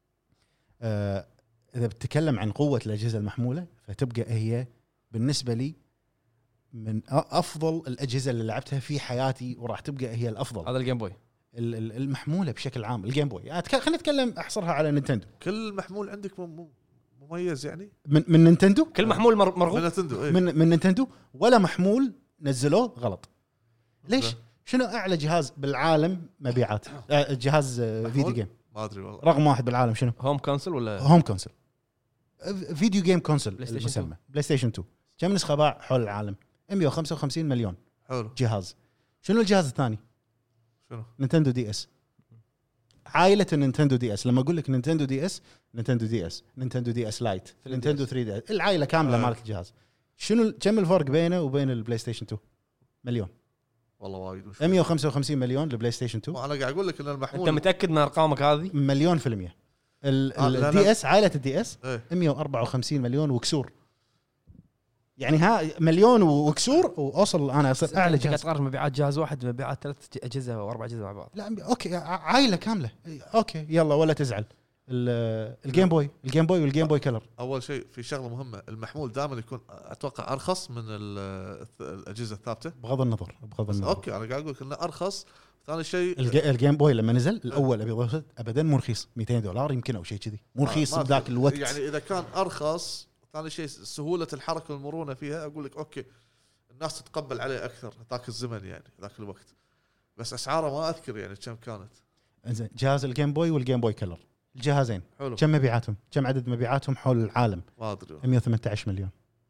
[SPEAKER 2] إذا بتكلم عن قوة الأجهزة المحمولة فتبقى هي بالنسبة لي من أفضل الأجهزة اللي لعبتها في حياتي، وراح تبقى هي الأفضل.
[SPEAKER 1] هذا الجيم بوي
[SPEAKER 2] المحمولة بشكل عام. الجيم بوي خلينا نتكلم أحصرها على نينتندو.
[SPEAKER 3] كل محمول عندك مميز يعني
[SPEAKER 2] من نينتندو.
[SPEAKER 1] كل محمول مرغوب
[SPEAKER 3] من نينتندو.
[SPEAKER 2] من نينتندو ولا محمول نزلوه غلط. ليش؟ شنو اعلى جهاز بالعالم مبيعات؟ جهاز فيديو جيم
[SPEAKER 3] ما ادري والله.
[SPEAKER 2] رقم 1 بالعالم شنو؟
[SPEAKER 1] هوم كونسول ولا
[SPEAKER 2] هوم كونسول؟ فيديو جيم كونسول
[SPEAKER 1] بلاي ستيشن
[SPEAKER 2] المسمى بلاي ستيشن 2. كم نسخه باع حول العالم؟ 155 مليون.
[SPEAKER 3] حلو.
[SPEAKER 2] جهاز. شنو الجهاز الثاني؟
[SPEAKER 3] شنو؟
[SPEAKER 2] نينتندو دي اس. عائله النينتندو دي اس. لما اقول لك نينتندو دي اس، نينتندو دي اس، نينتندو دي اس لايت، نينتندو 3 دي اس، العائله كامله مالك الجهاز. شنو كم الفرق بينه وبين البلاي ستيشن 2؟ مليون.
[SPEAKER 3] والله وايد.
[SPEAKER 2] 155 مليون للبلاي ستيشن 2.
[SPEAKER 3] انا قاعد اقول لك ان المحمول.
[SPEAKER 1] انت متاكد من ارقامك هذه؟
[SPEAKER 2] مليون في المية. الدي اس عائله الدي اس 154 مليون وكسور. يعني ها مليون وكسور واوصل انا اصير اعلى جهاز.
[SPEAKER 1] تقارن مبيعات جهاز واحد مبيعات 3 اجهزه و4 اجهزه مع بعض.
[SPEAKER 2] لا اوكي عائله كامله. اوكي يلا ولا تزعل. الجيم بوي والجيم بوي كلر.
[SPEAKER 3] اول شيء في شغله مهمه، المحمول دائما يكون اتوقع ارخص من الاجهزه الثابته.
[SPEAKER 2] بغض النظر.
[SPEAKER 3] اوكي انا قاعد اقول لك انه ارخص. ثاني شيء
[SPEAKER 2] الجيم بوي لما نزل الاول ابيض واسود ابدا مو رخيص، $200 يمكن او شيء كذي. مو رخيص بذاك الوقت.
[SPEAKER 3] يعني اذا كان ارخص، ثاني شيء سهوله الحركه والمرونه فيها. اقول لك اوكي الناس تتقبل عليه اكثر ذاك الزمن يعني ذاك الوقت. بس اسعاره ما اذكر يعني كم كانت.
[SPEAKER 2] انزين جهاز الجيم بوي والجيم بوي كلر الجهازين
[SPEAKER 3] حلو.
[SPEAKER 2] كم مبيعاتهم؟ كم عدد مبيعاتهم حول العالم؟
[SPEAKER 3] ما ادري.
[SPEAKER 2] 118 مليون.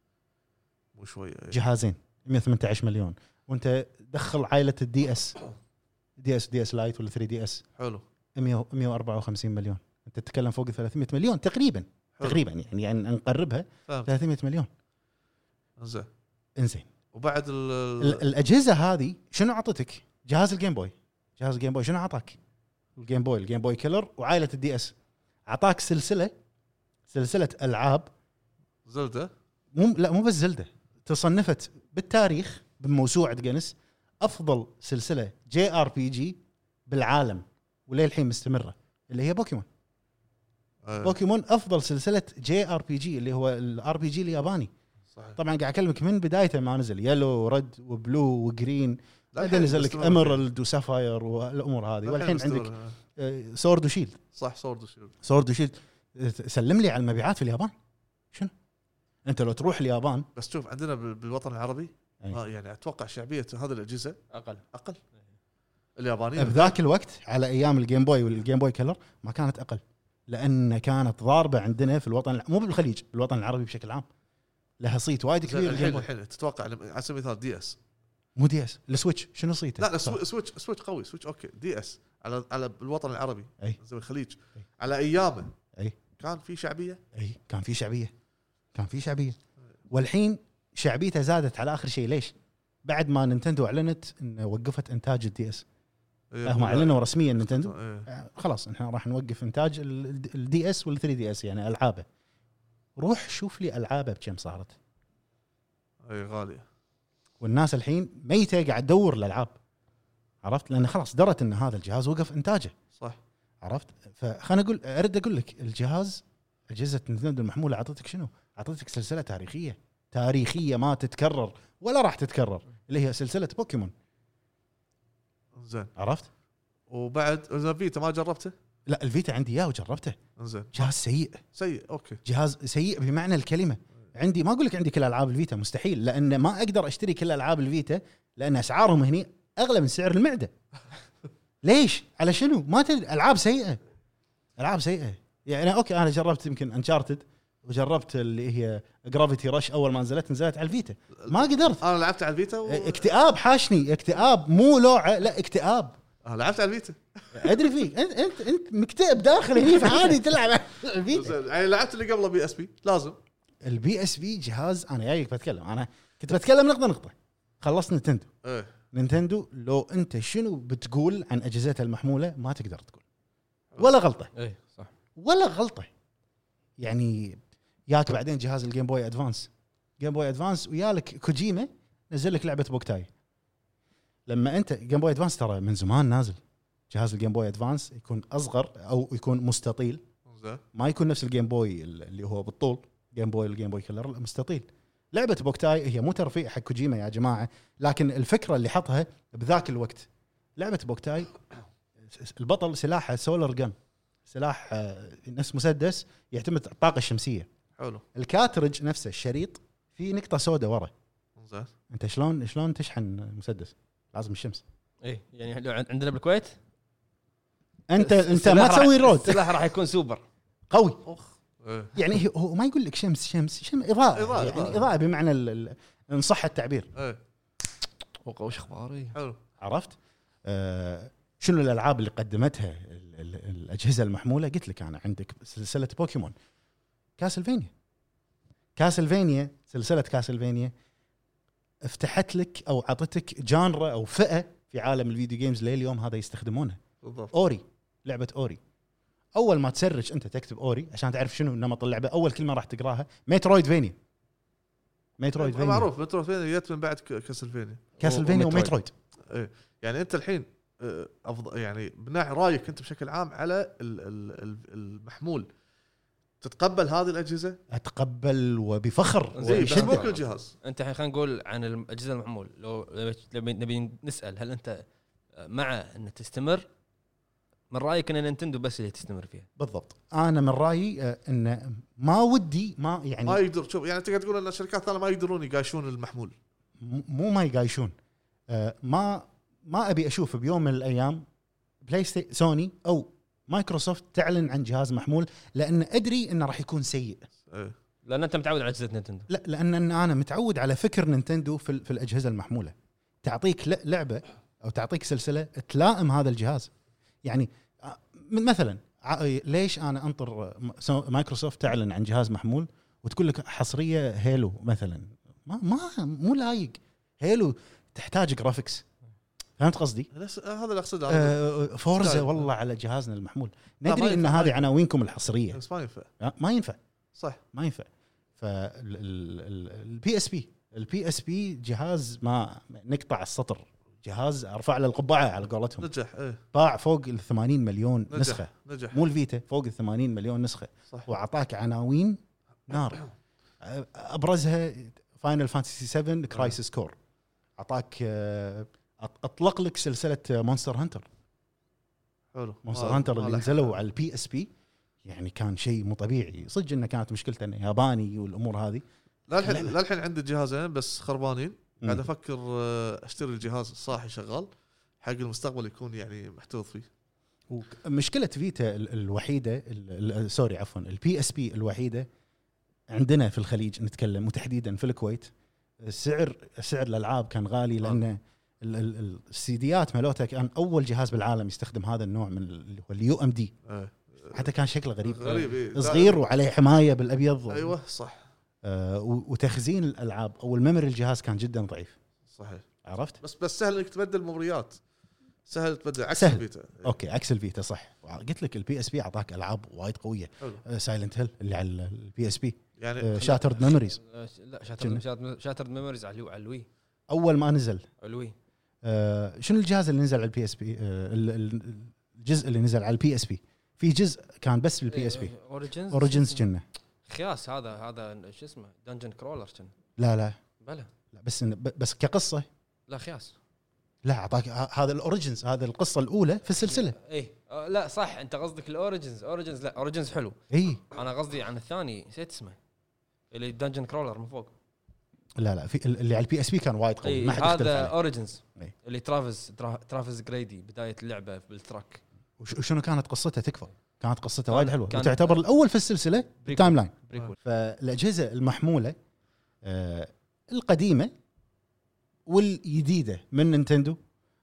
[SPEAKER 3] مو شويه
[SPEAKER 2] جهازين 118 مليون. وانت دخل عائله الدي اس دي اس لايت ولا 3 دي اس.
[SPEAKER 3] حلو.
[SPEAKER 2] 154 مليون. انت تتكلم فوق 300 مليون تقريبا.
[SPEAKER 3] حلو.
[SPEAKER 2] تقريبا يعني نقربها 300 مليون. انزين
[SPEAKER 3] وبعد
[SPEAKER 2] الاجهزه هذه شنو عطتك؟ جهاز الجيم بوي شنو عطاك؟ الجيم بوي كلر وعائله الدي اس اعطاك سلسله العاب
[SPEAKER 3] زلدة.
[SPEAKER 2] مو بس زلدة، تصنفت بالتاريخ بموسوعه جينيس افضل سلسله جي ار بي جي بالعالم وليه الحين مستمره، اللي هي بوكيمون. بوكيمون افضل سلسله جي ار بي جي اللي هو الار بي جي الياباني. صحيح. طبعا قاعد اكلمك من بدايته ما نزل يلو ورد وبلو وجرين بعدين نزل لك اميرالد وسافاير والامور هذه، والحين عندك سورد وشيلد.
[SPEAKER 3] صح
[SPEAKER 2] سورد وشيلد. سلم لي على المبيعات في اليابان. شنو انت لو تروح اليابان
[SPEAKER 3] بس شوف عندنا بالوطن العربي يعني اتوقع شعبيه هذه الاجهزه اقل اليابانيه
[SPEAKER 2] بذاك الوقت على ايام الجيم بوي والجيم بوي كلر ما كانت اقل، لان كانت ضاربه عندنا في الوطن، مو بالخليج، بالوطن العربي بشكل عام لها صيت وايد كبير.
[SPEAKER 3] الحين تتوقع على سبيل المثال دي اس،
[SPEAKER 2] مو دي اس، السويتش شنو صيته؟
[SPEAKER 3] لا سويتش قوي، سويتش اوكي، دي اس على بالوطن العربي زي الخليج على ايامه كان في شعبيه، كان في شعبيه والحين شعبيته زادت على اخر شيء. ليش؟ بعد ما نينتندو اعلنت ان وقفت انتاج الدي اس. هم اعلنوا رسميا نينتندو خلاص احنا راح نوقف انتاج الدي اس وال3 دي اس، يعني العابه. روح شوف لي العابه بكم صارت، غاليه،
[SPEAKER 2] والناس الحين ميته قاعد تدور الالعاب، عرفت؟ لان خلاص درت ان هذا الجهاز وقف انتاجه.
[SPEAKER 3] صح،
[SPEAKER 2] عرفت؟ فخلنا اقول لك الجهاز، اجهزه نينتندو المحموله اعطتك شنو؟ اعطتك سلسله تاريخيه ما تتكرر ولا راح تتكرر، اللي هي سلسله بوكيمون.
[SPEAKER 3] زين،
[SPEAKER 2] عرفت؟
[SPEAKER 3] وبعد الفيتا ما جربته؟
[SPEAKER 2] لا الفيتا عندي اياه وجربته.
[SPEAKER 3] زين،
[SPEAKER 2] جهاز سيء
[SPEAKER 3] اوكي،
[SPEAKER 2] جهاز سيء بمعنى الكلمه. عندي، ما اقول لك عندي كل العاب الفيتا، مستحيل، لان ما اقدر اشتري كل العاب الفيتا لان اسعارهم هني اغلى من سعر المعده. ليش؟ على شنو؟ ما تدري. العاب سيئه يعني. اوكي انا جربت يمكن انشارتد، وجربت اللي هي جرافيتي رش اول ما نزلت على الفيتا، ما قدرت.
[SPEAKER 3] انا لعبت على الفيتا
[SPEAKER 2] اكتئاب حاشني، اكتئاب، مو لوعه، لا اكتئاب.
[SPEAKER 3] لعبت على الفيتا،
[SPEAKER 2] ادري فيك انت مكتئب داخل هني، فعادي تلعب على الفيتا.
[SPEAKER 3] يعني لعبت اللي قبله بي اس بي. لازم
[SPEAKER 2] البي اس بي جهاز، انا جايك بتكلم، انا كنت بتكلم نقطه خلصت نينتندو. نينتندو لو انت شنو بتقول عن اجهزتها المحموله ما تقدر تقول ولا غلطه.
[SPEAKER 1] صح،
[SPEAKER 2] ولا غلطه. يعني ياك بعدين جهاز الجيم بوي ادفانس ويالك كوجيما نزل لك لعبه بوكتاي. لما انت جيم بوي ادفانس ترى من زمان نازل، جهاز الجيم بوي ادفانس يكون اصغر او يكون مستطيل، ما يكون نفس الجيم بوي اللي هو بالطول، جيم بوي الجيم بوي كلر مستطيل. لعبه بوكتاي هي مو ترفيه حق كوجيما يا جماعه، لكن الفكره اللي حطها بذاك الوقت. لعبه بوكتاي البطل سلاحه سولار جن، سلاح نفس مسدس يعتمد على الطاقه الشمسيه.
[SPEAKER 3] حلو.
[SPEAKER 2] الكاترج نفسه الشريط في نقطه سوداء ورا.
[SPEAKER 3] زين،
[SPEAKER 2] انت شلون تشحن مسدس؟ لازم الشمس.
[SPEAKER 1] يعني عندنا بالكويت
[SPEAKER 2] انت ما تسوي رود،
[SPEAKER 1] السلاح راح يكون سوبر
[SPEAKER 2] قوي. يعني هو ما يقول لك شمس اضاءه، يعني اضاءه بمعنى ان صح التعبير.
[SPEAKER 1] وش اخباري؟
[SPEAKER 3] حلو.
[SPEAKER 2] عرفت؟ شنو الالعاب اللي قدمتها الاجهزه المحموله؟ قلت لك انا عندك سلسله بوكيمون، كاسلفينيا، سلسله كاسلفينيا افتحت لك او عطتك جانرا او فئه في عالم الفيديو جيمز لليوم هذا يستخدمونها.
[SPEAKER 3] بالضبط.
[SPEAKER 2] اوري، لعبه اوري، اول ما تسرج انت تكتب اوري عشان تعرف شنو نمط اللعبه، اول كلمه راح تقراها مترويدفينيا.
[SPEAKER 3] معروف مترويدفينيا جت من بعد
[SPEAKER 2] كاسلفينيا ومترويد.
[SPEAKER 3] يعني انت الحين يعني بناء رايك انت بشكل عام على المحمول، تتقبل هذه الاجهزه؟
[SPEAKER 2] اتقبل وبفخر.
[SPEAKER 3] بس مو كل جهاز.
[SPEAKER 1] انت الحين خلينا نقول عن الاجهزه المحمول، لو نبي نسال هل انت مع ان تستمر؟ من رايك ان نينتندو بس اللي تستمر فيها؟
[SPEAKER 2] بالضبط، انا من رايي ان ما ودي ما
[SPEAKER 3] يقدر. شوف يعني تقدر تقول ان الشركات الثانيه ما يقدرون يقايشون المحمول،
[SPEAKER 2] مو ما يقايشون. ما ابي اشوف بيوم من الايام سوني او مايكروسوفت تعلن عن جهاز محمول، لان ادري انه راح يكون سيء.
[SPEAKER 1] لان انت متعود على اجهزه نينتندو.
[SPEAKER 2] لا، لان انا متعود على فكر نينتندو في الاجهزه المحموله، تعطيك لعبه او تعطيك سلسله تلائم هذا الجهاز. يعني مثلا ليش انا انطر مايكروسوفت تعلن عن جهاز محمول وتقول لك حصريه هيلو مثلا؟ مو لايق. هيلو تحتاج جرافيكس، فهمت قصدي؟
[SPEAKER 3] هذا اللي اقصده.
[SPEAKER 2] فورزا والله على جهازنا المحمول ندري ان هذه عناوينكم الحصريه،
[SPEAKER 3] بس ما ينفع.
[SPEAKER 2] ما ينفع،
[SPEAKER 3] صح،
[SPEAKER 2] ما ينفع. البي اس بي جهاز ما نقطع السطر، جهاز ارفع له القبعه على قولتهم.
[SPEAKER 3] نجح.
[SPEAKER 2] باع فوق ال 80 مليون نسخه.
[SPEAKER 3] نجح.
[SPEAKER 2] مو الفيتا، فوق ال 80 مليون نسخه.
[SPEAKER 3] صح.
[SPEAKER 2] واعطاك عناوين نار، ابرزها فاينل فانتسي 7 كرايسيس كور، اعطاك اطلق لك سلسله مونستر هانتر.
[SPEAKER 3] حلو
[SPEAKER 2] مونستر هانتر اللي نزلوا على البي اس بي يعني كان شيء مو طبيعي صدق، انه كانت مشكلته انه ياباني والامور هذه.
[SPEAKER 3] للحين عندي جهازين بس خربانين، قاعد افكر اشتري الجهاز الصاحي شغال حق المستقبل يكون يعني محتوظ فيه.
[SPEAKER 2] مشكله فيتا الوحيده سوري عفوا البي اس بي الوحيده عندنا في الخليج نتكلم، وتحديدا في الكويت، سعر الالعاب كان غالي، لان السيديات مالوتها كان اول جهاز بالعالم يستخدم هذا النوع من اللي هو اليو ام دي، حتى كان شكله غريب
[SPEAKER 3] إيه؟
[SPEAKER 2] صغير وعليه حمايه بالابيض.
[SPEAKER 3] ايوه صح.
[SPEAKER 2] وتخزين الالعاب او الميموري الجهاز كان جدا ضعيف.
[SPEAKER 3] صحيح.
[SPEAKER 2] عرفت؟
[SPEAKER 3] بس سهل انك تبدل ميموريات، سهل تبدل عكس
[SPEAKER 2] سهل.
[SPEAKER 3] الفيتا.
[SPEAKER 2] اوكي عكس الفيتا صح. قلت لك البي اس بي اعطاك العاب وايد قويه. سايلنت هيل اللي على البي اس بي،
[SPEAKER 3] يعني
[SPEAKER 2] شاترد ميموريز.
[SPEAKER 1] لا شاترد ميموريز على الوي
[SPEAKER 2] اول ما نزل
[SPEAKER 1] الوي.
[SPEAKER 2] شنو الجهاز اللي نزل على البي اس بي؟ الجزء اللي نزل على البي اس بي في جزء كان بس بالبي اس بي، اوريجنز كنا
[SPEAKER 1] خياس. هذا شو اسمه دنجن كرولر كنا.
[SPEAKER 2] لا
[SPEAKER 1] بلا
[SPEAKER 2] لا بس كقصه
[SPEAKER 1] لا خياس.
[SPEAKER 2] لا اعطاك هذا الاوريجنز، هذا القصه الاولى في السلسله.
[SPEAKER 1] اي لا صح، انت قصدك الاوريجنز. لا اوريجنز حلو.
[SPEAKER 2] اي
[SPEAKER 1] انا قصدي عن الثاني نسيت اسمه، اللي دنجن كرولر من فوق.
[SPEAKER 2] لا في اللي على البي اس بي كان وايد قوي، ما حد يختلف
[SPEAKER 1] هذا
[SPEAKER 2] عليه.
[SPEAKER 1] اوريجنز اللي ترافيس جريدي بدايه اللعبه بالتراك.
[SPEAKER 2] وشنو كانت قصته؟ تكفى كانت قصته وايد حلوه، وتعتبر الاول في السلسله تايم لاين. فالاجهزه المحموله القديمه والجديده من نينتندو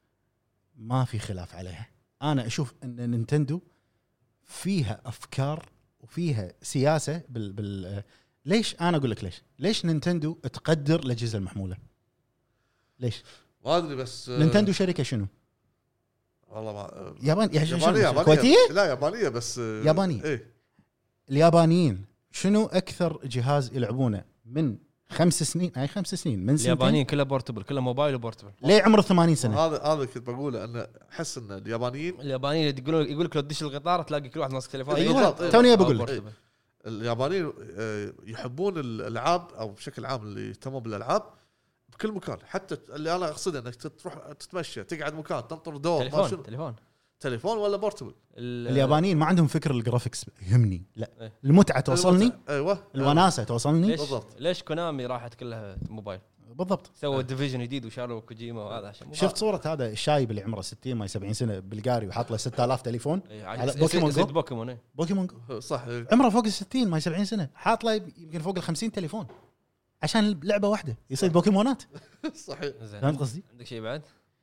[SPEAKER 2] ما في خلاف عليها. انا اشوف ان نينتندو فيها افكار وفيها سياسه ليش انا اقول لك ليش نينتندو تقدر الاجهزه المحموله؟ ليش
[SPEAKER 3] ما ادري بس
[SPEAKER 2] نينتندو شركه شنو؟
[SPEAKER 3] والله ما
[SPEAKER 2] يابانيه كويتيه؟
[SPEAKER 3] لا يابانيه بس
[SPEAKER 2] يابانيه.
[SPEAKER 3] ايه
[SPEAKER 2] اليابانيين شنو اكثر جهاز يلعبونه من 5 سنين؟ اي 5 سنين من سنتين.
[SPEAKER 1] اليابانيين كله بورتبل، كله موبايل وبورتبل
[SPEAKER 2] ليه عمره 80 سنه.
[SPEAKER 3] هذا كنت بقوله، ان احس ان اليابانيين
[SPEAKER 1] يقول لك لو تدش القطار تلاقي كل واحد ماسك تليفون.
[SPEAKER 2] ايوه توني بقول لك
[SPEAKER 3] اليابانيين يحبون الالعاب، او بشكل عام اللي يهتمون بالالعاب بكل مكان. حتى اللي انا اقصده انك تروح تتمشى تقعد مكان تنطر دور تليفون ولا بورتبل.
[SPEAKER 2] اليابانيين ما عندهم فكر الجرافيكس يهمني، لا المتعه توصلني.
[SPEAKER 3] ايوه
[SPEAKER 2] الوناسه توصلني.
[SPEAKER 1] ليش كونامي راحت كلها موبايل؟
[SPEAKER 2] بالضبط.
[SPEAKER 1] سووا ديفيجن جديد وشالوا كوجيما، وهذا عشان
[SPEAKER 2] شفت صوره هذا الشايب اللي عمره 60 ما 70 سنه بالقاري وحاط له 6000 تليفون
[SPEAKER 1] على بوكيمون
[SPEAKER 3] بوكيمون صح.
[SPEAKER 2] عمره فوق 60 ما 70 سنه حاط له يمكن فوق 50 تليفون عشان لعبه واحده يصيد بوكيمونات.
[SPEAKER 3] صحيح.
[SPEAKER 2] فهمت قصدي؟
[SPEAKER 1] عندك شيء بعد؟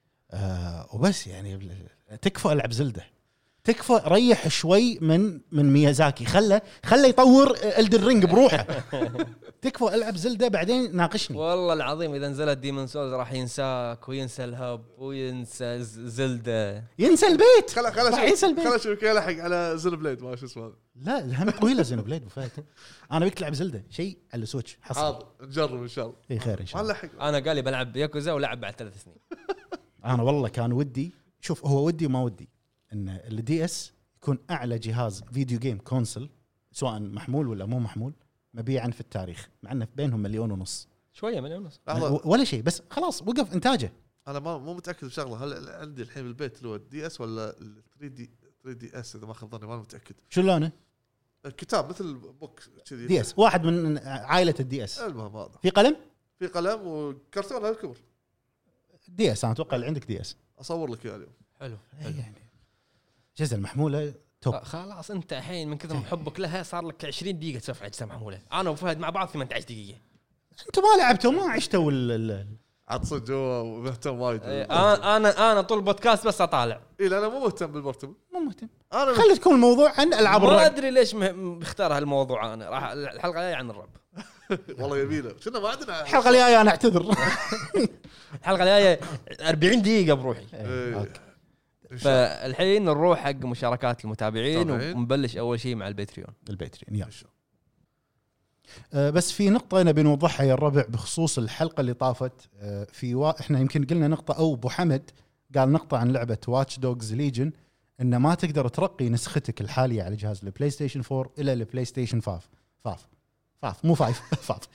[SPEAKER 2] وبس يعني تكفى العب زلده، تكفى ريح شوي من ميازاكي، خله يطور الدر رينج بروحه. تكفى العب زلده بعدين ناقشني.
[SPEAKER 1] والله العظيم اذا نزلت ديمون سولز راح ينساك وينسى الهب وينسى زلده،
[SPEAKER 2] ينسى البيت.
[SPEAKER 3] خلاص شو يلحق على زين بليد ما شو اسمه.
[SPEAKER 2] لا الهم طويله زين بليد وفات. انا بك تلعب زلده شيء على السويتش حصل.
[SPEAKER 3] حاضر نجرب ان شاء الله.
[SPEAKER 2] اي خير ان شاء الله.
[SPEAKER 1] انا قال لي بلعب ياكوزا ولعب بعد 3 سنين.
[SPEAKER 2] انا والله كان ودي، شوف هو ودي وما ودي، ان الدي اس يكون اعلى جهاز فيديو جيم كونسل سواء محمول ولا مو محمول مبيعا في التاريخ، مع انه بينهم 1.5 مليون
[SPEAKER 1] شويه 1.5 مليون
[SPEAKER 2] ولا شيء، بس خلاص وقف انتاجه.
[SPEAKER 3] انا مو متاكد بشغله، هل عندي الحين بالبيت اللي هو الدي اس ولا 3 دي اس اذا ما خاب ظني، ما متاكد
[SPEAKER 2] شو لونه.
[SPEAKER 3] الكتاب مثل بوك كذي
[SPEAKER 2] دي اس، واحد من عائله الدي اس.
[SPEAKER 3] المهم هذا في قلم وكرتون هالكبر.
[SPEAKER 2] دي اس انا اتوقع اللي عندك دي اس
[SPEAKER 3] اصور لك اياه اليوم.
[SPEAKER 1] حلو.
[SPEAKER 2] يعني جزء المحموله توب.
[SPEAKER 1] خلاص انت الحين من كثر حبك لها صار لك 20 دقيقه تسولف عن اجسام محموله. انا وفهد مع بعض 18 دقيقه.
[SPEAKER 2] انتم ما لعبتوا ما عشتوا
[SPEAKER 3] عطس جوا ومهتم وايد.
[SPEAKER 1] انا طول البودكاست بس اطالع.
[SPEAKER 3] لا انا مو مهتم بالبورتبل،
[SPEAKER 2] مو مهتم. خلي تكون الموضوع عن العاب الرعب.
[SPEAKER 1] ما ادري ليش بختار هالموضوع. انا راح الحلقه الجايه عن الرعب.
[SPEAKER 3] والله يبيله شنو ما عندنا
[SPEAKER 2] الحلقه الجايه انا اعتذر.
[SPEAKER 1] الحلقه الجايه 40 دقيقه بروحي. فالحين نروح حق مشاركات المتابعين ونبلش اول شيء مع الباتريون
[SPEAKER 2] يلا. بس في نقطة نبي نوضحها يا الربع بخصوص الحلقة اللي طافت. احنا يمكن قلنا نقطة او ابو حمد قال نقطة عن لعبة واتش دوغز ليجن ان ما تقدر ترقي نسختك الحالية على جهاز البلاي ستيشن 4 الى البلاي ستيشن 5 مو 5 5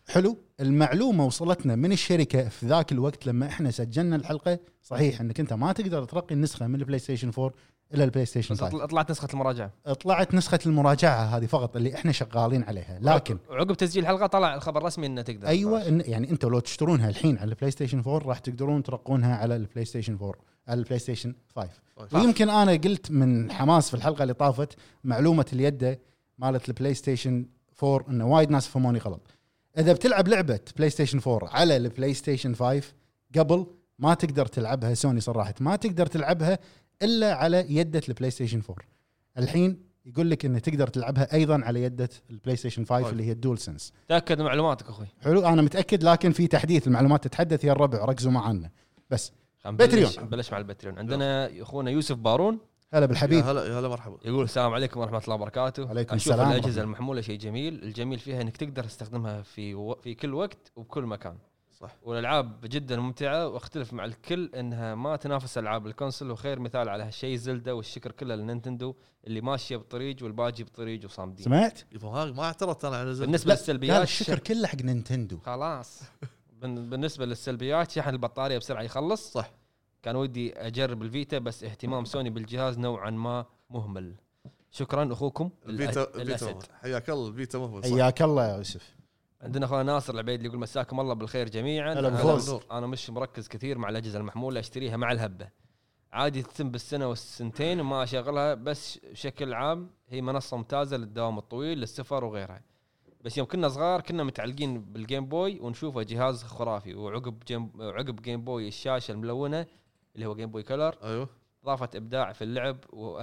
[SPEAKER 2] حلو. المعلومه وصلتنا من الشركه في ذاك الوقت لما احنا سجلنا الحلقه، صحيح انك انت ما تقدر ترقي النسخه من البلاي ستيشن 4 الى البلاي ستيشن 5.
[SPEAKER 1] طلعت نسخه المراجعه،
[SPEAKER 2] طلعت نسخه المراجعه هذه فقط اللي احنا شغالين عليها، لكن
[SPEAKER 1] عقب تسجيل الحلقه طلع الخبر الرسمي انه تقدر.
[SPEAKER 2] ايوه يعني انتم لو تشترونها الحين على البلاي ستيشن 4 راح تقدرون ترقونها على البلاي ستيشن 4 على البلاي ستيشن 5. ويمكن انا قلت من حماس في الحلقه اللي طافت معلومه اليد مالت البلاي ستيشن 4 انه وايد ناس فهموني غلط. اذا بتلعب لعبه بلاي ستيشن 4 على البلاي ستيشن 5 قبل ما تقدر تلعبها، سوني صراحه ما تقدر تلعبها الا على يده البلاي ستيشن 4. الحين يقول لك انه تقدر تلعبها ايضا على يده البلاي ستيشن 5 اللي هي الدول سنس.
[SPEAKER 1] تاكد من معلوماتك اخوي.
[SPEAKER 2] حلو انا متاكد، لكن في تحديث المعلومات تتحدث يا الربع، ركزوا معنا بس. باتريون،
[SPEAKER 1] بلش مع الباتريون. عندنا اخونا يوسف بارون،
[SPEAKER 2] هلا بالحبيب.
[SPEAKER 3] يا هلا مرحبا.
[SPEAKER 1] يقول السلام عليكم ورحمه الله وبركاته.
[SPEAKER 2] عليكم
[SPEAKER 1] اشوف
[SPEAKER 2] السلام.
[SPEAKER 1] الاجهزه المحموله شيء جميل، الجميل فيها انك تقدر تستخدمها في كل وقت وبكل مكان.
[SPEAKER 3] صح.
[SPEAKER 1] والالعاب جدا ممتعه، واختلف مع الكل انها ما تنافس العاب الكونسول، وخير مثال على هالشيء زلدة، والشكر كله للنينتندو اللي ماشيه بطريق والباجي بطريق وصامدين.
[SPEAKER 2] سمعت؟
[SPEAKER 3] ما اعترضت انا على
[SPEAKER 1] بالنسبه للسلبيات
[SPEAKER 2] الشكر كله حق نينتندو.
[SPEAKER 1] خلاص. بالنسبه للسلبيات شحن البطاريه بسرعه يخلص.
[SPEAKER 3] صح.
[SPEAKER 1] كان ودي اجرب الفيتا بس اهتمام سوني بالجهاز نوعا ما مهمل. شكرا اخوكم
[SPEAKER 3] الفيتا. حياك الله. الفيتا مهمل.
[SPEAKER 2] حياك الله يا يوسف.
[SPEAKER 1] عندنا اخونا ناصر العبيد اللي يقول مساكم الله بالخير جميعا. انا مش مركز كثير مع الاجهزه المحموله، اشتريها مع الهبه عادي، تتم بالسنه والسنتين وما اشغلها، بس بشكل عام هي منصه ممتازه للدوام الطويل للسفر وغيرها. بس يوم كنا صغار كنا متعلقين بالجيم بوي ونشوفه جهاز خرافي، وعقب جيم بوي الشاشه الملونه اللي هو جيم بوي كلر،
[SPEAKER 3] ايوه،
[SPEAKER 1] ضافت ابداع في اللعب،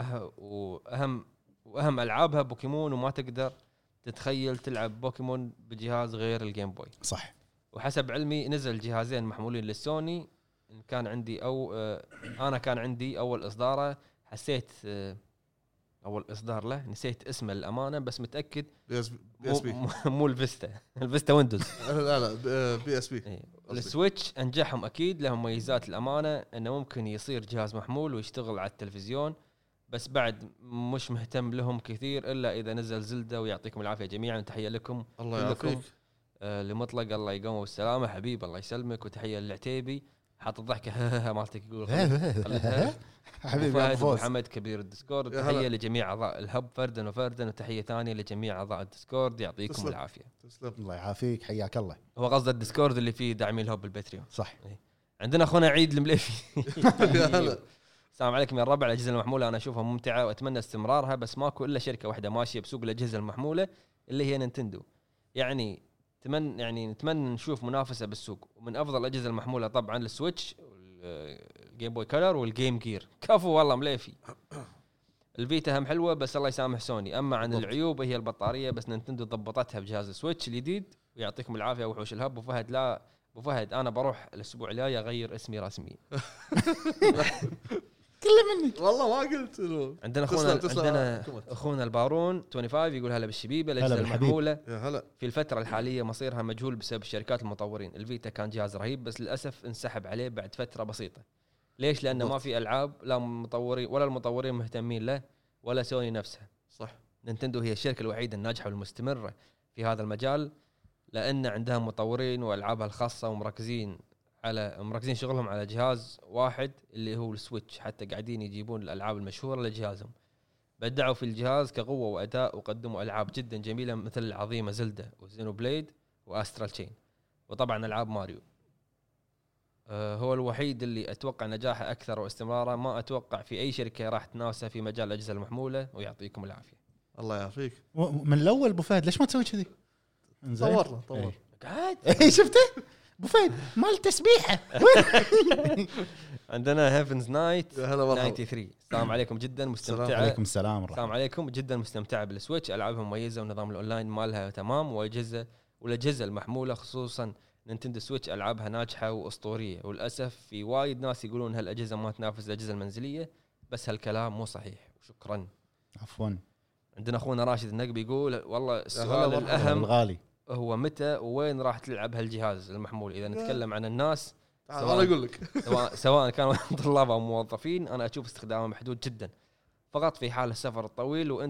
[SPEAKER 1] واهم العابها بوكيمون، وما تقدر تتخيل تلعب بوكيمون بجهاز غير الجيم بوي.
[SPEAKER 2] صح.
[SPEAKER 1] وحسب علمي نزل جهازين محمولين للسوني، إن كان عندي انا كان عندي اول اصداره، حسيت اول اصدار له نسيت اسمه للامانه، بس متاكد
[SPEAKER 3] بي اس بي
[SPEAKER 1] مو الفيستا ويندوز.
[SPEAKER 3] لا بي اس بي.
[SPEAKER 1] السويتش انجحهم اكيد، لهم مميزات الامانه انه ممكن يصير جهاز محمول ويشتغل على التلفزيون، بس بعد مش مهتم لهم كثير الا اذا نزل زلدة. ويعطيكم العافيه جميعا، تحيه لكم.
[SPEAKER 3] الله يعافيك.
[SPEAKER 1] لمطلق الله يقوم بالسلامه حبيب، الله يسلمك. وتحيه للعتيبي حاط الضحكه مالتك يقول
[SPEAKER 2] حبيبي ابو
[SPEAKER 1] محمد كبير الديسكورد. تحيه لجميع اعضاء الهب فردا وفردا، وتحيه ثانيه لجميع اعضاء الديسكورد. يعطيكم
[SPEAKER 3] تسلم.
[SPEAKER 1] العافيه.
[SPEAKER 3] تسلم.
[SPEAKER 2] الله يعافيك، حياك الله.
[SPEAKER 1] هو قصد الديسكورد اللي فيه داعمين الهب بالباتريون.
[SPEAKER 2] صح.
[SPEAKER 1] عندنا اخونا عيد المليفي.
[SPEAKER 3] يا هلا.
[SPEAKER 1] السلام عليكم يا الربع. الاجهزه المحموله انا اشوفها ممتعه واتمنى استمرارها، بس ماكو الا شركه واحده ماشيه بسوق الاجهزه المحموله اللي هي نينتندو. يعني نتمنى نشوف منافسه بالسوق. ومن افضل الاجهزه المحموله طبعا السويتش، الجيم بوي كلر، والجيم جير. كفو والله مليفي. الفيتا هم حلوه بس الله يسامح سوني. اما عن العيوب هي البطاريه، بس نينتندو ضبطتها بجهاز السويتش الجديد. ويعطيكم العافيه وحوش الهب. وفهد لا ابو فهد انا بروح الاسبوع الجاي اغير اسمي رسمي.
[SPEAKER 2] كله مني
[SPEAKER 3] والله ما قلت له.
[SPEAKER 1] عندنا اخونا البارون 25 يقول هلا بالشبيبه. الاجهزه المحموله
[SPEAKER 3] يا هلا
[SPEAKER 1] في الفتره الحاليه مصيرها مجهول بسبب الشركات المطورين. الفيتا كان جهاز رهيب بس للاسف انسحب عليه بعد فتره بسيطه. ليش؟ لانه ما في العاب، لا مطورين ولا المطورين مهتمين له، ولا سوني نفسها.
[SPEAKER 3] صح.
[SPEAKER 1] نينتندو هي الشركه الوحيده الناجحه والمستمره في هذا المجال، لان عندها مطورين والعابها الخاصه، ومركزين شغلهم على جهاز واحد اللي هو السويتش. حتى قاعدين يجيبون الالعاب المشهوره لجهازهم. بدعوا في الجهاز كقوه واداء، وقدموا العاب جدا جميله مثل العظيمه زلدة وزينو بليد واسترال تشين، وطبعا العاب ماريو. هو الوحيد اللي اتوقع نجاحه اكثر واستمراره. ما اتوقع في اي شركه راح تنافسه في مجال الاجهزه المحموله. ويعطيكم العافيه.
[SPEAKER 3] الله يعافيك.
[SPEAKER 2] من الاول ابو فهد ليش ما تسوي كذي؟
[SPEAKER 3] طور
[SPEAKER 1] قاعد
[SPEAKER 2] شفته ابو فهد مال تسبيحه.
[SPEAKER 1] عندنا هيفنز نايت
[SPEAKER 3] 93.
[SPEAKER 1] السلام عليكم. جدا مستمتعه.
[SPEAKER 2] عليكم السلام.
[SPEAKER 1] السلام عليكم. جدا مستمتعه بالسويتش، العابها مميزه ونظام الاونلاين مالها تمام، والاجهزه المحموله خصوصا نينتندو سويتش العابها ناجحه واسطوريه. وللاسف في وايد ناس يقولون هالاجهزه ما تنافس الاجهزه المنزليه، بس هالكلام مو صحيح. وشكرا.
[SPEAKER 2] عفوا.
[SPEAKER 1] عندنا اخونا راشد النقبي يقول والله السؤال الاهم
[SPEAKER 2] الغالي
[SPEAKER 1] هو متى وين راح تلعب هالجهاز المحمول. اذا نتكلم عن الناس
[SPEAKER 3] انا اقول لك
[SPEAKER 1] سواء كانوا طلاب او موظفين، انا اشوف استخدامه محدود جدا، فقط في حال السفر الطويل وانت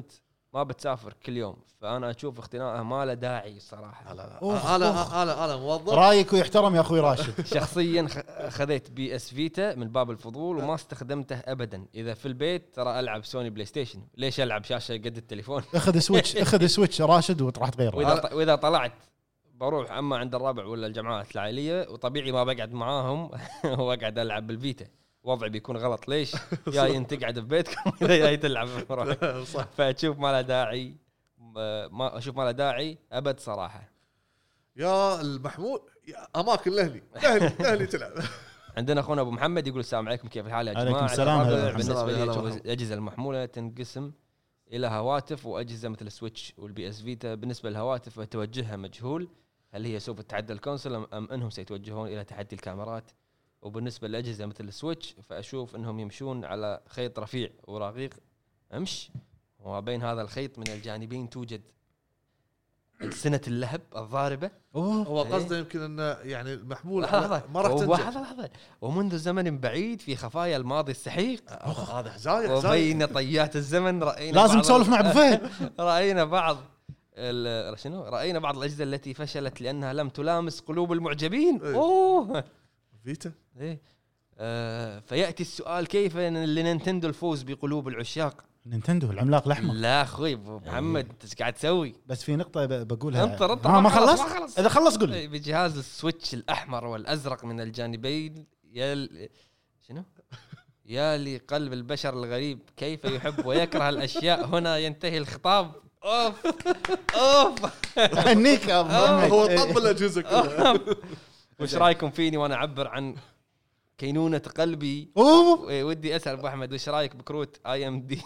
[SPEAKER 1] ما بتسافر كل يوم، فانا اشوف اقتنائه ما له داعي صراحه.
[SPEAKER 3] لا انا موظف
[SPEAKER 2] رايك ويحترم يا اخوي راشد.
[SPEAKER 1] شخصيا خذيت بي اس فيتا من باب الفضول وما استخدمته ابدا. اذا في البيت ترى العب سوني بلاي ستيشن، ليش العب شاشه قد التليفون؟
[SPEAKER 2] اخذ سويتش راشد وتروح تغيره.
[SPEAKER 1] واذا طلعت بروح اما عند الربع ولا الجماعات العائليه، وطبيعي ما بقعد معاهم واقعد العب بالفيتا، وضعي بيكون غلط. ليش جاي انت تقعد في بيتكم اذا جاي تلعب
[SPEAKER 3] صح.
[SPEAKER 1] فاشوف ما له داعي، ما اشوف ما له داعي ابد صراحه.
[SPEAKER 3] يا المحمول يا اماكن لاهلي تلعب.
[SPEAKER 1] عندنا اخونا ابو محمد يقول السلام عليكم، كيف الحال يا جماعه؟
[SPEAKER 2] عليكم السلام.
[SPEAKER 1] بالنسبه لي الاجهزه المحموله تنقسم الى هواتف واجهزه مثل السويتش والبي اس فيتا. بالنسبه للهواتف فتوجهها مجهول، هل هي سوف تتعدى الكونسول ام انهم سيتوجهون الى تحدي الكاميرات؟ وبالنسبه للاجهزه مثل السويتش فاشوف انهم يمشون على خيط رفيع ورقيق امش، وبين هذا الخيط من الجانبين توجد سنة اللهب الضاربة.
[SPEAKER 3] هو قصده يمكن انه يعني المحمول
[SPEAKER 1] ما راح تنجح. لحظة ومنذ زمن بعيد في خفايا الماضي السحيق
[SPEAKER 3] هذا حزاية
[SPEAKER 1] وبين طيات الزمن رأينا
[SPEAKER 2] لازم تسولف مع ابو فهد.
[SPEAKER 1] رأينا بعض الأجهزة التي فشلت لأنها لم تلامس قلوب المعجبين.
[SPEAKER 3] فيتا.
[SPEAKER 1] فيأتي السؤال، كيف لنينتندو الفوز بقلوب العشاق؟
[SPEAKER 2] نينتندو العملاق الاحمر.
[SPEAKER 1] لا اخوي ابو محمد انت ايش قاعد تسوي؟
[SPEAKER 2] بس في نقطه بقولها.
[SPEAKER 1] انطر
[SPEAKER 2] ما خلص. اذا خلص قول لي.
[SPEAKER 1] بجهاز السويتش الاحمر والازرق من الجانبين شنو يا لي قلب البشر الغريب كيف يحب ويكره الاشياء. هنا ينتهي الخطاب. اوف
[SPEAKER 2] هنيك يا ابو محمد.
[SPEAKER 3] هو طب الاجهزه كلها.
[SPEAKER 1] وش رايكم فيني وانا اعبر عن كينونة قلبي؟ ودي أسأل أبو أحمد وش رأيك بكروت AMD؟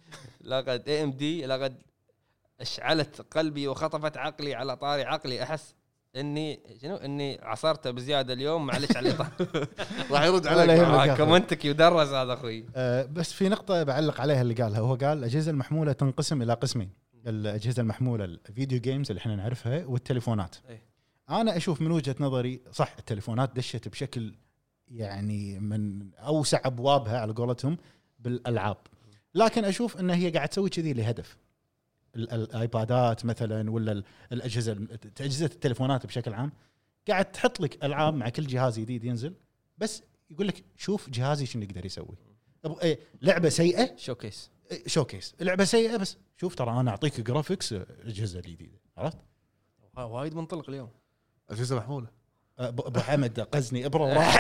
[SPEAKER 1] لقد أشعلت قلبي وخطفت عقلي. على طاري عقلي أحس إني عصرته بزيادة اليوم، معلش عليه.
[SPEAKER 3] راح يرد عليك.
[SPEAKER 1] كومنتك يدرس هذا أخوي.
[SPEAKER 2] بس في نقطة بعلق عليها اللي قالها. هو قال الأجهزة المحمولة تنقسم إلى قسمين، الأجهزة المحمولة الفيديو جيمز اللي احنا نعرفها والتليفونات. أنا أشوف من وجهة نظري صح التليفونات دشت بشكل يعني من أوسع أبوابها على قولتهم بالألعاب، لكن أشوف أن هي قاعد تسوي كذي لهدف. الآيبادات مثلا ولا أجهزة التليفونات بشكل عام قاعد تحط لك ألعاب مع كل جهاز جديد ينزل، بس يقول لك شوف جهازي شنو يقدر يسوي. لعبة سيئة شوكيس لعبة سيئة، بس شوف ترى أنا أعطيك جرافيكس الأجهزة الجديدة. عرفت؟
[SPEAKER 1] وايد منطلق اليوم.
[SPEAKER 3] أجهزة محمولة.
[SPEAKER 2] ابو حمد قزني ابره وراح.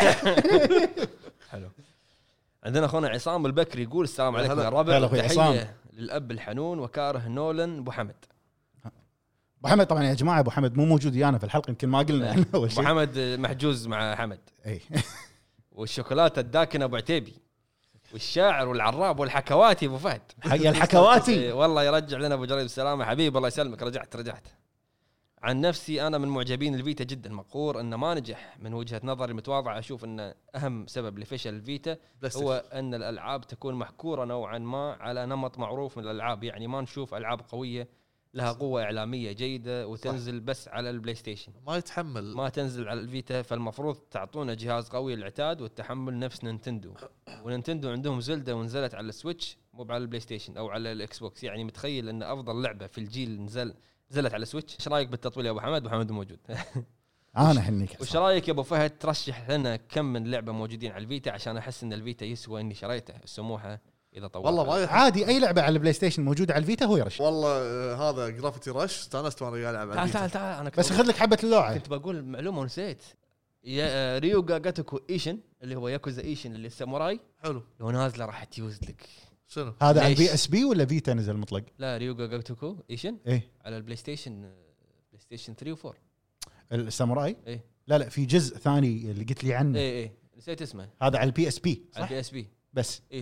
[SPEAKER 1] حلو. عندنا اخونا عصام البكري يقول السلام عليكم يا ربع، تحيه للاب الحنون وكاره نولن ابو حمد.
[SPEAKER 2] ابو حمد طبعا يا جماعه ابو حمد مو موجود ويانا في الحلقه، يمكن ما قلنا عنه
[SPEAKER 1] ابو حمد محجوز مع حمد.
[SPEAKER 2] اي
[SPEAKER 1] والشوكولاته الداكنه ابو عتيبي، والشاعر والعراب والحكواتي ابو فهد.
[SPEAKER 2] حي الحكواتي.
[SPEAKER 1] والله يرجع لنا ابو جريد بالسلامه حبيبي، الله يسلمك. رجعت. عن نفسي أنا من معجبين الفيتا جدا، مقهور أنه ما نجح. من وجهة نظري المتواضعة أشوف أن أهم سبب لفشل الفيتا هو أن الألعاب تكون محكورة نوعا ما على نمط معروف من الألعاب. يعني ما نشوف ألعاب قوية لها قوة إعلامية جيدة وتنزل بس على البلاي ستيشن، ما تنزل على الفيتا. فالمفروض تعطونا جهاز قوي العتاد والتحمل نفس نينتندو. ونينتندو عندهم زلدة ونزلت على السويتش مو على البلاي ستيشن أو على الإكس بوكس. يعني متخيل أن أفضل لعبة في الجيل نزلت على السويتش. ايش رايك بالتطويل يا ابو حمد؟ ابو حمد موجود.
[SPEAKER 2] انا هنيك.
[SPEAKER 1] وش رايك يا ابو فهد ترشح لنا كم من لعبه موجودين على الفيتا عشان احس ان الفيتا يسوى اني شريته السموحه اذا طولت؟
[SPEAKER 3] والله
[SPEAKER 2] عادي اي لعبه على البلاي ستيشن موجوده على الفيتا هو يرش.
[SPEAKER 3] والله هذا جرافيتي رش استانست وانا قاعد العب على الفيتا.
[SPEAKER 1] تعال انا
[SPEAKER 2] بس خذ لك حبه اللوعه.
[SPEAKER 1] كنت بقول معلومه ونسيت. يا ريوغا جاتوكو ايشن اللي هو ياكوزا ايشن اللي الساموراي
[SPEAKER 3] حلو
[SPEAKER 1] لو نازله راح تيوز لك.
[SPEAKER 3] شنو
[SPEAKER 2] هذا على البي اس بي ولا فيتا نزل مطلق؟
[SPEAKER 1] لا ريوغا جاتوكو ايشن
[SPEAKER 2] ايه
[SPEAKER 1] على البلاي ستيشن 3 و4
[SPEAKER 2] الساموراي.
[SPEAKER 1] ايه
[SPEAKER 2] لا في جزء ثاني اللي قلت لي عنه.
[SPEAKER 1] ايه نسيت اسمه.
[SPEAKER 2] هذا على البي اس بي
[SPEAKER 1] على البي اس بي
[SPEAKER 2] بس.
[SPEAKER 1] ايه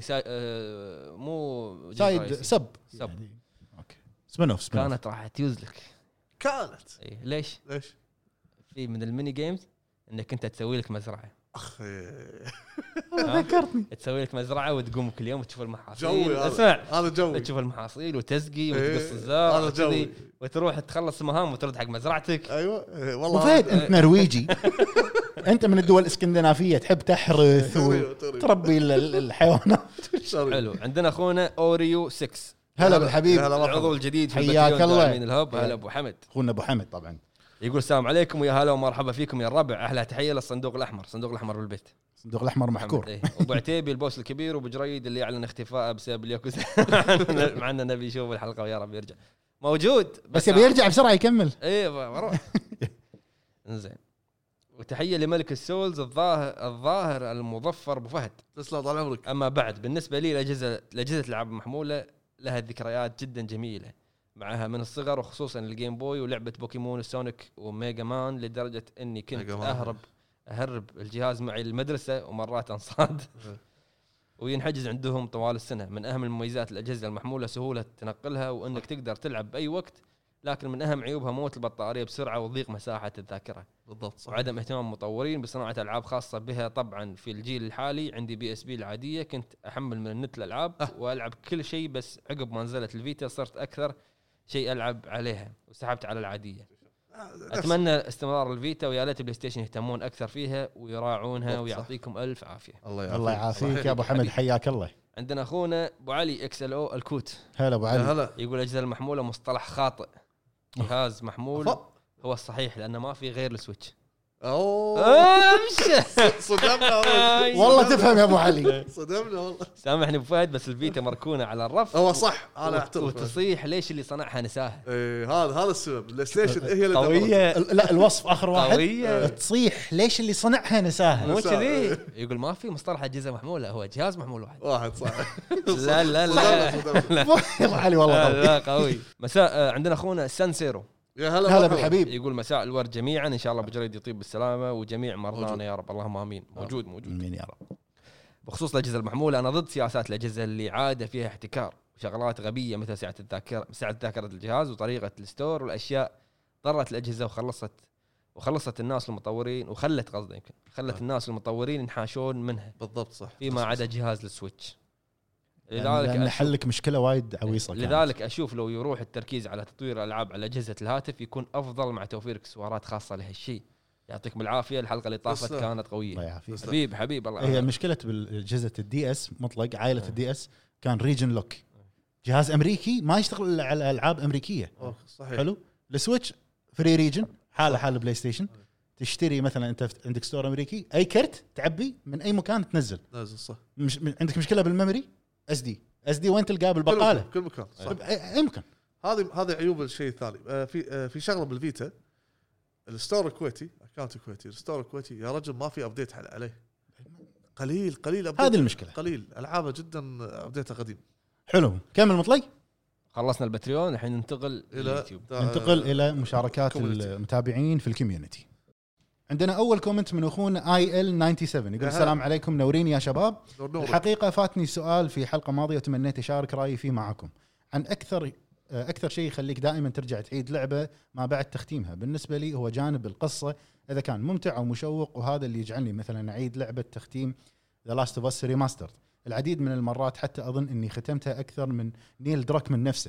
[SPEAKER 1] مو
[SPEAKER 2] سايد سب يعني. اوكي سبين
[SPEAKER 1] كانت راح تيوز لك.
[SPEAKER 3] كانت
[SPEAKER 1] ايه ليش في من الميني جيمز انك انت تسوي لك مزرعه.
[SPEAKER 3] اخي
[SPEAKER 2] ذكرتني.
[SPEAKER 1] تسوي لك مزرعه وتقوم كل يوم وتشوف المحاصيل.
[SPEAKER 3] جوي
[SPEAKER 1] هذا جوي. تشوف المحاصيل وتسقي وتقص الزرع
[SPEAKER 3] هذا جوي.
[SPEAKER 1] وتروح تخلص المهام وترد حق مزرعتك.
[SPEAKER 3] ايوه والله
[SPEAKER 2] وفهد انت نرويجي. انت من الدول الاسكندنافيه تحب تحرث وتربي الحيوانات.
[SPEAKER 1] حلو. عندنا اخونا اوريو 6
[SPEAKER 2] هلا بالحبيب
[SPEAKER 3] يا هلا مرحبا.
[SPEAKER 1] العضو الجديد في
[SPEAKER 2] حياك
[SPEAKER 1] الباتريون
[SPEAKER 2] الله.
[SPEAKER 1] داعمين الهب. هلا ابو حمد.
[SPEAKER 2] اخونا ابو حمد طبعا.
[SPEAKER 1] يقول السلام عليكم ويا هلا ومرحبا فيكم يا الربع. احلى تحيه للصندوق الاحمر. الصندوق الاحمر بالبيت.
[SPEAKER 2] الصندوق الاحمر محكور.
[SPEAKER 1] إيه. وابو عتيبي البوس الكبير، وابو جريد اللي يعلن اختفائه بسبب الياكوزا. مع انه نبي يشوف الحلقه ويا رب يرجع موجود،
[SPEAKER 2] بس يبي يرجع بسرعه يكمل.
[SPEAKER 1] ايه بروح. انزين. وتحيه لملك السولز الظاهر المظفر ابو فهد.
[SPEAKER 3] تسلم طال عمرك.
[SPEAKER 1] اما بعد بالنسبه لي الاجهزه الالعاب المحموله لها ذكريات جدا جميله معها من الصغر، وخصوصا الجيم بوي ولعبه بوكيمون سونيك وميجا مان، لدرجه اني كنت اهرب الجهاز معي المدرسه ومرات انصاد وينحجز عندهم طوال السنه. من اهم المميزات الاجهزه المحموله سهوله تنقلها وانك تقدر تلعب باي وقت، لكن من اهم عيوبها موت البطاريه بسرعه وضيق مساحه الذاكره.
[SPEAKER 3] بالضبط صح.
[SPEAKER 1] وعدم اهتمام المطورين بصناعه العاب خاصه بها. طبعا في الجيل الحالي عندي بي اس بي العاديه، كنت احمل من النت الالعاب والعب كل شيء، بس عقب ما نزلت الفيتا صرت اكثر شيء العب عليها وسحبت على العاديه. اتمنى استمرار الفيتا، ويا ليت بلاي ستيشن يهتمون اكثر فيها ويراعونها، ويعطيكم الف عافيه.
[SPEAKER 2] الله يعافيك يا ابو حمد، حياك الله.
[SPEAKER 1] عندنا اخونا ابو علي اكس ال او الكوت.
[SPEAKER 2] هلا ابو علي.
[SPEAKER 3] هلا.
[SPEAKER 1] يقول الاجهزه المحموله مصطلح خاطئ. جهاز محمول هو الصحيح لانه ما في غير السويتش.
[SPEAKER 3] صدمنا
[SPEAKER 2] والله تفهم يا ابو علي.
[SPEAKER 3] صدمنا والله.
[SPEAKER 1] سامحني ابو فهد، بس الفيتا مركونه على الرف.
[SPEAKER 3] هو صح انا اعترف.
[SPEAKER 1] وتصيح ليش اللي صنعها نساها.
[SPEAKER 3] ايه هذا السبب. البلاي ستيشن هي اللي
[SPEAKER 1] قويه.
[SPEAKER 2] لا الوصف اخر واحد
[SPEAKER 1] قويه.
[SPEAKER 2] تصيح ليش اللي صنعها نساها.
[SPEAKER 1] مو كذي. يقول ما في مصطلح اجهزه محموله، هو جهاز محمول
[SPEAKER 3] واحد صح.
[SPEAKER 1] لا لا لا
[SPEAKER 2] ابو علي والله
[SPEAKER 1] لا قوي. مساء. عندنا اخونا سانسيرو.
[SPEAKER 3] يا هلا
[SPEAKER 2] بالحبيب.
[SPEAKER 1] يقول مساء الورد جميعا، ان شاء الله بجريد يطيب بالسلامه وجميع مرضانا يا رب. اللهم امين. موجود
[SPEAKER 2] امين يا رب.
[SPEAKER 1] بخصوص الاجهزه المحموله، انا ضد سياسات الاجهزه اللي عاده فيها احتكار وشغلات غبيه مثل سعه ذاكره الجهاز وطريقه الستور والاشياء. ضرت الاجهزه وخلصت الناس المطورين، خلت الناس المطورين ينحاشون منها.
[SPEAKER 3] بالضبط صح.
[SPEAKER 1] فيما عدا جهاز السويتش.
[SPEAKER 2] لذلك حلك مشكله وايد عويصه.
[SPEAKER 1] لذلك اشوف لو يروح التركيز على تطوير الالعاب على اجهزه الهاتف يكون افضل، مع توفير اكسسوارات خاصه لهالشيء. يعطيكم العافيه. الحلقه اللي طافت كانت قويه.
[SPEAKER 2] الله يعافيك
[SPEAKER 1] حبيب الله.
[SPEAKER 2] هي مشكله بالاجهزه الدي اس مطلق، عائله الدي اس كان ريجن لوك، جهاز امريكي ما يشتغل على العاب امريكيه.
[SPEAKER 3] صحيح.
[SPEAKER 2] حلو. السويتش فري ريجن، حال بلاي ستيشن. تشتري مثلا انت عندك ستور امريكي، اي كرت تعبي من اي مكان تنزل.
[SPEAKER 3] نازل صح.
[SPEAKER 2] عندك مشكله بالميموري اس دي وين تلقاه بالبقاله
[SPEAKER 3] كل مكان صح.
[SPEAKER 2] اي مكان.
[SPEAKER 3] هذه عيوب الشيء الثاني. في شغله بالفيتا، الستور الكويتي، اكونت الكويتي، الستور الكويتي يا رجل ما في ابديت عليه. قليل
[SPEAKER 2] هذه المشكله.
[SPEAKER 3] قليل العابه جدا ابديتها قديم.
[SPEAKER 2] حلو. كمل مطلق.
[SPEAKER 1] خلصنا الباتريون، الحين ننتقل الى اليوتيوب.
[SPEAKER 2] ننتقل الى مشاركات المتابعين في الكوميونتي. عندنا اول كومنت من اخونا IL97 يقول السلام عليكم، منورين يا شباب. الحقيقه فاتني سؤال في حلقه ماضيه وتمنيت اشارك رايي فيه معكم عن اكثر شيء يخليك دائما ترجع تعيد لعبه ما بعد تختيمها. بالنسبه لي هو جانب القصه، اذا كان ممتع او مشوق، وهذا اللي يجعلني مثلا اعيد لعبه تختيم ذا لاست اوف اس ريماسترد العديد من المرات، حتى اظن اني ختمتها اكثر من نيل دراك من نفسه.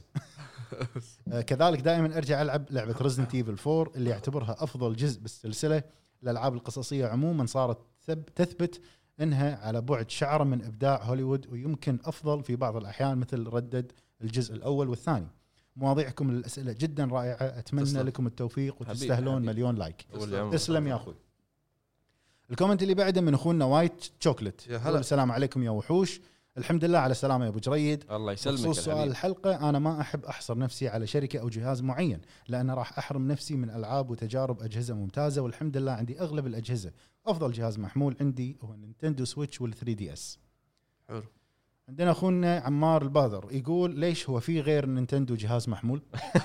[SPEAKER 2] كذلك دائما ارجع العب لعبه ريزدنت ايفل 4 اللي اعتبرها افضل جزء بالسلسله. الالعاب القصصيه عموما صارت تثبت انها على بعد شعره من ابداع هوليوود، ويمكن افضل في بعض الاحيان مثل ردد الجزء الاول والثاني. مواضيعكم للاسئله جدا رائعه، اتمنى لكم التوفيق وتستاهلون مليون لايك. تسلم يا اخوي. الكومنت اللي بعده من اخونا وايت شوكليت. السلام عليكم يا وحوش. الحمد لله على السلامه يا ابو جريد.
[SPEAKER 1] الله يسلمك.
[SPEAKER 2] بخصوص سؤال الحلقه، انا ما احب احصر نفسي على شركه او جهاز معين، لان راح احرم نفسي من العاب وتجارب اجهزه ممتازه، والحمد لله عندي اغلب الاجهزه. افضل جهاز محمول عندي هو نينتندو سويتش وال3 دي اس.
[SPEAKER 3] حلو.
[SPEAKER 2] عندنا اخونا عمار الباذر يقول ليش هو في غير نينتندو جهاز محمول؟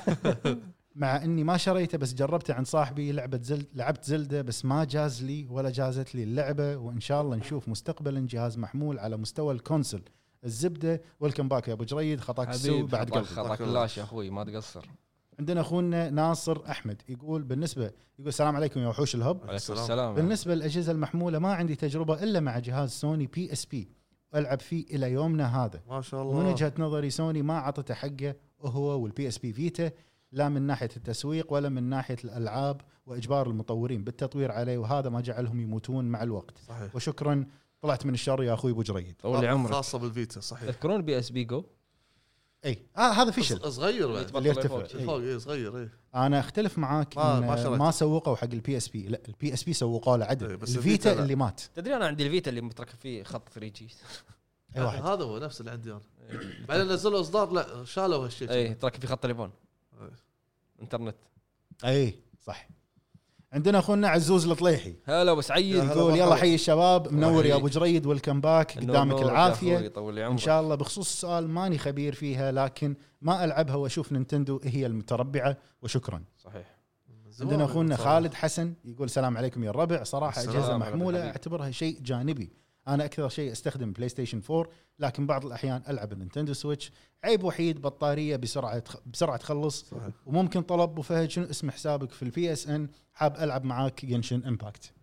[SPEAKER 2] مع اني ما شريته بس جربته عند صاحبي. لعبت زلدة بس ما جاز لي ولا جازت لي اللعبه، وان شاء الله نشوف مستقبلا جهاز محمول على مستوى الكونسل. الزبده. ويلكم باك يا ابو جريد، خطاك السوء بعد قلب.
[SPEAKER 1] خطاك الله يا اخوي، ما تقصر.
[SPEAKER 2] عندنا اخونا ناصر احمد يقول يقول السلام عليكم يا وحوش الهب.
[SPEAKER 1] عليكم السلام.
[SPEAKER 2] بالنسبه للاجهزه المحموله ما عندي تجربه الا مع جهاز سوني PSP والعب فيه الى يومنا هذا.
[SPEAKER 3] ما شاء الله.
[SPEAKER 2] من وجهه نظري سوني ما عطته حقه وهو والPSP فيتا، لا من ناحيه التسويق ولا من ناحيه الالعاب واجبار المطورين بالتطوير عليه، وهذا ما جعلهم يموتون مع الوقت.
[SPEAKER 3] صحيح.
[SPEAKER 2] وشكرا، طلعت من الشر يا اخوي ابو جريد.
[SPEAKER 1] طول عمرك.
[SPEAKER 3] خاصه بالفيتا. صحيح.
[SPEAKER 1] تذكرون PSP جو؟
[SPEAKER 2] اي هذا فشل
[SPEAKER 3] صغير بعد
[SPEAKER 2] اللي يرتفع.
[SPEAKER 3] فوق صغير. اي
[SPEAKER 2] انا اختلف معاك ما سوقوا حق البي اس بي. لا البي اس بي سوقوا له عدل.
[SPEAKER 3] بس
[SPEAKER 2] الفيتا اللي مات.
[SPEAKER 1] تدري انا عندي الفيتا اللي متركب فيه خط 3G.
[SPEAKER 3] هذا هو نفس اللي عندي انا. بعدين نزلوا اصدار لا شالوا هالشيء.
[SPEAKER 1] اي تركب فيه خط تليفون انترنت.
[SPEAKER 2] اي صح. عندنا اخونا عزوز الطليحي
[SPEAKER 1] هلا ابو سعيد
[SPEAKER 2] يقول يلا حي الشباب منور يا ابو جريد والكم باك قدامك العافيه
[SPEAKER 1] ان
[SPEAKER 2] شاء الله. بخصوص السؤال ماني خبير فيها لكن ما العبها واشوف نينتندو هي المتربعه وشكرا.
[SPEAKER 1] صحيح.
[SPEAKER 2] عندنا اخونا خالد حسن يقول السلام عليكم يا الربع. صراحه اجهزه محموله اعتبرها شيء جانبي. انا اكثر شيء استخدم بلاي ستيشن 4 لكن بعض الاحيان العب النينتندو سويتش. عيب وحيد بطاريه بسرعه تخلص. صحيح. وممكن طلب ابو فهد شنو اسم حسابك في البي اس ان حاب العب معاك جنشن امباكت.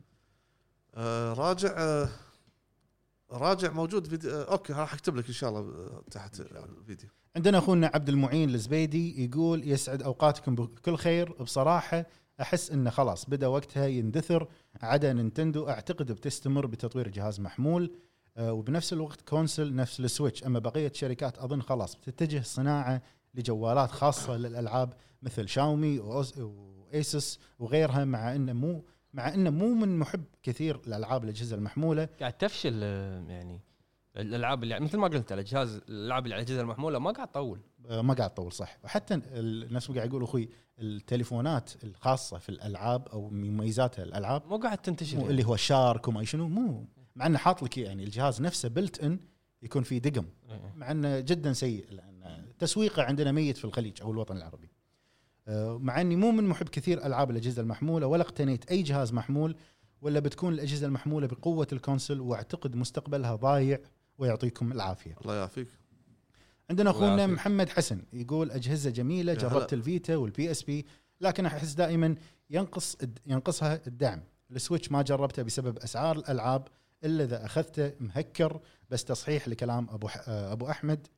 [SPEAKER 3] راجع موجود فيديو. اوكي راح اكتب لك ان شاء الله تحت الفيديو.
[SPEAKER 2] عندنا اخونا عبد المعين الزبيدي يقول يسعد اوقاتكم بكل خير. بصراحه احس انه خلاص بدا وقتها يندثر. عدا نينتندو اعتقد بتستمر بتطوير جهاز محمول وبنفس الوقت كونسل نفس السويتش. اما بقيه الشركات اظن خلاص بتتجه صناعه لجوالات خاصه للالعاب مثل شاومي وايسوس وغيرها. مع انه مو من محب كثير الالعاب الاجهزه المحموله.
[SPEAKER 1] قاعد تفشل يعني الالعاب اللي مثل ما قلت الجهاز الالعاب اللي على الاجهزه المحموله ما قاعد تطول صح. وحتى الناس قاعد يقولوا اخوي التليفونات الخاصه في الالعاب او مميزاتها الالعاب مو قاعد تنتشر
[SPEAKER 2] يعني. اللي هو شارك وما شنو مو مع انه حاط لك يعني الجهاز نفسه بلت ان يكون فيه دقم مع انه جدا سيء لان تسويقه عندنا ميت في الخليج او الوطن العربي. مع اني مو من محب كثير العاب الاجهزه المحموله ولا اقتنيت اي جهاز محمول ولا بتكون الاجهزه المحموله بقوه الكونسول واعتقد مستقبلها ضايع ويعطيكم العافيه.
[SPEAKER 3] الله يعافيك.
[SPEAKER 2] عندنا اخونا محمد حسن يقول اجهزه جميله جربت الفيتا والبي اس بي لكن احس دائما ينقصها الدعم. السويتش ما جربته بسبب اسعار الالعاب الا اذا اخذته مهكر. بس تصحيح لكلام ابو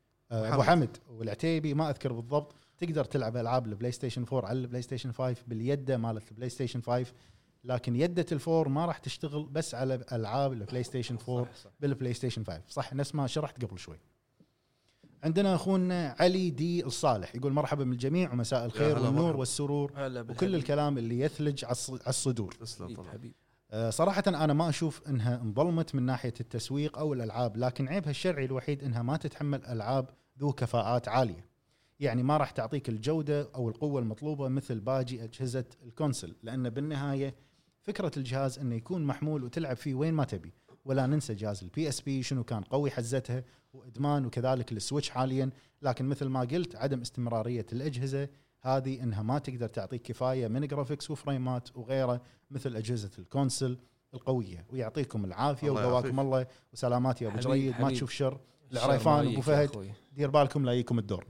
[SPEAKER 2] حمد والعتيبي ما اذكر بالضبط. تقدر تلعب العاب البلاي ستيشن 4 على البلاي ستيشن 5 باليده مالت البلاي ستيشن 5 لكن يده الفور ما راح تشتغل بس على العاب البلاي ستيشن 4 بالبلاي ستيشن 5 صح نفس ما شرحت قبل شوي. عندنا اخونا علي دي الصالح يقول مرحبا من الجميع ومساء الخير والنور والسرور وكل الكلام اللي يثلج على الصدور. صراحة أنا ما أشوف إنها انظلمت من ناحية التسويق أو الألعاب لكن عيبها الشرعي الوحيد إنها ما تتحمل ألعاب ذو كفاءات عالية. يعني ما راح تعطيك الجودة أو القوة المطلوبة مثل باقي أجهزة الكونسل لأن بالنهاية فكرة الجهاز إنه يكون محمول وتلعب فيه وين ما تبي. ولا ننسى جهاز البي اس بي شنو كان قوي حزتها وإدمان وكذلك السويتش حاليا. لكن مثل ما قلت عدم استمرارية الأجهزة هذه إنها ما تقدر تعطيك كفاية من جرافيكس وفريمات وغيره مثل أجهزة الكونسل القوية. ويعطيكم العافية وقواكم الله وسلامات يا أبو جريد. ما تشوف شر العريفان أبو فهد دير بالكم لا يجيكم الدور.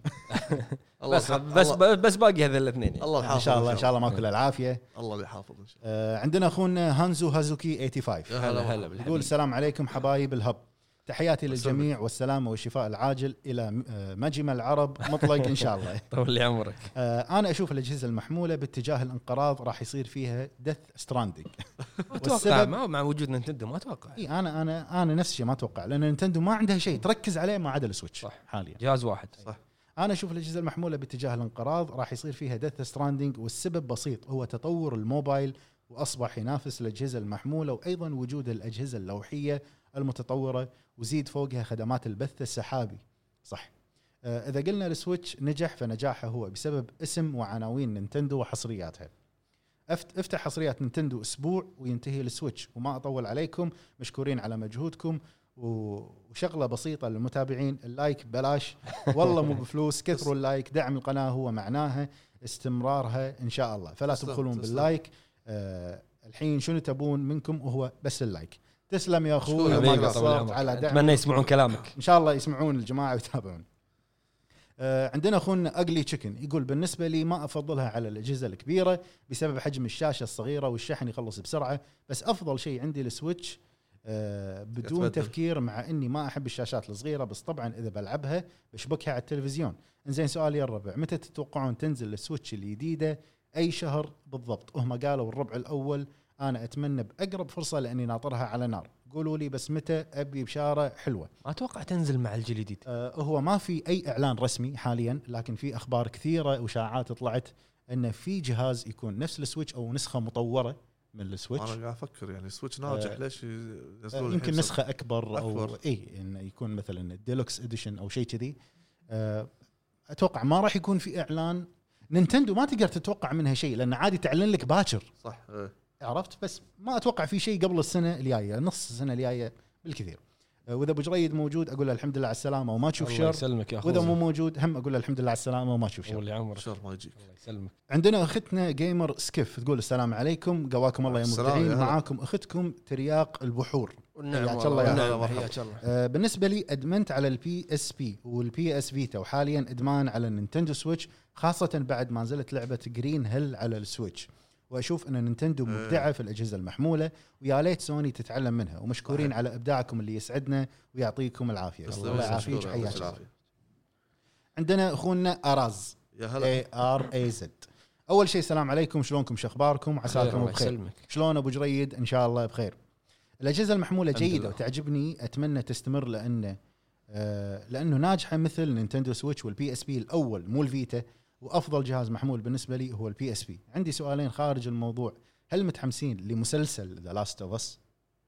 [SPEAKER 1] بس باقي هذا الاثنين
[SPEAKER 3] الله
[SPEAKER 2] ان شاء الله ما كل العافيه
[SPEAKER 3] الله اللي يحافظ ان شاء الله.
[SPEAKER 2] عندنا اخونا هانزو هازوكي 85
[SPEAKER 1] هلا
[SPEAKER 2] يقول السلام عليكم حبايب الهب. تحياتي للجميع والسلامه والشفاء العاجل الى مجمع العرب مطلق ان شاء الله.
[SPEAKER 1] طول لي عمرك.
[SPEAKER 2] انا اشوف الاجهزه المحموله باتجاه الانقراض راح يصير فيها ديث ستراندنج.
[SPEAKER 1] اتوقع مع وجود نينتندو ما اتوقع.
[SPEAKER 2] انا نفس الشيء ما اتوقع لان نينتندو ما عندها شيء تركز عليه ما عدا السويتش حاليا
[SPEAKER 1] جهاز واحد
[SPEAKER 3] صح.
[SPEAKER 2] انا اشوف الاجهزه المحموله باتجاه الانقراض راح يصير فيها ديث ستراندنج والسبب بسيط هو تطور الموبايل واصبح ينافس الاجهزه المحموله وايضا وجود الاجهزه اللوحيه المتطوره وزيد فوقها خدمات البث السحابي صح. اذا قلنا السويتش نجح فنجاحه هو بسبب اسم وعناوين نينتندو وحصرياتها. افتح حصريات نينتندو اسبوع وينتهي السويتش. وما اطول عليكم مشكورين على مجهودكم وشغله بسيطه للمتابعين اللايك بلاش والله مو بفلوس كثروا اللايك دعم القناه هو معناها استمرارها ان شاء الله فلا تبخلون باللايك. الحين شنو تبون منكم وهو بس اللايك. تسلم يا اخوي ما قصرت على دعم.
[SPEAKER 1] اتمنى يسمعون كلامك
[SPEAKER 2] ان شاء الله يسمعون الجماعه ويتابعون. عندنا اخونا اجلي تشيكن يقول بالنسبه لي ما افضلها على الاجهزه الكبيره بسبب حجم الشاشه الصغيره والشحن يخلص بسرعه بس افضل شيء عندي السويتش بدون تفكير مع اني ما احب الشاشات الصغيره بس طبعا اذا بلعبها بشبكها على التلفزيون. انزين سؤالي يا الربع متى تتوقعون تنزل السويتش الجديده اي شهر بالضبط؟ هم قالوا الربع الاول انا اتمنى باقرب فرصه لاني ناطرها على نار. قولوا لي بس متى، ابي بشاره حلوه.
[SPEAKER 1] ما اتوقع تنزل مع الجيل الجديد.
[SPEAKER 2] هو ما في اي اعلان رسمي حاليا، لكن في اخبار كثيره وشائعات طلعت انه في جهاز يكون نفس السويتش او نسخه مطوره من السويتش.
[SPEAKER 3] انا قاعد افكر يعني سويتش ناجح ليش ينزلون
[SPEAKER 2] يمكن نسخه اكبر او
[SPEAKER 3] أكبر.
[SPEAKER 2] انه يكون مثلا الديلوكس اديشن او شيء كذي. اتوقع ما راح يكون في اعلان. نينتندو ما تقدر تتوقع منها شيء لان عادي تعلن لك باكر،
[SPEAKER 3] صح
[SPEAKER 2] عرفت؟ بس ما اتوقع في شيء قبل السنه الجايه، نص السنه الجايه بالكثير. واذا ابو جريد موجود اقول له الحمد لله على السلامه وما تشوف
[SPEAKER 1] الله
[SPEAKER 2] شر.
[SPEAKER 1] يسلمك يا اخوي.
[SPEAKER 2] واذا مو موجود هم اقول له الحمد لله على السلامه وما تشوف شر.
[SPEAKER 1] واللي عمرك
[SPEAKER 3] شر ما يجيك.
[SPEAKER 1] الله يسلمك.
[SPEAKER 2] عندنا اختنا جيمر سكيف تقول السلام عليكم، قواكم الله يا
[SPEAKER 3] السلام
[SPEAKER 2] مبدعين.
[SPEAKER 3] يا هلا.
[SPEAKER 2] معاكم اختكم ترياق البحور.
[SPEAKER 1] والنعم
[SPEAKER 2] حياك الله يا
[SPEAKER 1] والنعم،
[SPEAKER 3] هلا.
[SPEAKER 1] حياك الله.
[SPEAKER 2] بالنسبه لي ادمنت على البي اس بي والبي اس فيتا، وحاليا ادمان على النينتندو سويتش، خاصه بعد ما نزلت لعبه جرين هيل على السويتش. واشوف ان نينتندو مبدعه في الاجهزه المحموله، ويا ليت سوني تتعلم منها. ومشكورين على ابداعكم اللي يسعدنا ويعطيكم العافيه. الله يعافيك. حياك الله. عندنا اخونا اراز
[SPEAKER 3] يا هلا.
[SPEAKER 2] ARAZ. اول شيء السلام عليكم، شلونكم، شخباركم، عساكم
[SPEAKER 1] الله
[SPEAKER 2] بخير.
[SPEAKER 1] يسلمك.
[SPEAKER 2] شلون ابو جريد؟ ان شاء الله بخير. الاجهزه المحموله
[SPEAKER 1] الحمد
[SPEAKER 2] جيده
[SPEAKER 1] لله.
[SPEAKER 2] وتعجبني، اتمنى تستمر لانه ناجحه مثل نينتندو سويتش والبي اس بي الاول مو الفيتا. وافضل جهاز محمول بالنسبه لي هو البي اس بي. عندي سؤالين خارج الموضوع. هل متحمسين لمسلسل ذا لاست اوف اس؟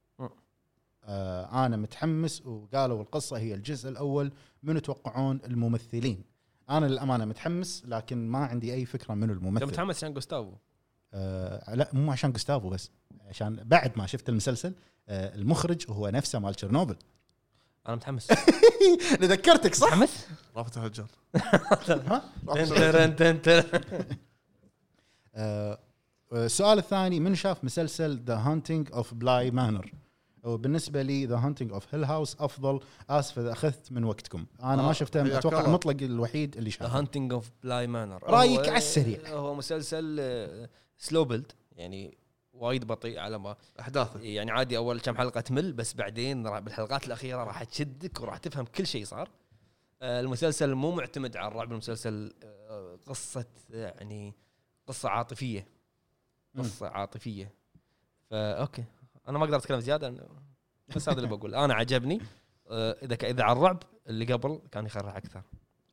[SPEAKER 2] انا متحمس، وقالوا القصه هي الجزء الاول. من تتوقعون الممثلين؟ انا للامانه متحمس لكن ما عندي اي فكره من
[SPEAKER 1] انت
[SPEAKER 2] الممثل.
[SPEAKER 1] متحمس عشان جوستافو؟
[SPEAKER 2] لا مو عشان جوستافو بس، عشان بعد ما شفت المسلسل المخرج هو نفسه مال تشيرنوبل.
[SPEAKER 1] انا متحمس.
[SPEAKER 2] ذكرتك صح؟
[SPEAKER 1] متحمس.
[SPEAKER 3] رافت هجان.
[SPEAKER 2] ها؟
[SPEAKER 1] انت
[SPEAKER 2] السؤال الثاني، من شاف مسلسل ذا هانتنج اوف بلاي مانر؟ وبالنسبه لي ذا هانتنج اوف هيل هاوس افضل. اسف اذا اخذت من وقتكم، انا ما شفته.
[SPEAKER 3] حياك
[SPEAKER 2] اتوقع
[SPEAKER 3] الله.
[SPEAKER 2] مطلق الوحيد اللي
[SPEAKER 1] ذا
[SPEAKER 2] شافه.
[SPEAKER 1] هانتنج اوف بلاي مانر.
[SPEAKER 2] رايك على السريع؟
[SPEAKER 1] هو مسلسل سلو بيلد، يعني وايد بطيء على ما
[SPEAKER 3] احداثه.
[SPEAKER 1] يعني عادي اول كم حلقه تمل، بس بعدين بالحلقات الاخيره راح تشدك وراح تفهم كل شيء صار. المسلسل مو معتمد على الرعب، المسلسل قصه يعني قصه عاطفيه. اوكي انا ما اقدر اتكلم زياده، بس هذا اللي بقول. انا عجبني. اذا على الرعب اللي قبل كان يخرع اكثر.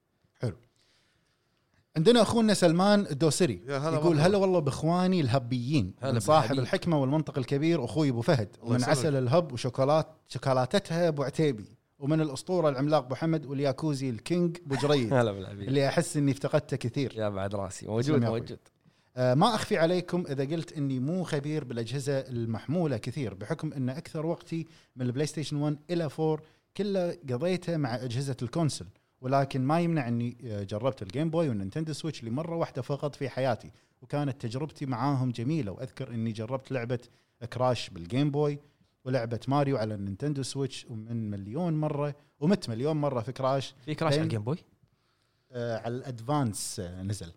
[SPEAKER 2] عندنا اخونا سلمان الدوسري
[SPEAKER 3] يا هلا
[SPEAKER 2] يقول
[SPEAKER 3] مرحبا.
[SPEAKER 2] هلا والله باخواني الهبيين،
[SPEAKER 1] هلا
[SPEAKER 2] من صاحب
[SPEAKER 1] بالحبيب.
[SPEAKER 2] الحكمه والمنطق الكبير اخوي ابو فهد،
[SPEAKER 3] الله
[SPEAKER 2] ومن
[SPEAKER 3] يسلمك.
[SPEAKER 2] عسل الهب شوكولاتتها ابو عتيبي، ومن الاسطوره العملاق ابو حمد، والياكوزي الكينج ابو جريد
[SPEAKER 1] هلا بالحبيب.
[SPEAKER 2] اللي احس اني افتقدته كثير.
[SPEAKER 1] يا بعد راسي
[SPEAKER 2] تسلم يا
[SPEAKER 1] موجود.
[SPEAKER 2] ما اخفي عليكم اذا قلت اني مو خبير بالاجهزه المحموله كثير، بحكم ان اكثر وقتي من البلاي ستيشن 1 الى 4 كله قضيته مع اجهزه الكونسل. ولكن ما يمنع اني جربت الجيم بوي والنينتندو سويتش لمره واحده فقط في حياتي، وكانت تجربتي معاهم جميله. واذكر اني جربت لعبه كراش بالجيم بوي، ولعبه ماريو على النينتندو سويتش، ومن مليون مره ومت مليون مره في كراش.
[SPEAKER 1] في كراش على الجيم بوي.
[SPEAKER 2] على الادفانس نزل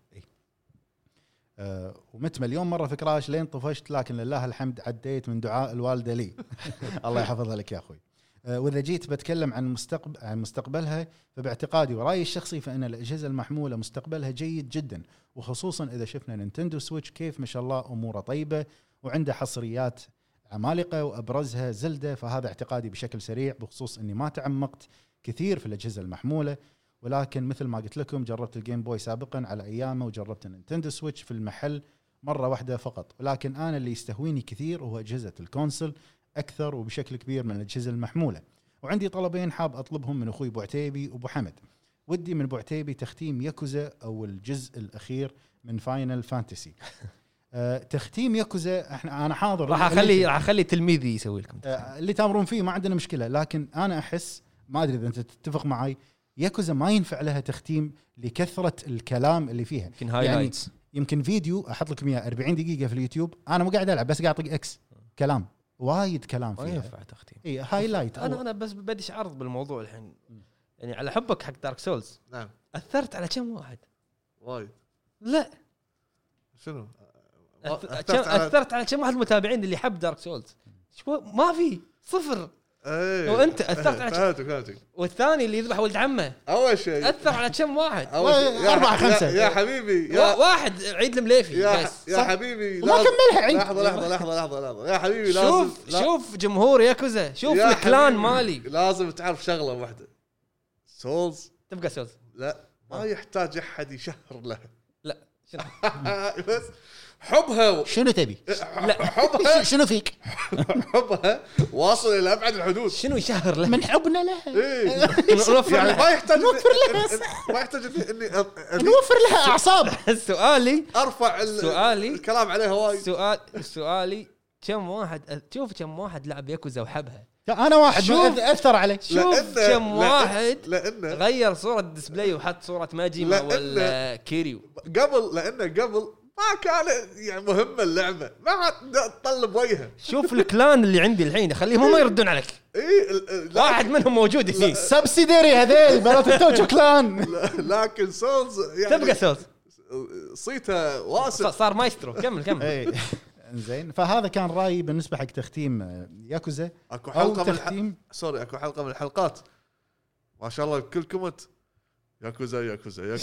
[SPEAKER 2] ومت مليون مره في كراش لين طفشت، لكن لله الحمد عديت من دعاء الوالده لي. الله يحفظها لك يا اخوي. واذا جيت بتكلم عن مستقبلها، فباعتقادي ورايي الشخصي فان الاجهزه المحموله مستقبلها جيد جدا، وخصوصا اذا شفنا نينتندو سويتش كيف ما شاء الله اموره طيبه وعنده حصريات عمالقه وابرزها زلدة. فهذا اعتقادي بشكل سريع، بخصوص اني ما تعمقت كثير في الاجهزه المحموله. ولكن مثل ما قلت لكم جربت الجيم بوي سابقا على ايامه، وجربت النينتندو سويتش في المحل مره واحده فقط. ولكن انا اللي يستهويني كثير هو اجهزه الكونسل اكثر وبشكل كبير من الاجهزه المحموله. وعندي طلبين حاب اطلبهم من اخوي ابو عتيبي وابو حمد. ودي من ابو عتيبي تختيم ياكوزا او الجزء الاخير من فاينل فانتسي. تختيم ياكوزا انا حاضر،
[SPEAKER 1] راح اخلي تلميذي يسوي لكم
[SPEAKER 2] اللي تامرون فيه، ما عندنا مشكله. لكن انا احس، ما ادري اذا انت تتفق معي، ياكوزا ما ينفع لها تختيم لكثره الكلام اللي فيها.
[SPEAKER 1] يمكن هايلايتس،
[SPEAKER 2] يمكن فيديو احط لكم اياه 40 دقيقه في اليوتيوب، انا مو قاعد العب بس قاعد اطق اكس، كلام وايد كلام
[SPEAKER 1] ما
[SPEAKER 2] فيها.
[SPEAKER 1] ينفع تختيم.
[SPEAKER 2] اي هايلايت.
[SPEAKER 1] انا بس بديش عرض بالموضوع الحين، يعني على حبك حق دارك سولز
[SPEAKER 3] نعم
[SPEAKER 1] اثرت على كم واحد؟
[SPEAKER 3] وايد.
[SPEAKER 1] لا
[SPEAKER 3] شنو
[SPEAKER 1] اثرت على كم واحد المتابعين اللي يحب دارك سولز؟ ما في صفر. وانت اثرت على
[SPEAKER 3] فهمتك.
[SPEAKER 1] والثاني اللي يذبح ولد عمه
[SPEAKER 3] اول شيء
[SPEAKER 1] اثر على كم واحد
[SPEAKER 2] 4 5
[SPEAKER 3] يا حبيبي
[SPEAKER 1] واحد عيد المليفي
[SPEAKER 3] يا حبيبي
[SPEAKER 2] وما كملها عيد.
[SPEAKER 3] لحظه يا حبيبي لازم
[SPEAKER 1] شوف جمهور ياكوزا شوف الكلان مالي
[SPEAKER 3] لازم تعرف شغله واحده سولز
[SPEAKER 1] تبقى سولز
[SPEAKER 3] لا ما يحتاج احد يشهر له
[SPEAKER 1] لا شنو
[SPEAKER 3] بس حبها
[SPEAKER 2] شنو تبي؟
[SPEAKER 1] لا
[SPEAKER 3] حبها
[SPEAKER 2] شنو فيك؟
[SPEAKER 3] حبها واصل الى ابعد الحدود
[SPEAKER 1] شنو يشهر له
[SPEAKER 2] من حبنا لها
[SPEAKER 3] إيه.
[SPEAKER 1] نوفر
[SPEAKER 3] يعني
[SPEAKER 1] له
[SPEAKER 3] ما يحتاج
[SPEAKER 2] نوفر لها
[SPEAKER 3] ما يحتاج اني
[SPEAKER 2] نوفر لها اعصاب.
[SPEAKER 1] سؤالي
[SPEAKER 3] ارفع الكلام عليها وايد.
[SPEAKER 1] سؤالي كم واحد لعب ياكوزا وحبها
[SPEAKER 2] انا واحد
[SPEAKER 1] شوف.
[SPEAKER 2] اثر عليه.
[SPEAKER 1] شوف كم واحد
[SPEAKER 3] لأنه
[SPEAKER 1] غير صورة الديسبلاي وحط صورة ماجيما ولا كيريو
[SPEAKER 3] قبل ما كان يعني مهمة اللعبة ما تطلب وجهها.
[SPEAKER 1] شوف الكلان اللي عندي الحين خليهم هم يردون عليك واحد منهم موجود هنا
[SPEAKER 2] سبسيديري هذيل بلات التوجو كلان.
[SPEAKER 3] لكن سولز يعني
[SPEAKER 1] تبقى سولز
[SPEAKER 3] صيته واسع
[SPEAKER 1] صار مايسترو كمل
[SPEAKER 2] اي زين. فهذا كان رايي بالنسبه حق تختيم ياكوزا.
[SPEAKER 3] اكو
[SPEAKER 2] او
[SPEAKER 3] حلقة
[SPEAKER 2] تختيم
[SPEAKER 3] اكو حلقة من الحلقات ما شاء الله كل كومنت ياكوزا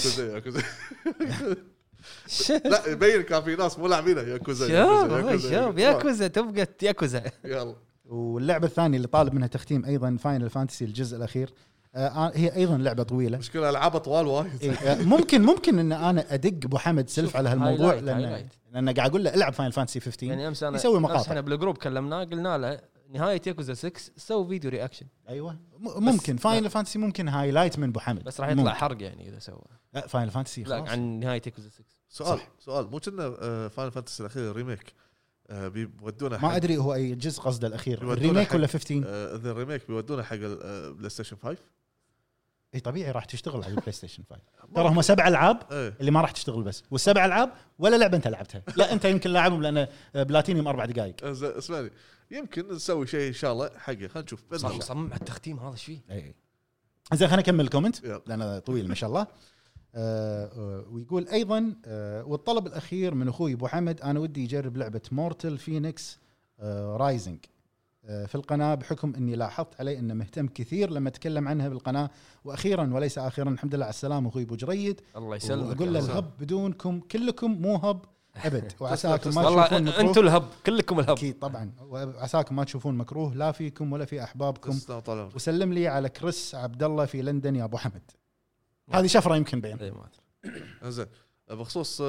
[SPEAKER 3] لا يبين كان في ناس مو لاعبينها ياكوزا
[SPEAKER 1] ياكوزا تبقى ياكوزا
[SPEAKER 3] يلا.
[SPEAKER 2] واللعبه الثانيه اللي طالب منها تختيم ايضا فاينل فانتسي الجزء الاخير. هي ايضا لعبه طويله
[SPEAKER 3] مشكله العاب طوال وايد.
[SPEAKER 2] ممكن ان انا ادق ابو حمد سلف على هالموضوع لان قاعد اقول له العب فاينل فانتسي 15
[SPEAKER 1] يعني امس انا
[SPEAKER 2] يسوي مقاطع.
[SPEAKER 1] احنا بالجروب كلمناه قلنا له نهايه ياكوزا 6 سوي فيديو رياكشن.
[SPEAKER 2] ايوه ممكن فاينل فانتسي ممكن هايلايت من ابو حمد
[SPEAKER 1] بس راح يطلع حرق يعني اذا سوى
[SPEAKER 2] لا فاينل فانتسي
[SPEAKER 1] خلاص عن نهايه ياكوزا
[SPEAKER 3] 6. سؤال مو كنا فاينل فانتسي الاخير ريميك بيودونه
[SPEAKER 2] ما ادري هو اي جزء قصده الاخير الريميك ولا 15
[SPEAKER 3] اذا الريميك بيودونه حق البلاي ستيشن 5
[SPEAKER 2] اي طبيعي راح تشتغل على البلاي ستيشن 5 ترى هم 7 العاب اللي ما راح تشتغل بس والسبع العاب ولا لعبه انت لعبتها لا انت يمكن لاعبهم لان بلاتينيوم 4 دقائق.
[SPEAKER 3] اسمعني يمكن نسوي شيء ان شاء الله حقه خلينا نشوف
[SPEAKER 1] مصمم على التختيم هذا ايش فيه.
[SPEAKER 2] اي زين خلينا نكمل الكومنت لانه طويل ما شاء الله. ويقول ايضا والطلب الاخير من اخوي ابو حمد انا ودي يجرب لعبه مورتل فينيكس رايزنج في القناه بحكم اني لاحظت عليه انه مهتم كثير لما اتكلم عنها بالقناه. واخيرا وليس اخيرا الحمد لله على السلامه اخوي ابو جريد
[SPEAKER 1] الله يسلمك.
[SPEAKER 2] اقول له الهب بدونكم كلكم مو هب ابد وعساكم ما
[SPEAKER 1] والله
[SPEAKER 2] تشوفون مكروه.
[SPEAKER 1] انتم الهب كلكم الهب
[SPEAKER 2] اكيد طبعا وعساكم ما تشوفون مكروه لا فيكم ولا في احبابكم. وسلم لي على كريس عبد الله في لندن يا ابو حمد. هذه شفره يمكن بين
[SPEAKER 3] زين بخصوص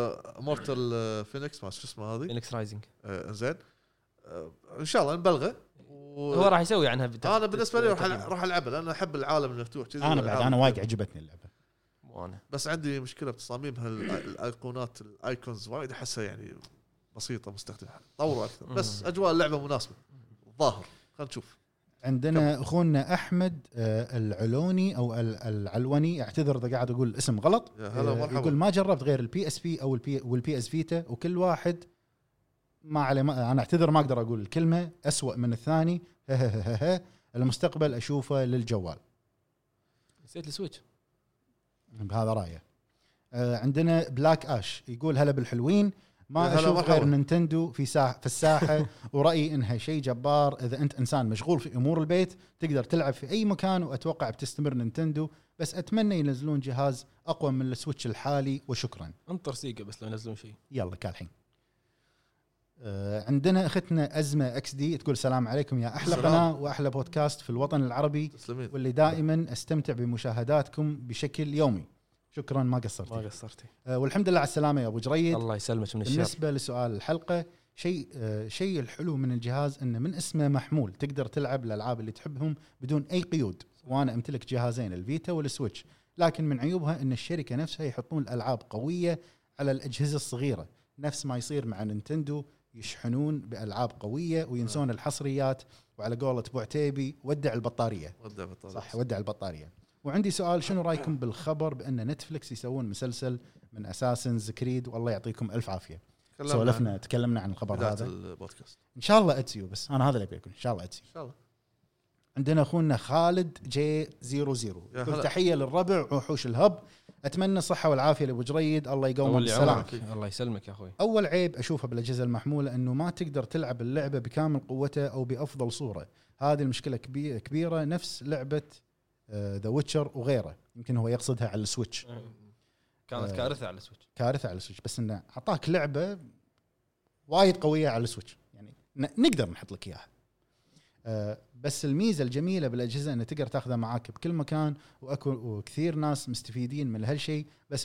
[SPEAKER 3] مورتل فينيكس ما شو اسمه هذه
[SPEAKER 1] فينيكس رايزنج
[SPEAKER 3] زين ان شاء الله نبلغه
[SPEAKER 1] هو راح يسوي عنها
[SPEAKER 3] انا بالنسبه لي راح العبها لان احب العالم المفتوح.
[SPEAKER 2] انا بعد انا وايد عجبتني اللعبه
[SPEAKER 1] وانا
[SPEAKER 3] بس عندي مشكله بتصاميمها الايقونات الايكونز وايد احسها يعني بسيطه مستخدمه طوروا اكثر بس اجواء اللعبه مناسبه ظاهر. خلينا نشوف.
[SPEAKER 2] عندنا اخونا احمد العلوني او العلوني اعتذر اذا قاعد اقول الاسم غلط. يقول ما جربت غير البي اس بي او والبي اس فيتا وكل واحد ما عليه انا اعتذر ما اقدر اقول الكلمه اسوأ من الثاني. المستقبل اشوفه للجوال.
[SPEAKER 1] نسيت السويتش
[SPEAKER 2] بهذا رايه. عندنا بلاك اش يقول هلا بالحلوين ما اشوف غير نينتندو في الساحه ورايي انها شيء جبار. اذا انت انسان مشغول في امور البيت تقدر تلعب في اي مكان واتوقع بتستمر نينتندو بس اتمنى ينزلون جهاز اقوى من السويتش الحالي وشكرا.
[SPEAKER 1] انطر سيجا بس لو ينزلون شيء
[SPEAKER 2] يلا كالحين. عندنا اختنا أزمة اكس دي تقول السلام عليكم يا احلى قناه واحلى بودكاست في الوطن العربي واللي دائما استمتع بمشاهداتكم بشكل يومي. شكرا ما قصرتي. والحمد لله على السلامه يا ابو جريد.
[SPEAKER 1] الله يسلمك من الشر.
[SPEAKER 2] بالنسبه لسؤال الحلقه شيء الحلو من الجهاز انه من اسمه محمول تقدر تلعب الالعاب اللي تحبهم بدون اي قيود. وانا امتلك جهازين الفيتا والسويتش لكن من عيوبها ان الشركه نفسها يحطون الالعاب قويه على الاجهزه الصغيره نفس ما يصير مع نينتندو يشحنون بألعاب قوية وينسون الحصريات. وعلى قولة ابو عتيبي ودع البطارية. صح ودع البطارية. وعندي سؤال شنو رايكم بالخبر بأن نتفليكس يسوون مسلسل من أساسنز كريد والله يعطيكم ألف عافية. تكلمنا عن الخبر هذا
[SPEAKER 3] البودكاست.
[SPEAKER 2] إن شاء الله أتسيو بس أنا هذا اللي أبيكم إن شاء الله أتسيو. إن شاء الله. عندنا أخونا خالد J00 تحية للربع وحوش الهب اتمنى الصحه والعافيه لابو جريد، الله يقومه
[SPEAKER 1] أول
[SPEAKER 2] بالسلامه.
[SPEAKER 1] عمرك. الله يسلمك يا اخوي.
[SPEAKER 2] اول عيب اشوفه بالاجهزه المحموله انه ما تقدر تلعب اللعبه بكامل قوتها او بافضل صوره. هذه المشكله كبيره نفس لعبه ذا ويتشر وغيره، يمكن هو يقصدها على السويتش.
[SPEAKER 1] كانت كارثه على السويتش.
[SPEAKER 2] كارثه على السويتش، بس انه اعطاك لعبه وايد قويه على السويتش، يعني نقدر نحط لك اياها. بس الميزه الجميله بالاجهزه انه تقدر تاخذها معاك بكل مكان، وكثير ناس مستفيدين من هالشيء. بس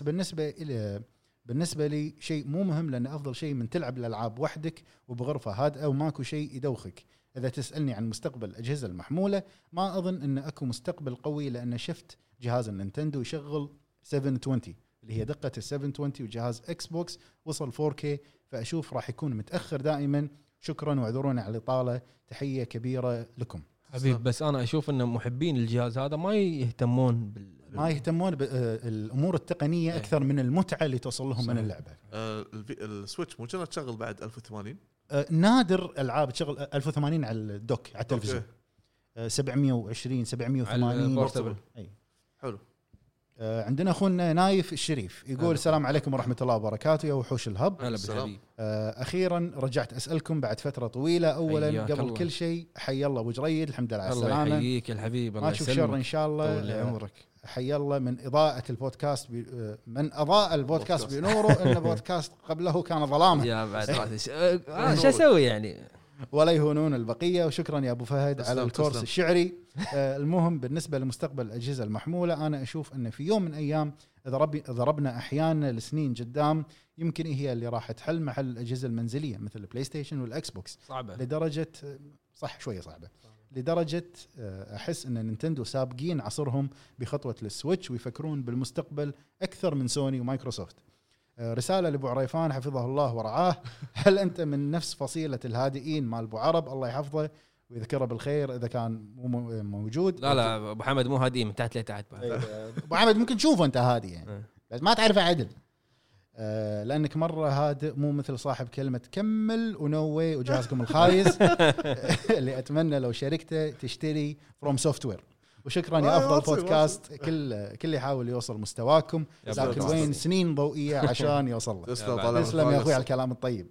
[SPEAKER 2] بالنسبه لي شيء مو مهم، لان افضل شيء من تلعب الالعاب وحدك وبغرفه هادئه وماكو شيء يدوخك. اذا تسالني عن مستقبل الاجهزه المحموله، ما اظن ان اكو مستقبل قوي، لان شفت جهاز النينتندو يشغل 720 اللي هي دقه ال 720، وجهاز اكس بوكس وصل 4K، فاشوف راح يكون متاخر دائما. شكرا واعذروني على الاطاله، تحيه كبيره لكم
[SPEAKER 1] حبيب. بس انا اشوف ان محبين الجهاز هذا ما يهتمون
[SPEAKER 2] بالامور التقنيه اكثر من المتعه اللي توصل لهم من اللعبه.
[SPEAKER 3] السويتش مو كانت تشغل بعد 1080؟
[SPEAKER 2] نادر العاب تشغل 1080 على الدوك على التلفزيون. 720 780
[SPEAKER 3] اي حلو.
[SPEAKER 2] عندنا اخونا نايف الشريف يقول السلام عليكم ورحمه الله وبركاته يا وحوش الهب.
[SPEAKER 1] هلا بالحبيب.
[SPEAKER 2] اخيرا رجعت اسالكم بعد فتره طويله. اولا قبل الله. كل شيء حي الله ابو جريد، الحمد لله على السلامه.
[SPEAKER 1] الله يحييك الحبيب، الله
[SPEAKER 2] يسلمك. ما تشوف شر ان شاء الله.
[SPEAKER 1] طول عمرك.
[SPEAKER 2] حي الله من اضاءه البودكاست من اضاء البودكاست بنوره ان بودكاست قبله كان ظلامه.
[SPEAKER 1] يا بعد شو اسوي يعني.
[SPEAKER 2] ولا يهونون البقيه. وشكرا يا ابو فهد على الكورس الشعري. المهم بالنسبه لمستقبل الاجهزه المحموله، انا اشوف ان في يوم من ايام اذا ربنا احيانا لسنين قدام، يمكن هي اللي راح تحل محل الاجهزه المنزليه مثل البلاي ستيشن والاكس بوكس.
[SPEAKER 1] صعبه
[SPEAKER 2] لدرجه صح شويه صعبه، لدرجه احس ان نينتندو سابقين عصرهم بخطوه السويتش، ويفكرون بالمستقبل اكثر من سوني ومايكروسوفت. رسالة لأبو عريفان حفظه الله ورعاه، هل أنت من نفس فصيلة الهادئين مال أبو عرب الله يحفظه ويذكره بالخير إذا كان موجود؟
[SPEAKER 1] لا أبو حمد مو هادئ من تحت لتحت.
[SPEAKER 2] أبو حمد ممكن تشوفه أنت هادئ يعني، بس ما تعرفه عدل. لأنك مرة هادئ مو مثل صاحب كلمة كمل ونوي وجهازكم الخايس اللي أتمنى لو شركته تشتري فروم سوفتوير. وشكرا يا افضل بودكاست. كل يحاول يوصل مستواكم، لكن وين سنين ضوئيه عشان يوصل له. تسلم يا اخوي على الكلام الطيب.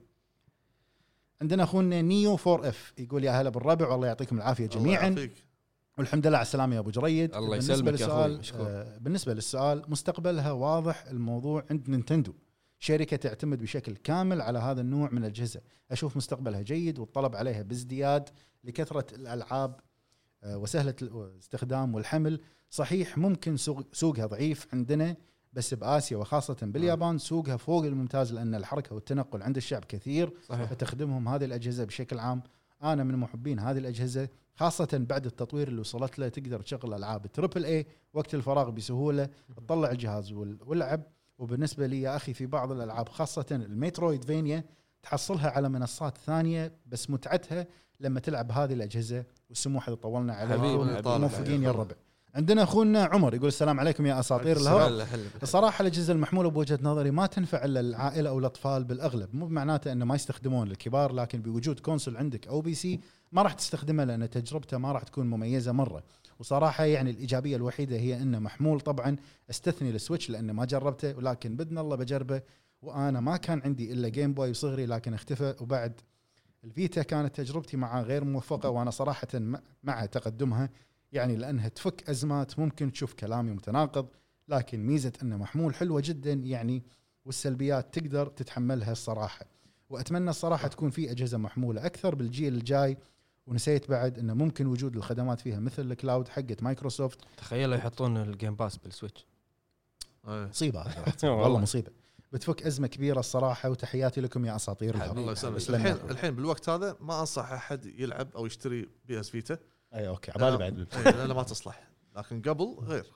[SPEAKER 2] عندنا اخونا نيو 4 اف يقول يا هلا بالربع والله يعطيكم العافيه جميعا. والحمد لله على السلامه يا ابو جريد.
[SPEAKER 1] الله يسلمك يا اخوي.
[SPEAKER 2] بالنسبه للسؤال، مستقبلها واضح. الموضوع عند نينتندو شركه تعتمد بشكل كامل على هذا النوع من الاجهزه. اشوف مستقبلها جيد والطلب عليها بازدياد لكثره الالعاب وسهلة الاستخدام والحمل. صحيح ممكن سوقها ضعيف عندنا، بس بآسيا وخاصة باليابان سوقها فوق الممتاز، لأن الحركة والتنقل عند الشعب كثير. صحيح. فتخدمهم هذه الأجهزة بشكل عام. أنا من محبين هذه الأجهزة، خاصة بعد التطوير اللي وصلت له. تقدر تشغل ألعاب تريبل اي وقت الفراغ بسهولة، تطلع الجهاز واللعب. وبالنسبة لي يا أخي في بعض الألعاب خاصة الميترويد فينيا تحصلها على منصات ثانية، بس متعتها لما تلعب هذه الأجهزة. والسموح إذا طولنا عليكم موفقين يا الربع. عندنا أخونا عمر يقول السلام عليكم يا أساطير الهواء. الصراحة الأجهزة المحمولة بوجهة نظري ما تنفع إلا العائلة أو الأطفال بالأغلب، مو بمعناته أنه ما يستخدمون الكبار، لكن بوجود كونسول عندك أو بي سي ما راح تستخدمه، لأن تجربته ما راح تكون مميزة مرة. وصراحة يعني الإيجابية الوحيدة هي أنه محمول. طبعا استثني السويتش لأنه ما جربته، ولكن بإذن الله بجربه. وأنا ما كان عندي إلا جيم بوي وصغري لكن اختفى. وبعد الفيتا كانت تجربتي معها غير موفقة، وأنا صراحة مع تقدمها يعني، لأنها تفك أزمات. ممكن تشوف كلامي متناقض، لكن ميزة أنه محمول حلوة جدا يعني، والسلبيات تقدر تتحملها الصراحة. وأتمنى الصراحة تكون في أجهزة محمولة أكثر بالجيل الجاي. ونسيت بعد أنه ممكن وجود الخدمات فيها مثل الكلاود حقت مايكروسوفت.
[SPEAKER 1] تخيلوا يحطون الجيم باس بالسويتش.
[SPEAKER 2] مصيبة والله مصيبة، بتفك أزمة كبيرة الصراحة. وتحياتي لكم يا أساطير الهواء.
[SPEAKER 3] الله يسلمك. الحين بالوقت هذا ما أنصح أحد يلعب أو يشتري بي اس فيتا.
[SPEAKER 2] أي أوكي عبالي بعد
[SPEAKER 3] لا ما تصلح، لكن قبل غير.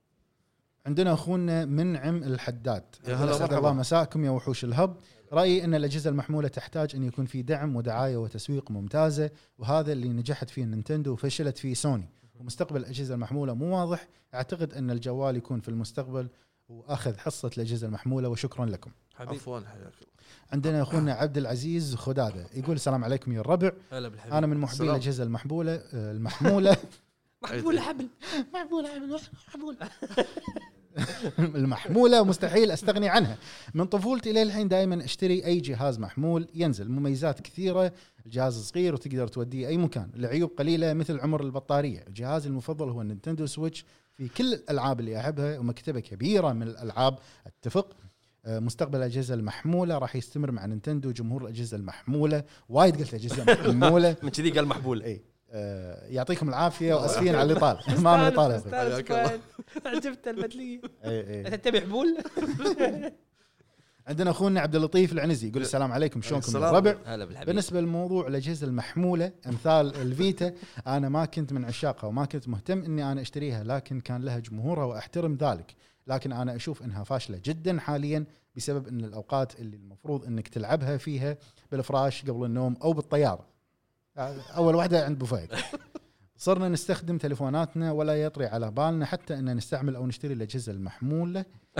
[SPEAKER 2] عندنا أخونا منعم الحداد.
[SPEAKER 3] يا هلا
[SPEAKER 2] الله مساكم يا وحوش الهب. رأيي أن الأجهزة المحمولة تحتاج أن يكون في دعم ودعاية وتسويق ممتازة، وهذا اللي نجحت فيه نينتندو وفشلت فيه سوني. ومستقبل الأجهزة المحمولة مو واضح. أعتقد أن الجوال يكون في المستقبل واخذ حصه الاجهزه المحموله. وشكرا لكم.
[SPEAKER 3] عفوا حياك الله.
[SPEAKER 2] عندنا اخونا عبد العزيز خداده يقول السلام عليكم يا الربع. انا من محبي الاجهزه المحموله
[SPEAKER 1] محموله حبل
[SPEAKER 2] المحمولة مستحيل أستغني عنها. من طفولتي إلى الحين دائما أشتري أي جهاز محمول ينزل. مميزات كثيرة، الجهاز صغير وتقدر توديه أي مكان. العيوب قليلة مثل عمر البطارية. جهازي المفضل هو النينتندو سويتش في كل الألعاب اللي أحبها ومكتبة كبيرة من الألعاب. اتفق. مستقبل الأجهزة المحمولة راح يستمر مع نينتندو. جمهور الأجهزة المحمولة وايد قلت أجهزة محمولة
[SPEAKER 1] من كذي قال محبول.
[SPEAKER 2] اي يعطيكم العافيه واسفين على الاطاله. ما من الاطاله.
[SPEAKER 1] عجبت البدليه.
[SPEAKER 2] اي
[SPEAKER 1] انت تبي حبول؟
[SPEAKER 2] عندنا اخونا عبد اللطيف العنزي يقول السلام عليكم، شلونكم يا ربع؟
[SPEAKER 1] هلا بالحبيب.
[SPEAKER 2] بالنسبه للموضوع الاجهزه المحموله امثال الفيتا، انا ما كنت من عشاقها وما كنت مهتم اني انا اشتريها، لكن كان لها جمهورها واحترم ذلك. لكن انا اشوف انها فاشله جدا حاليا بسبب ان الاوقات اللي المفروض انك تلعبها فيها بالفراش قبل النوم او بالطياره. اول واحده عند ابو فهد. صرنا نستخدم تليفوناتنا ولا يطري على بالنا حتى ان نستعمل او نشتري الاجهزه المحموله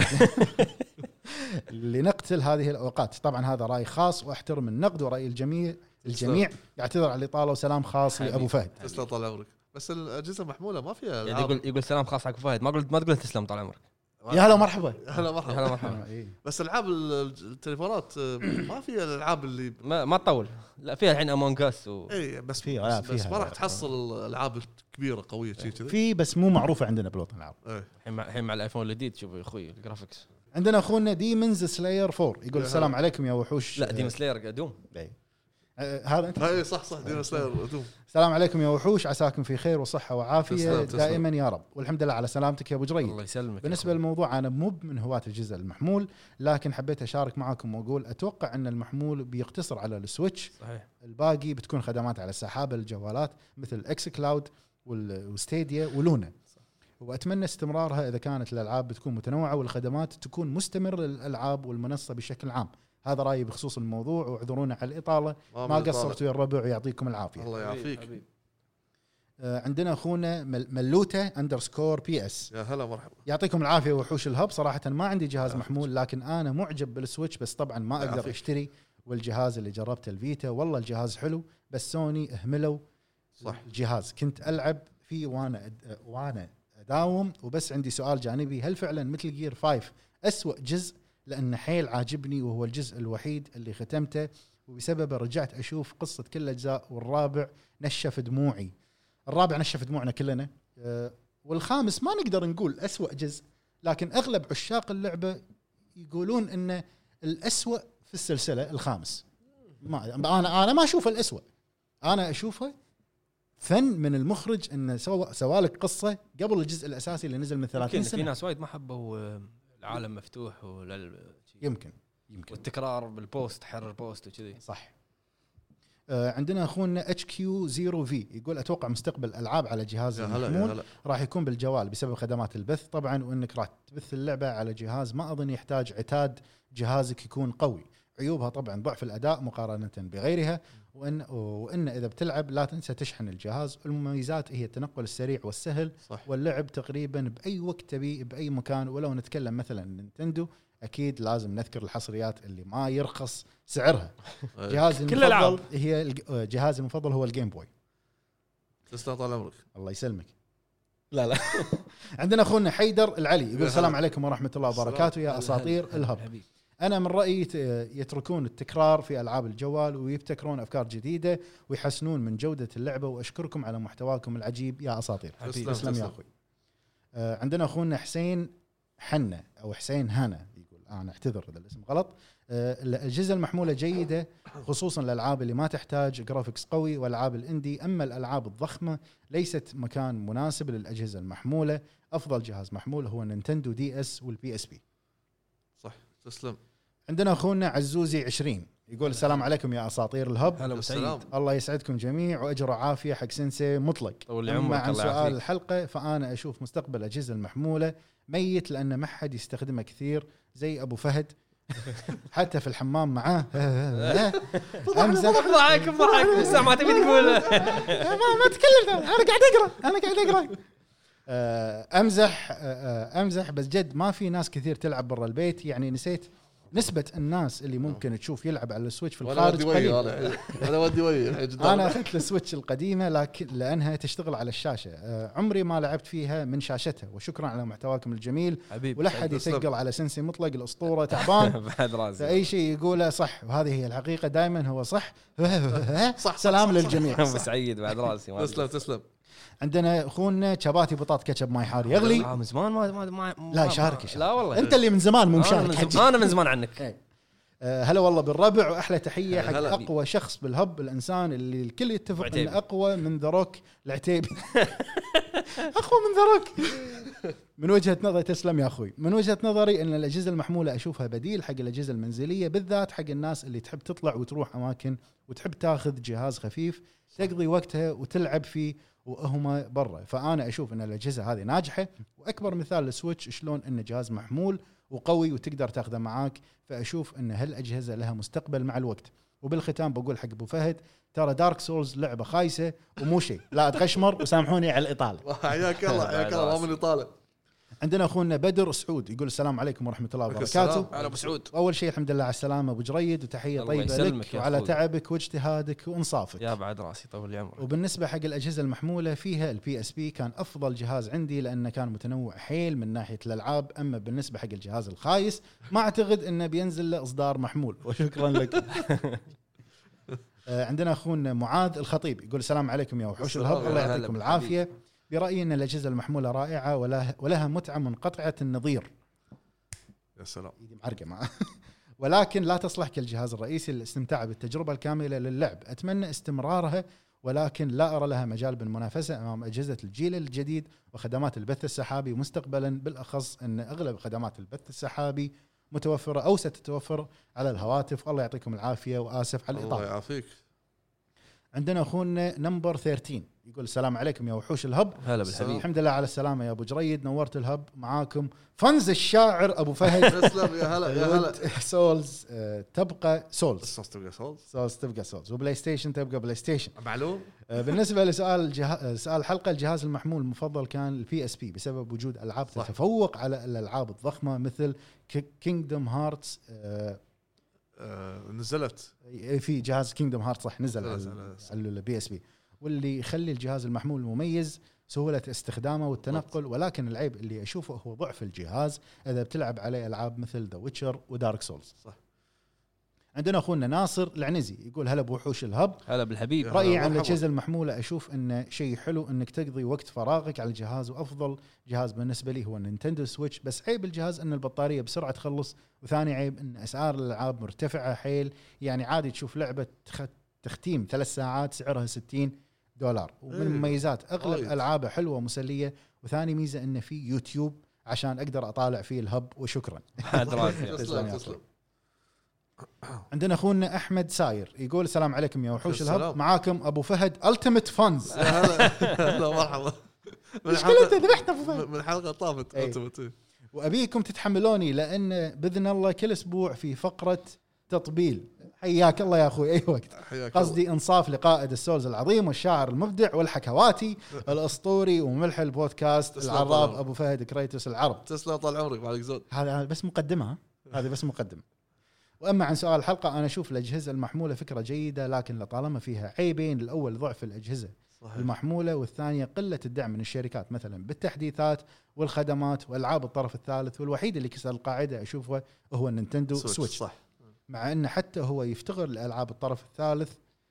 [SPEAKER 2] لنقتل هذه الاوقات. طبعا هذا راي خاص واحترم النقد وراي الجميع يعتذر على الاطاله وسلام خاص لابو فهد.
[SPEAKER 3] تسلم طال عمرك. بس الاجهزه محموله ما فيها
[SPEAKER 1] يعني يقول سلام خاص حق ابو فهد، ما تقول تسلم طال عمرك.
[SPEAKER 2] يا هلا مرحبا.
[SPEAKER 3] هلا مرحبا.
[SPEAKER 1] هلا مرحبا.
[SPEAKER 3] بس العاب التليفونات ما فيها الالعاب اللي
[SPEAKER 1] ما تطول. لا فيها الحين امونج اس
[SPEAKER 3] اي بس
[SPEAKER 2] فيها
[SPEAKER 3] بس ما راح تحصل الالعاب الكبيره قويه كذي.
[SPEAKER 2] في بس مو معروفه عندنا بالوطن العربي.
[SPEAKER 1] الحين مع الايفون الجديد شوف يا اخوي الجرافيكس.
[SPEAKER 2] عندنا اخونا ديمونز سلاير 4 يقول السلام عليكم يا وحوش.
[SPEAKER 1] لا ديمون سلاير دوم.
[SPEAKER 2] هذا انت.
[SPEAKER 3] اي صح ديمون سلاير دوم.
[SPEAKER 2] السلام عليكم يا وحوش، عساكم في خير وصحه وعافيه دائما يا رب، والحمد لله على سلامتك يا ابو جريد.
[SPEAKER 1] الله يسلمك.
[SPEAKER 2] بالنسبه للموضوع انا مو من هواة الجزء المحمول، لكن حبيت اشارك معكم واقول اتوقع ان المحمول بيقتصر على السويتش.
[SPEAKER 1] صحيح.
[SPEAKER 2] الباقي بتكون خدمات على السحابه الجوالات مثل اكس كلاود والستيديا ولونا، واتمنى استمرارها اذا كانت الالعاب بتكون متنوعه والخدمات تكون مستمر للالعاب والمنصه بشكل عام. هذا رايي بخصوص الموضوع، واعذرونا على الاطاله، ما قصرتوا يا الربع ويعطيكم العافيه.
[SPEAKER 3] الله يعافيك.
[SPEAKER 2] عندنا اخونا ملوته _PS.
[SPEAKER 3] يا هلا مرحبا.
[SPEAKER 2] يعطيكم العافيه وحوش الهب. صراحه ما عندي جهاز محمول، لكن انا معجب بالسويتش، بس طبعا ما اقدر اشتري. والجهاز اللي جربته الفيتا والله الجهاز حلو، بس سوني اهملوا
[SPEAKER 3] صح
[SPEAKER 2] الجهاز. كنت العب فيه وانا اداوم. وبس عندي سؤال جانبي، هل فعلا مثل جير 5 أسوأ جزء؟ لأن حيل عاجبني وهو الجزء الوحيد اللي ختمته، وبسببه رجعت أشوف قصة كل الأجزاء، والرابع نشف دموعي. الرابع نشف دموعنا كلنا. والخامس ما نقدر نقول أسوأ جزء، لكن أغلب عشاق اللعبة يقولون إن الأسوأ في السلسلة الخامس. أنا ما أشوفه الأسوأ، أنا أشوفه فن من المخرج إنه سوالك قصة قبل الجزء الأساسي اللي نزل من 30 سنة.
[SPEAKER 1] في ناس وايد ما حبوا العالم مفتوح
[SPEAKER 2] يمكن
[SPEAKER 1] والتكرار بالبوست، حرر بوست وكذي.
[SPEAKER 2] صح. عندنا اخونا HQ0V يقول اتوقع مستقبل الالعاب على جهاز المحمول راح يكون بالجوال بسبب خدمات البث طبعا، وانك راح تبث اللعبه على جهاز ما اظن يحتاج عتاد جهازك يكون قوي. عيوبها طبعا ضعف الاداء مقارنه بغيرها، وان اذا بتلعب لا تنسى تشحن الجهاز. المميزات هي التنقل السريع والسهل، صح. واللعب تقريبا باي وقت تبي باي مكان. ولو نتكلم مثلا نينتندو اكيد لازم نذكر الحصريات اللي ما يرخص سعرها. جهازي المفضل جهازي المفضل هو الجيم بوي.
[SPEAKER 3] تسلم طال عمرك.
[SPEAKER 2] الله يسلمك.
[SPEAKER 1] لا
[SPEAKER 2] عندنا اخونا حيدر العلي يقول السلام عليكم ورحمه الله وبركاته يا اساطير الهب. انا من رايي يتركون التكرار في العاب الجوال ويبتكرون افكار جديده ويحسنون من جوده اللعبه، واشكركم على محتواكم العجيب يا اساطير. تسلم يا اخوي. عندنا اخونا حسين حنة او حسين هنا يقول انا اعتذر اذا الاسم غلط. الاجهزه المحموله جيده خصوصا الالعاب اللي ما تحتاج جرافيكس قوي والالعاب الاندي، اما الالعاب الضخمه ليست مكان مناسب للاجهزه المحموله. افضل جهاز محمول هو نينتندو DS والبي اس بي.
[SPEAKER 3] صح تسلم.
[SPEAKER 2] عندنا اخونا عزوزي 20 يقول السلام عليكم يا اساطير الهب.
[SPEAKER 1] هلا وسعيد.
[SPEAKER 2] الله يسعدكم جميع واجر وعافيه حق سنسي مطلق. اما عن سؤال الحلقه فانا اشوف مستقبل الاجهزه المحموله ميت، لان ما حد يستخدمه كثير زي ابو فهد. حتى في الحمام معاه
[SPEAKER 1] امزح ضحك ما تبي تقول
[SPEAKER 2] ما تكلم. انا قاعد اقرا امزح بس جد ما في ناس كثير تلعب برا البيت. يعني نسيت نسبه الناس اللي ممكن تشوف يلعب على السويتش في
[SPEAKER 3] وانا
[SPEAKER 2] الخارج
[SPEAKER 3] ودي وي
[SPEAKER 2] قليل.
[SPEAKER 3] انا ودي وي
[SPEAKER 2] انا اخذت السويتش القديمه لكن لانها تشتغل على الشاشه، عمري ما لعبت فيها من شاشتها. وشكرا على محتواكم الجميل،
[SPEAKER 1] حبيبي
[SPEAKER 2] ولا حد يثقل على سنسي مطلق الاسطوره تعبان.
[SPEAKER 1] بعد راسي
[SPEAKER 2] اي شيء يقوله صح، وهذه هي الحقيقه، دائما هو صح.
[SPEAKER 3] صح
[SPEAKER 2] سلام للجميع.
[SPEAKER 1] ابو سعيد بعد راسي
[SPEAKER 3] تسلم.
[SPEAKER 2] عندنا اخونا شباتي بطاط كاتشب ماي حار يغلي.
[SPEAKER 1] من زمان ما
[SPEAKER 2] لا يشارك
[SPEAKER 1] لا والله
[SPEAKER 2] انت اللي من زمان مو مشارك.
[SPEAKER 1] انا من زمان عنك.
[SPEAKER 2] هلا والله بالربع، واحلى تحيه حق
[SPEAKER 3] هلا.
[SPEAKER 2] اقوى شخص بالهب، الانسان اللي الكل يتفق
[SPEAKER 1] العتيبي.
[SPEAKER 2] انه اقوى من ذا روك العتيبي. اقوى من ذا روك. من وجهه نظري تسلم يا اخوي. من وجهه نظري ان الاجهزه المحموله اشوفها بديل حق الاجهزه المنزليه، بالذات حق الناس اللي تحب تطلع وتروح اماكن وتحب تاخذ جهاز خفيف تقضي وقتها وتلعب فيه وهم برا. فانا اشوف ان الاجهزه هذه ناجحه، واكبر مثال للسويتش شلون انه جهاز محمول وقوي وتقدر تاخذه معاك. فاشوف ان هالاجهزه لها مستقبل مع الوقت. وبالختام بقول حق ابو فهد، ترى دارك سولز لعبه خايسه ومو شيء، لا اتغشمر وسامحوني على الاطاله.
[SPEAKER 3] حياك الله حياك الله، ما من اطاله.
[SPEAKER 2] عندنا اخونا بدر سعود يقول السلام عليكم ورحمه الله وبركاته.
[SPEAKER 1] على ابو سعود.
[SPEAKER 2] اول شيء الحمد لله على السلامه ابو جريد، وتحيه
[SPEAKER 1] الله
[SPEAKER 2] طيبه
[SPEAKER 1] يسلمك
[SPEAKER 2] لك
[SPEAKER 1] يا
[SPEAKER 2] وعلى
[SPEAKER 1] أخوي.
[SPEAKER 2] تعبك واجتهادك وانصافك.
[SPEAKER 1] يا بعد راسي طول لي عمرك.
[SPEAKER 2] وبالنسبه حق الاجهزه المحموله فيها البي اس بي كان افضل جهاز عندي، لانه كان متنوع حيل من ناحيه الالعاب. اما بالنسبه حق الجهاز الخايس ما اعتقد انه بينزل له اصدار محمول. وشكرا لك. عندنا اخونا معاذ الخطيب يقول السلام عليكم يا وحوش الهب، الله
[SPEAKER 1] هلا
[SPEAKER 2] يعطيكم
[SPEAKER 1] بالحبيب.
[SPEAKER 2] العافيه. برايي ان الاجهزه المحموله رائعه ولها متعه منقطعه النظير.
[SPEAKER 3] يا سلام.
[SPEAKER 2] ايدي معرقه معه. ولكن لا تصلح كالجهاز الرئيسي للاستمتاع بالتجربه الكامله للعب. اتمنى استمرارها، ولكن لا ارى لها مجال بالمنافسه امام اجهزه الجيل الجديد وخدمات البث السحابي مستقبلا، بالاخص ان اغلب خدمات البث السحابي متوفره او ستتوفر على الهواتف. الله يعطيكم العافيه واسف على
[SPEAKER 3] الله
[SPEAKER 2] الاطاله.
[SPEAKER 3] يعافيك.
[SPEAKER 2] عندنا اخونا نمبر 13 يقول السلام عليكم يا وحوش الهب.
[SPEAKER 1] هلا بالحبيب.
[SPEAKER 2] الحمد لله على السلامه يا ابو جريد، نورت الهب معاكم. فنز الشاعر ابو فهد.
[SPEAKER 3] تسلم يا هلا يا هلا.
[SPEAKER 2] سولز تبقى سولز،
[SPEAKER 3] الصوص تبقى سولز.
[SPEAKER 2] سولز تبقى سولز، وبلاي ستيشن تبقى بلاي ستيشن.
[SPEAKER 3] معلوم.
[SPEAKER 2] بالنسبه لسؤال سؤال الحلقه، الجهاز المحمول المفضل كان البي اس بي بسبب وجود العاب
[SPEAKER 3] صح.
[SPEAKER 2] تتفوق على الالعاب الضخمه مثل كينجدوم هارتس.
[SPEAKER 3] نزلت
[SPEAKER 2] في جهاز كينجدوم هارت صح نزل
[SPEAKER 3] نزل
[SPEAKER 2] على البي اس بي، واللي يخلي الجهاز المحمول مميز سهولة استخدامه والتنقل. ولكن العيب اللي أشوفه هو ضعف الجهاز إذا بتلعب عليه ألعاب مثل ذا ويتشر ودارك سولز.
[SPEAKER 3] صح.
[SPEAKER 2] عندنا أخونا ناصر العنزي يقول هلا بوحوش الهب.
[SPEAKER 1] هلا بالحبيب.
[SPEAKER 2] رأيي عن
[SPEAKER 3] مرحبا.
[SPEAKER 2] الأجهزة المحمولة أشوف إنه شيء حلو إنك تقضي وقت فراغك على الجهاز، وأفضل جهاز بالنسبة لي هو النينتندو سويتش. بس عيب الجهاز إن البطارية بسرعة تخلص، وثاني عيب إن أسعار الألعاب مرتفعة حيل. يعني عادي تشوف لعبة تختيم 3 ساعات سعرها $60. ومن
[SPEAKER 3] إيه.
[SPEAKER 2] مميزات أغلب
[SPEAKER 3] وايد.
[SPEAKER 2] ألعابه حلوة ومسلية، وثاني ميزة إنه في يوتيوب عشان أقدر أطالع فيه الهب. وشكرا.
[SPEAKER 1] بعد راسي.
[SPEAKER 2] تسلم يا
[SPEAKER 3] تسلم.
[SPEAKER 2] أخوي. عندنا اخونا احمد ساير يقول السلام عليكم يا وحوش
[SPEAKER 3] السلام.
[SPEAKER 2] الهب، معاكم ابو فهد التيمت فانز.
[SPEAKER 3] يا هلا هلا مرحبا.
[SPEAKER 2] مشكلة انت ذبحت ابو فهد.
[SPEAKER 3] من الحلقه طافت.
[SPEAKER 2] إيه.
[SPEAKER 3] أنتم.
[SPEAKER 2] وابيكم تتحملوني لان باذن الله كل اسبوع في فقره تطبيل. حياك الله يا اخوي. اي وقت.
[SPEAKER 3] حياك
[SPEAKER 2] قصدي انصاف لقائد السولز العظيم والشاعر المبدع والحكواتي الاسطوري وملح البودكاست
[SPEAKER 3] تسلم
[SPEAKER 2] العراب
[SPEAKER 3] طال
[SPEAKER 2] ابو فهد كريتوس العرب.
[SPEAKER 3] تسلم طال عمرك معك زود.
[SPEAKER 2] هذا بس مقدمه، هذه بس مقدمه. واما عن سؤال الحلقه، انا اشوف الاجهزه المحموله فكره جيده، لكن لطالما فيها عيبين: الاول ضعف الاجهزه
[SPEAKER 3] صحيح.
[SPEAKER 2] المحموله، والثانيه قله الدعم من الشركات مثلا بالتحديثات والخدمات والعاب الطرف الثالث. والوحيد اللي كسر القاعده اشوفه هو النينتندو سويتش،
[SPEAKER 3] صح.
[SPEAKER 2] مع انه حتى هو يفتقر لالعاب الطرف الثالث.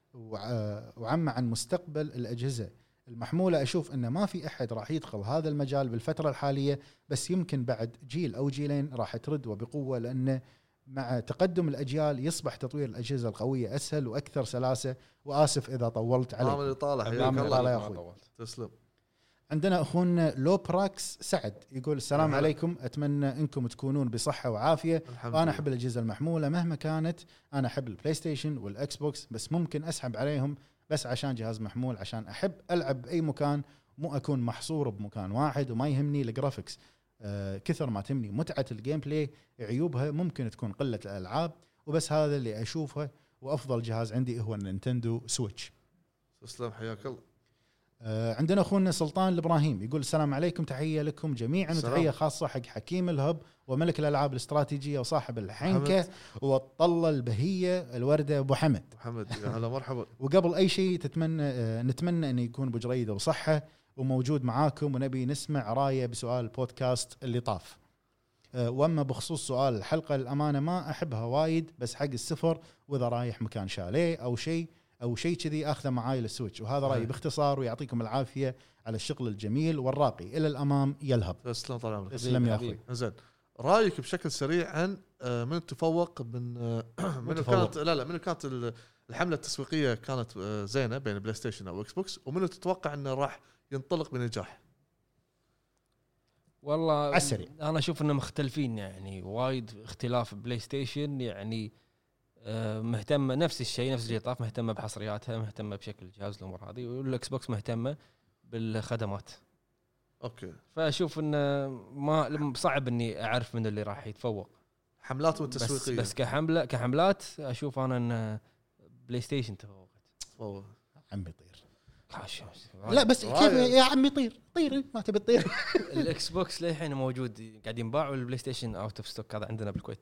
[SPEAKER 2] وعما عن مستقبل الاجهزه المحموله، اشوف انه ما في احد راح يدخل هذا المجال بالفتره الحاليه، بس يمكن بعد جيل او جيلين راح ترد وبقوه، لانه مع تقدم الأجيال يصبح تطوير الأجهزة القوية أسهل وأكثر سلاسة. وآسف إذا طولت عليك.
[SPEAKER 3] عامل إطالة. حياك
[SPEAKER 2] عامل
[SPEAKER 3] الله.
[SPEAKER 2] إطالة يا أخوي.
[SPEAKER 3] تسلم.
[SPEAKER 2] عندنا أخونا لوبراكس سعد يقول السلام
[SPEAKER 3] أهلا.
[SPEAKER 2] عليكم، أتمنى أنكم تكونون بصحة وعافية.
[SPEAKER 3] الحمد
[SPEAKER 2] وأنا
[SPEAKER 3] لله.
[SPEAKER 2] أحب الأجهزة المحمولة مهما كانت. أنا أحب البلاي ستيشن والإكس بوكس، بس ممكن أسحب عليهم بس عشان جهاز محمول، عشان أحب ألعب بأي مكان، مو أكون محصور بمكان واحد. وما يهمني الجرافيكس كثر ما تهمني متعة الجيم بلاي. عيوبها ممكن تكون قلة الألعاب، وبس هذا اللي أشوفه. وأفضل جهاز عندي هو النينتندو سويتش.
[SPEAKER 3] تسلم حياك الله.
[SPEAKER 2] عندنا اخونا سلطان الابراهيم يقول السلام عليكم، تحيه لكم جميعا وتحيه خاصه حق حكيم الهب وملك الالعاب الاستراتيجيه وصاحب الحنكه والطله البهيه الورده ابو حمد.
[SPEAKER 3] يا هلا مرحبا.
[SPEAKER 2] وقبل اي شيء نتمنى انه يكون ابو جريده وصحه وموجود معاكم، ونبي نسمع رايه بسؤال البودكاست اللي طاف. واما بخصوص سؤال الحلقه الامانه ما احبها وايد، بس حق السفر واذا رايح مكان شاليه او شيء كذي اخذه معاي للسويتش. وهذا رايي باختصار، ويعطيكم العافيه على الشغل الجميل والراقي. الى الامام يلهب.
[SPEAKER 3] تسلم طال عمرك.
[SPEAKER 2] تسلم يا اخوي.
[SPEAKER 3] زين، رايك بشكل سريع عن من تفوق من كانت الحمله التسويقيه كانت زينه بين بلاي ستيشن او اكس بوكس، ومن تتوقع انه راح ينطلق بنجاح؟
[SPEAKER 1] والله
[SPEAKER 2] على السريع
[SPEAKER 1] انا اشوف انهم مختلفين، يعني وايد اختلاف. بلاي ستيشن يعني مهتمه نفس الشيء، نفس اللي طاف، مهتمه بحصرياتها، مهتمه بشكل الجهاز، الامور هذه. والاكس بوكس مهتمه بالخدمات.
[SPEAKER 3] اوكي،
[SPEAKER 1] فاشوف انه ما صعب اني اعرف من اللي راح يتفوق.
[SPEAKER 3] حملاتهم التسويقيه
[SPEAKER 1] بس كحملات اشوف انا ان بلاي ستيشن تفوقت.
[SPEAKER 2] عمي طير. لا بس كيف يا عمي طير ما تبي تطير.
[SPEAKER 1] الاكس بوكس للحين موجود قاعد ينباع، والبلاي ستيشن اوت اوف ستوك. هذا عندنا بالكويت.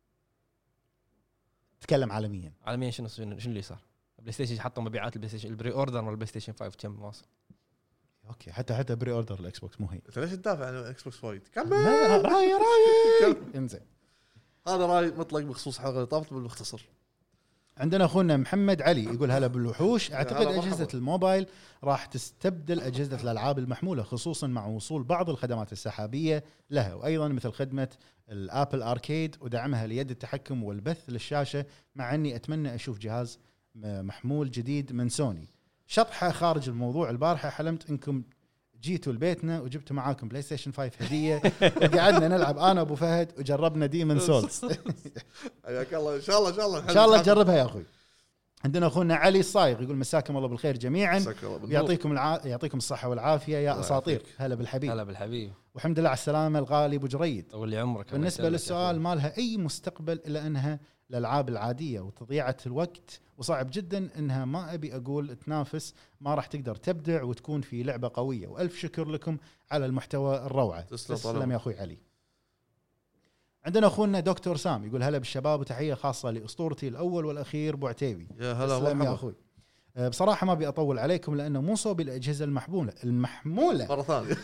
[SPEAKER 2] تكلم عالميا
[SPEAKER 1] شنو اللي صار؟ البلاي ستيشن حطوا مبيعات البلاي ستيشن، البري اوردر مال البلاي ستيشن 5 كم واصل.
[SPEAKER 2] اوكي، حتى بري اوردر الاكس بوكس مو هي.
[SPEAKER 3] انت ليش تدافع عن الاكس بوكس وايد؟ كمل.
[SPEAKER 2] راي انزين،
[SPEAKER 3] هذا راي مطلق بخصوص الحلقه اللي طافت بالمختصر.
[SPEAKER 2] عندنا اخونا محمد علي يقول هلا بالوحوش. اعتقد اجهزه الموبايل راح تستبدل اجهزه الالعاب المحموله، خصوصا مع وصول بعض الخدمات السحابيه لها، وايضا مثل خدمه الابل اركيد ودعمها ليد التحكم والبث للشاشه. مع اني اتمنى اشوف جهاز محمول جديد من سوني. شطحه خارج الموضوع، البارحه حلمت انكم جيتوا لبيتنا وجبتوا معاكم بلاي ستيشن 5 هديه وقعدنا نلعب انا ابو فهد وجربنا ديمن سولز.
[SPEAKER 3] حياك الله. ان شاء
[SPEAKER 2] الله تجربها يا اخوي. عندنا اخونا علي الصايغ يقول مساكم الله بالخير جميعا، يعطيكم الصحه والعافيه يا اساطير. هلا بالحبيب. والحمد لله على السلامه الغالي ابو جريد.
[SPEAKER 1] طول عمرك.
[SPEAKER 2] بالنسبه للسؤال، ما لها اي مستقبل الا انها الالعاب العاديه وتضيعه الوقت، وصعب جدا انها ما ابي اقول تنافس، ما راح تقدر تبدع وتكون في لعبه قويه. والف شكر لكم على المحتوى الروعه. تسلم يا اخوي علي. عندنا اخونا دكتور سام يقول هلا بالشباب وتحيه خاصه لاسطورتي الاول والاخير ابو عتيبي.
[SPEAKER 3] يا هلا مرحبا
[SPEAKER 2] يا اخوي. بصراحه ما ابي اطول عليكم لانه مو صوب الاجهزه المحموله
[SPEAKER 3] مره ثانيه.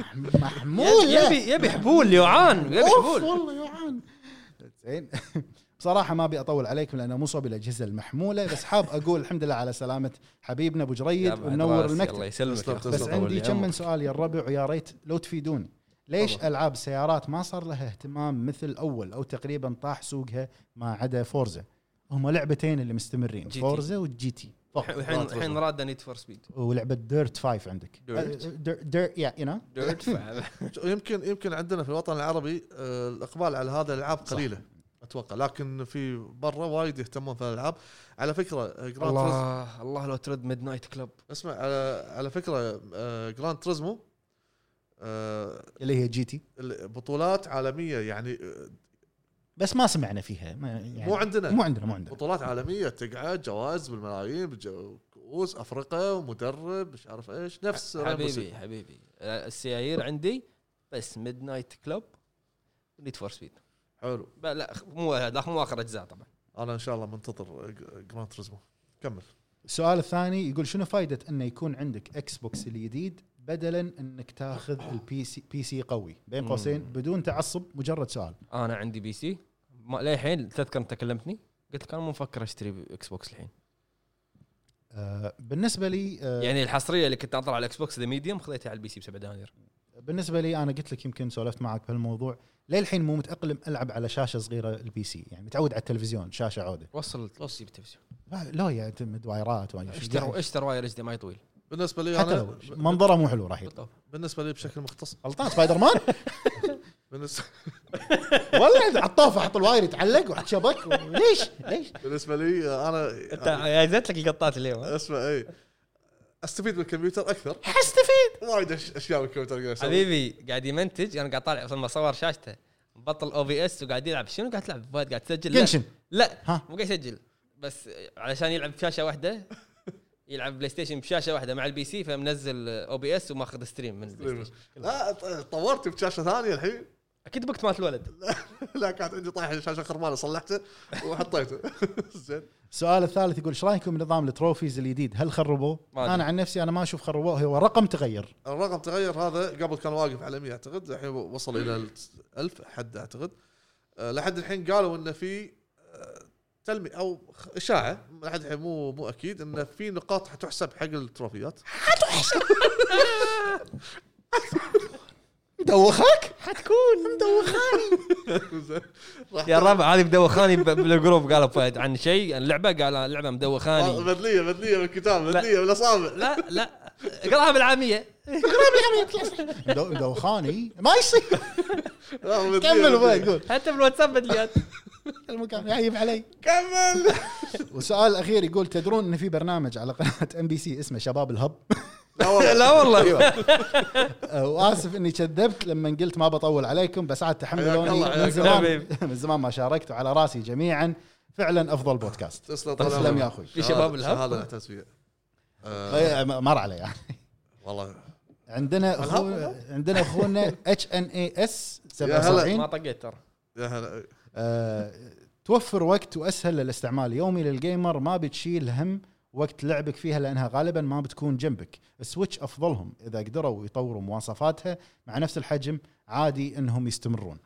[SPEAKER 2] محموله
[SPEAKER 1] يبي حبول يوعان، يبي حبول
[SPEAKER 2] والله يوعان. زين. بصراحه ما ابي اطول عليكم لانه مو صوب الاجهزه المحموله، بس حاب اقول الحمد لله على سلامه حبيبنا ابو جريد ومنور المكتب.
[SPEAKER 1] الله يسلمك.
[SPEAKER 2] بس عندي كم من سؤال يا الربع، ويا ريت لو تفيدوني. ليش العاب السيارات ما صار لها اهتمام مثل اول، او تقريبا طاح سوقها ما عدا فورزا؟ هم لعبتين اللي مستمرين، فورزا والجي تي.
[SPEAKER 1] الحين راد نيد فور سبيد
[SPEAKER 2] ولعبه ديرت 5 عندك. ديرت يا
[SPEAKER 1] ديرت.
[SPEAKER 3] يمكن عندنا في الوطن العربي الاقبال على هذا الالعاب قليله اتوقع، لكن في برا وايد يهتمون في الالعاب. على فكره
[SPEAKER 1] الله لو ترد ميد نايت كلوب.
[SPEAKER 3] اسمع، على فكره جراند تريزمو
[SPEAKER 2] اللي هي جي تي
[SPEAKER 3] بطولات عالميه يعني،
[SPEAKER 2] بس ما سمعنا فيها يعني
[SPEAKER 3] مو عندنا بطولات عالميه تقعد جوائز بالملايين، كؤوس افريقيا ومدرب مش عارف ايش. نفس
[SPEAKER 1] حبيبي السيايير عندي بس ميد نايت كلوب ونيد فور سبيد.
[SPEAKER 3] حلو.
[SPEAKER 1] لا مو اخر اجزاء طبعا.
[SPEAKER 3] انا ان شاء الله منتظر جراند تريزمو. كمل.
[SPEAKER 2] السؤال الثاني يقول شنو فايده انه يكون عندك اكس بوكس الجديد بدلا انك تاخذ البي سي قوي بين قوسين بدون تعصب؟ مجرد سؤال.
[SPEAKER 1] انا عندي بي سي للحين. تذكر انت كلمتني قلت لك انا مو مفكر اشتري اكس بوكس الحين.
[SPEAKER 2] بالنسبه لي
[SPEAKER 1] يعني الحصريه اللي كنت انطر على الاكس بوكس ذا ميديوم خذيتها على البي سي ب$7.
[SPEAKER 2] بالنسبه لي انا قلت لك يمكن سولفت معك بهالموضوع، للحين مو متاقلم العب على شاشه صغيره البي سي، يعني متعود على التلفزيون شاشه عوده.
[SPEAKER 1] وصل بالتلفزيون
[SPEAKER 2] لا يا وايرات
[SPEAKER 1] اشتر واير اتش دي ما يطويل.
[SPEAKER 3] بالنسبه لي
[SPEAKER 2] حتى
[SPEAKER 3] انا
[SPEAKER 2] منظره مو حلو راح يطلع.
[SPEAKER 3] بالنسبه لي بشكل مختصر
[SPEAKER 2] غلطان سبايدر مان. والله عطوفه حط الواير يتعلق وحط شبك. ليش
[SPEAKER 3] بالنسبه لي انا
[SPEAKER 1] انت جات لك القطات اليوم.
[SPEAKER 3] اسمع اي استفيد من الكمبيوتر اكثر.
[SPEAKER 2] حستفيد
[SPEAKER 3] وايد اشياء من الكمبيوتر.
[SPEAKER 1] حبيبي قاعد يمنتج، انا قاعد طالع اصلا صور شاشته مبطل او في اس وقاعد يلعب. شنو قاعد تلعب؟ قاعد تسجل؟
[SPEAKER 2] كنشن.
[SPEAKER 1] لا مو قاعد يسجل بس علشان يلعب بشاشه واحده يلعب بلاي ستيشن بشاشه واحده مع البي سي، فمنزل او بي اس وماخذ ستريم من البلاي ستيشن.
[SPEAKER 3] لا طورت بشاشه ثانيه الحين.
[SPEAKER 1] اكيد بوقت مات الولد.
[SPEAKER 3] لا كانت عندي طايحه شاشه خربانه صلحته وحطيته. زين.
[SPEAKER 2] السؤال الثالث يقول ايش رايكم بنظام التروفيز الجديد؟ هل خربوه؟ انا عن نفسي انا ما اشوف خربوه، هو رقم تغير.
[SPEAKER 3] الرقم تغير. هذا قبل كان واقف على 100 اعتقد، الحين وصل الى 1000 حد اعتقد. لحد الحين قالوا انه في تلمي او اشاعه لحد الحين مو اكيد انه في نقاط حتحسب حق التروفيات.
[SPEAKER 2] مدوخك
[SPEAKER 1] حتكون
[SPEAKER 2] مدوخاني
[SPEAKER 1] يا ربع. هذه مدوخاني بالجروب قالوا فهد عن شيء اللعبه، قال اللعبه مدوخاني.
[SPEAKER 3] بدليه بالكتاب، بدليه بالاصابع.
[SPEAKER 1] لا اقراها بالعاميه.
[SPEAKER 2] مدوخاني ما يصير.
[SPEAKER 3] كمل
[SPEAKER 2] قول
[SPEAKER 1] حتى بالواتساب بدليات.
[SPEAKER 2] المكان يعيب علي.
[SPEAKER 3] كمل.
[SPEAKER 2] والسؤال الاخير يقول تدرون ان في برنامج على قناه ام بي سي اسمه شباب الهب؟
[SPEAKER 1] لا والله.
[SPEAKER 2] واسف اني كذبت لما قلت ما بطول عليكم، بس عاد تحملوني من زمان ما شاركت، وعلى راسي جميعا. فعلا افضل بودكاست. تسلم يا اخوي.
[SPEAKER 1] في شباب الهب
[SPEAKER 3] هذا نعتز فيه.
[SPEAKER 2] مر علي يعني
[SPEAKER 3] والله.
[SPEAKER 2] عندنا اخونا HNAS
[SPEAKER 1] 77 ما طقيت ترى.
[SPEAKER 3] يا هلا.
[SPEAKER 2] توفر وقت واسهل للاستعمال يومي للجيمر، ما بتشيل هم وقت لعبك فيها لانها غالبا ما بتكون جنبك. السويتش افضلهم اذا قدروا يطوروا مواصفاتها مع نفس الحجم عادي انهم يستمرون.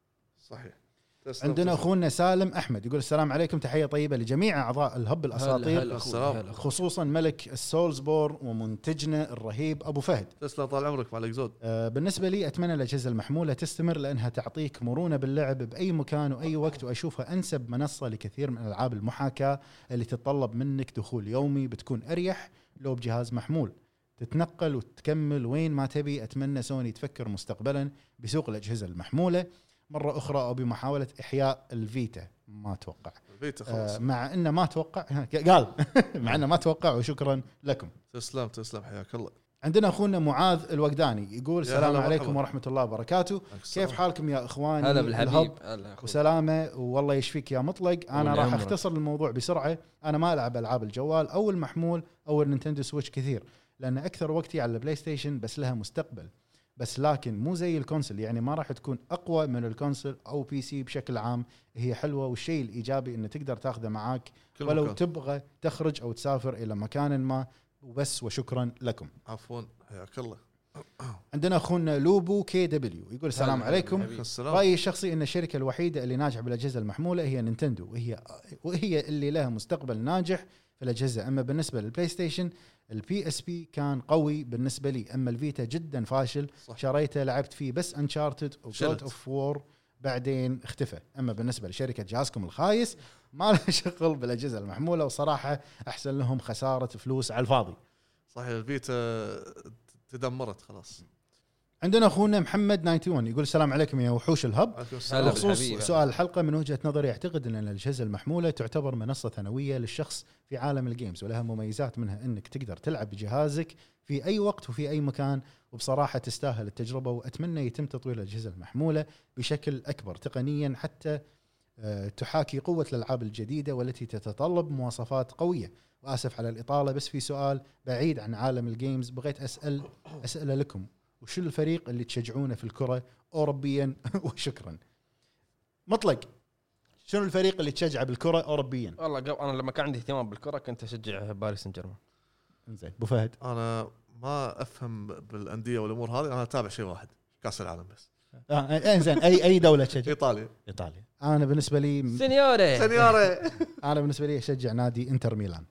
[SPEAKER 3] صحيح.
[SPEAKER 2] عندنا اخونا سالم احمد يقول السلام عليكم، تحيه طيبه لجميع اعضاء الهب الاساطير، خصوصا ملك السولزبور ومنتجنا الرهيب ابو فهد.
[SPEAKER 3] تسلم طال عمرك مالك زود.
[SPEAKER 2] بالنسبه لي اتمنى الاجهزه المحموله تستمر لانها تعطيك مرونه باللعب باي مكان واي وقت، واشوفها انسب منصه لكثير من العاب المحاكاه اللي تتطلب منك دخول يومي. بتكون اريح لو بجهاز محمول تتنقل وتكمل وين ما تبي. اتمنى سوني تفكر مستقبلا بسوق الاجهزه المحموله مرة أخرى أو بمحاولة إحياء الفيتا. ما أتوقع
[SPEAKER 3] الفيتا خلاص.
[SPEAKER 2] مع إنه ما أتوقع قال مع إنه ما أتوقع. وشكرا لكم.
[SPEAKER 3] تسلم حياك الله.
[SPEAKER 2] عندنا أخونا معاذ الوقداني يقول السلام عليكم ورحمة الله وبركاته. كيف حالكم يا إخواني؟
[SPEAKER 1] هلا بالحبيب.
[SPEAKER 2] وسلامة والله يشفيك يا مطلق. أنا راح أختصر الموضوع بسرعة. أنا ما ألعب ألعاب الجوال أو المحمول أو النينتندو سويتش كثير، لأن أكثر وقتي على البلاي ستيشن، بس لها مستقبل. بس لكن مو زي الكونسل، يعني ما راح تكون أقوى من الكونسل أو بي سي بشكل عام. هي حلوة، والشيء الإيجابي إنه تقدر تاخذه معاك ولو مكان. تبغى تخرج أو تسافر إلى مكان ما وبس. وشكرا لكم.
[SPEAKER 3] عفوا حياك الله.
[SPEAKER 2] عندنا أخونا لوبو KW يقول السلام عليكم. رأيي الشخصي إن الشركة الوحيدة اللي ناجحة بالأجهزة المحمولة هي نينتندو، وهي اللي لها مستقبل ناجح في الأجهزة. أما بالنسبة للبلاي ستيشن البي اس بي كان قوي بالنسبة لي، أما الفيتا جدا فاشل. شريته لعبت فيه بس انشارتد وجود اوف وور بعدين اختفى. أما بالنسبة لشركة جهازكم الخايس ما له شغل بالأجهزة المحمولة، وصراحة أحسن لهم خسارة فلوس على الفاضي.
[SPEAKER 3] صحيح الفيتا تدمرت خلاص.
[SPEAKER 2] عندنا أخونا محمد 91 يقول السلام عليكم يا وحوش الهب. بخصوص سؤال الحلقة، من وجهة نظري أعتقد أن الأجهزة المحمولة تعتبر منصة ثانوية للشخص في عالم الجيمز، ولها مميزات منها أنك تقدر تلعب بجهازك في أي وقت وفي أي مكان، وبصراحة تستاهل التجربة. وأتمنى يتم تطوير الأجهزة المحمولة بشكل أكبر تقنيا حتى تحاكي قوة الألعاب الجديدة والتي تتطلب مواصفات قوية. وآسف على الإطالة، بس في سؤال بعيد عن عالم الجيمز بغيت أسأل لكم، وشو الفريق اللي تشجعونه في الكرة أوروبيا؟ وشكرا. مطلق، شنو الفريق اللي تشجعه بالكرة أوروبيا؟
[SPEAKER 1] والله أنا لما كان عندي اهتمام بالكرة كنت أشجع باريس سان جيرمان.
[SPEAKER 2] إنزين أبو فهد.
[SPEAKER 3] أنا ما أفهم بالأندية والأمور هذه، أنا أتابع شيء واحد، كأس العالم بس.
[SPEAKER 2] إنزين أي دولة تشجع؟
[SPEAKER 3] إيطاليا.
[SPEAKER 2] أنا بالنسبة لي
[SPEAKER 1] سينيوري.
[SPEAKER 2] أنا بالنسبة لي أشجع نادي إنتر ميلان.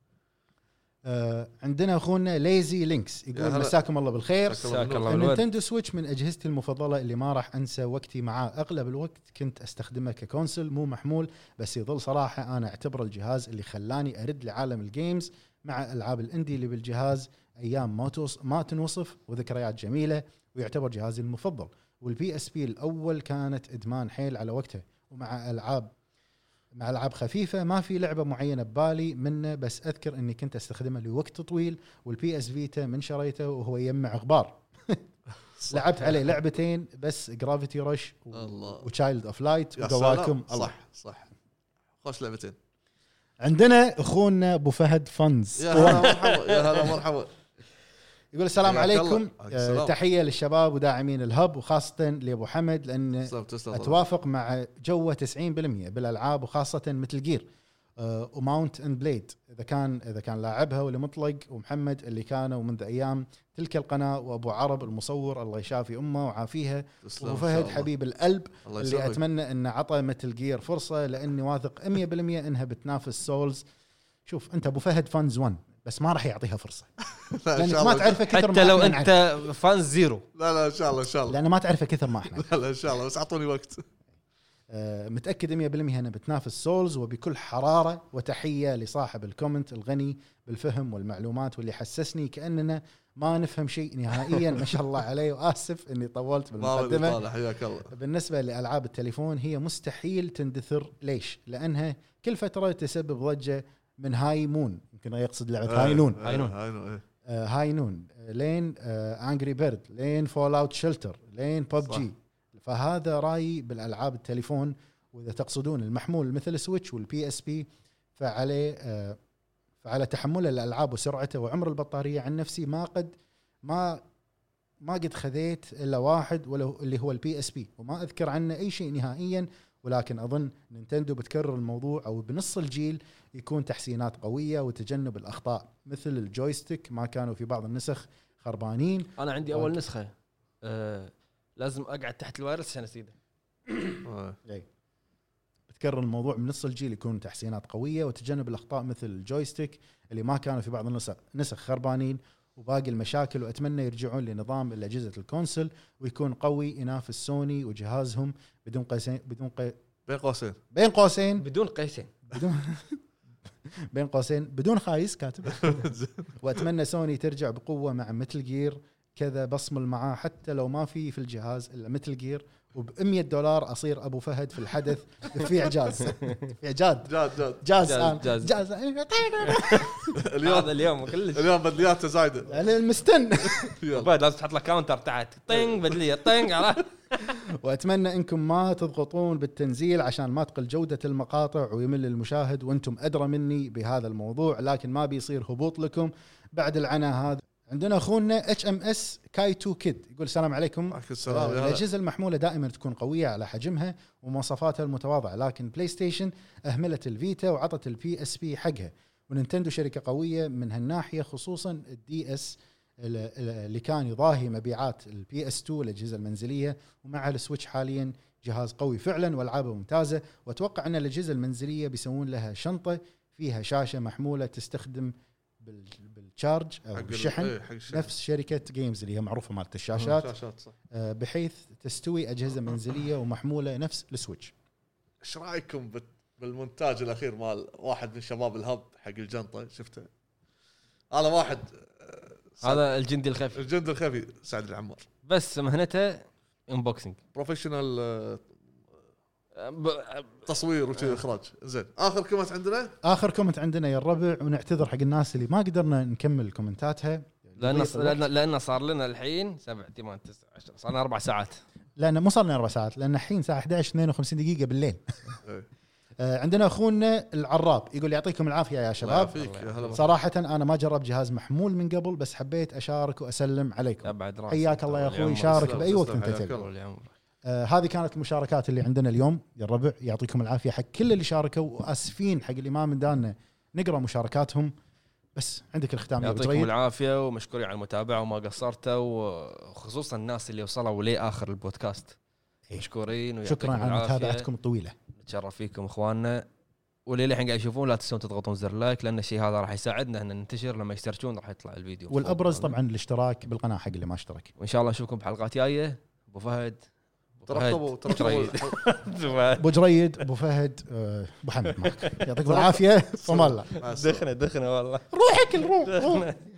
[SPEAKER 2] عندنا أخونا ليزي لينكس يقول مساكم الله بالخير. النينتندو سويتش من أجهزتي المفضلة اللي ما راح أنسى وقتي معاه. أغلب الوقت كنت أستخدمه ككونسل مو محمول، بس يظل صراحة أنا أعتبر الجهاز اللي خلاني أرد لعالم الجيمز مع ألعاب الإندي اللي بالجهاز. أيام ما تنوصف وذكريات جميلة، ويعتبر جهازي المفضل. والبي اس بي الأول كانت إدمان حيل على وقتها، ومع ألعاب خفيفة. ما في لعبة معينة ببالي منه، بس أذكر أني كنت أستخدمه لوقت طويل. والبي اس فيتا من شريته وهو يجمع غبار. لعبت عليه لعبتين بس، جرافيتي رش وتشايلد اوف لايت وقواكم.
[SPEAKER 3] صح خوش لعبتين.
[SPEAKER 2] عندنا اخونا ابو فهد فنز
[SPEAKER 3] يا هلا مرحبا يا هلا مرحبا.
[SPEAKER 2] يقول السلام
[SPEAKER 3] حياك
[SPEAKER 2] عليكم.
[SPEAKER 3] الله. السلام.
[SPEAKER 2] تحيه للشباب وداعمين الهب وخاصه لابو حمد لان
[SPEAKER 3] تسلم.
[SPEAKER 2] اتوافق مع جوه 90% بالالعاب وخاصه مثل جير وماونت اند بليد اذا كان لاعبها ولا مطلق، ومحمد اللي كانوا منذ ايام تلك القناه، وابو عرب المصور الله يشافي امه وعافيها، وابو فهد حبيب القلب اللي اتمنى انه عطى مثل جير فرصه لاني واثق 100% انها بتنافس سولز. شوف انت ابو فهد فانز 1 بس ما راح يعطيها فرصه لانك ما تعرفه كثر ما
[SPEAKER 1] حتى لو انت فان زيرو.
[SPEAKER 3] لا ان شاء الله
[SPEAKER 2] لانه ما تعرفه كثر ما احنا.
[SPEAKER 3] لا ان شاء الله بس اعطوني وقت.
[SPEAKER 2] متأكد 100% انها بتنافس سولز وبكل حرارة. وتحية لصاحب الكومنت الغني بالفهم والمعلومات واللي حسسني كأننا ما نفهم شيء نهائيا. ما شاء الله عليه، وآسف اني طولت بالمقدمة.
[SPEAKER 3] حياك الله.
[SPEAKER 2] بالنسبة لألعاب التليفون هي مستحيل تندثر. ليش؟ لأنها كل فترة تسبب ضجة من هاي مون، يمكن يقصد لعبة هاي نون لين انجري بيرد لين فول اوت شلتر لين ببجي. فهذا رايي بالالعاب التليفون. واذا تقصدون المحمول مثل سويتش والبي اس بي فعلى تحمل الالعاب وسرعته وعمر البطاريه. عن نفسي ما قد خذيت الا واحد ولا اللي هو البي اس بي، وما اذكر عنه اي شيء نهائيا. ولكن اظن نينتندو بتكرر الموضوع او بنص الجيل يكون تحسينات قويه وتجنب الاخطاء مثل الجويستيك. ما كانوا في بعض النسخ خربانين.
[SPEAKER 1] انا عندي اول نسخه لازم اقعد تحت الوايرلس عشان اسيده.
[SPEAKER 2] بتكرر الموضوع من نص الجيل يكون تحسينات قويه وتجنب الاخطاء مثل الجويستيك اللي ما كانوا في بعض النسخ خربانين وباقي المشاكل. واتمنى يرجعون لنظام الاجهزه الكونسل ويكون قوي ينافس سوني وجهازهم بين قوسين بدون خايس كاتب. واتمنى سوني ترجع بقوه مع مثل جير كذا، بصمل معاه حتى لو ما في الجهاز الا مثل جير. وب$100 اصير ابو فهد في الحدث في اعجاز. في جاز
[SPEAKER 1] اليوم كلش
[SPEAKER 3] اليوم بدلياته زايده
[SPEAKER 2] يعني المستن.
[SPEAKER 1] بعد لازم تحط له كاونتر تحت طينج بدليه طينج.
[SPEAKER 2] واتمنى انكم ما تضغطون بالتنزيل عشان ما تقل جوده المقاطع ويمل المشاهد، وانتم ادرى مني بهذا الموضوع، لكن ما بيصير هبوط لكم بعد العناء هذا. عندنا اخونا اتش ام اس كايتو كيد يقول السلام عليكم. الاجهزه المحموله دائما تكون قويه على حجمها ومواصفاتها المتواضعه، لكن بلاي ستيشن اهملت الفيتا وعطت البي اس بي حقها، ونينتندو شركه قويه من هالناحيه، خصوصا الدي اس اللي كان يضاهي مبيعات البي اس 2 الاجهزه المنزليه. ومع السويتش حاليا جهاز قوي فعلا والعابه ممتازه. واتوقع ان الاجهزه المنزليه بيسوون لها شنطه فيها شاشه محموله تستخدم بالشارج او بالشحن نفس شركه جيمز اللي هي معروفه مالت الشاشات بحيث تستوي اجهزه منزليه ومحموله نفس السويتش.
[SPEAKER 3] ايش رايكم بالمونتاج الاخير مال واحد من شباب الهب حق الجنطه؟ شفته هذا واحد
[SPEAKER 1] هذا الجندي
[SPEAKER 3] الخفي سعد العمار،
[SPEAKER 1] بس مهنته انبوكسنج
[SPEAKER 3] بروفيشنال تصوير وكذا اخراج. زين اخر كومنت عندنا
[SPEAKER 2] يا الربع، ونعتذر حق الناس اللي ما قدرنا نكمل كومنتاتها
[SPEAKER 1] لان صار لنا الحين 7 8 9 10 صار لنا 4 ساعات.
[SPEAKER 2] لان مو صار لنا 4 ساعات لان الحين الساعه 11:52 دقيقه بالليل. عندنا اخونا العراب يقول يعطيكم العافيه يا شباب. صراحه انا ما جربت جهاز محمول من قبل، بس حبيت اشارك واسلم عليكم. حياك الله يا اخوي، شارك باي وقت انت تبي. هذه كانت المشاركات اللي عندنا اليوم يا الربع. يعطيكم العافيه حق كل اللي شاركوا، واسفين حق اللي ما من دانا نقرا مشاركاتهم. بس عندك الختام.
[SPEAKER 1] يعطيكم العافيه ومشكورين على المتابعه وما قصرتوا، وخصوصا الناس اللي وصلوا لاخر البودكاست مشكورين.
[SPEAKER 2] شكرا على متابعتكم الطويله،
[SPEAKER 1] نتشرف فيكم اخواننا. واللي الحين قاعد يشوفون لا تنسون تضغطون زر لايك، لان الشيء هذا راح يساعدنا ان ننتشر. لما يشتركون راح يطلع الفيديو.
[SPEAKER 2] والابرز طبعا الاشتراك بالقناه حق اللي ما اشترك.
[SPEAKER 1] وان شاء الله نشوفكم بحلقات جايه. ابو فهد
[SPEAKER 3] ترقبوا
[SPEAKER 2] ابو جريد ابو فهد ابو حمد معك. يعطيكم العافيه. فما الله
[SPEAKER 1] دخنه والله
[SPEAKER 2] روحك الروح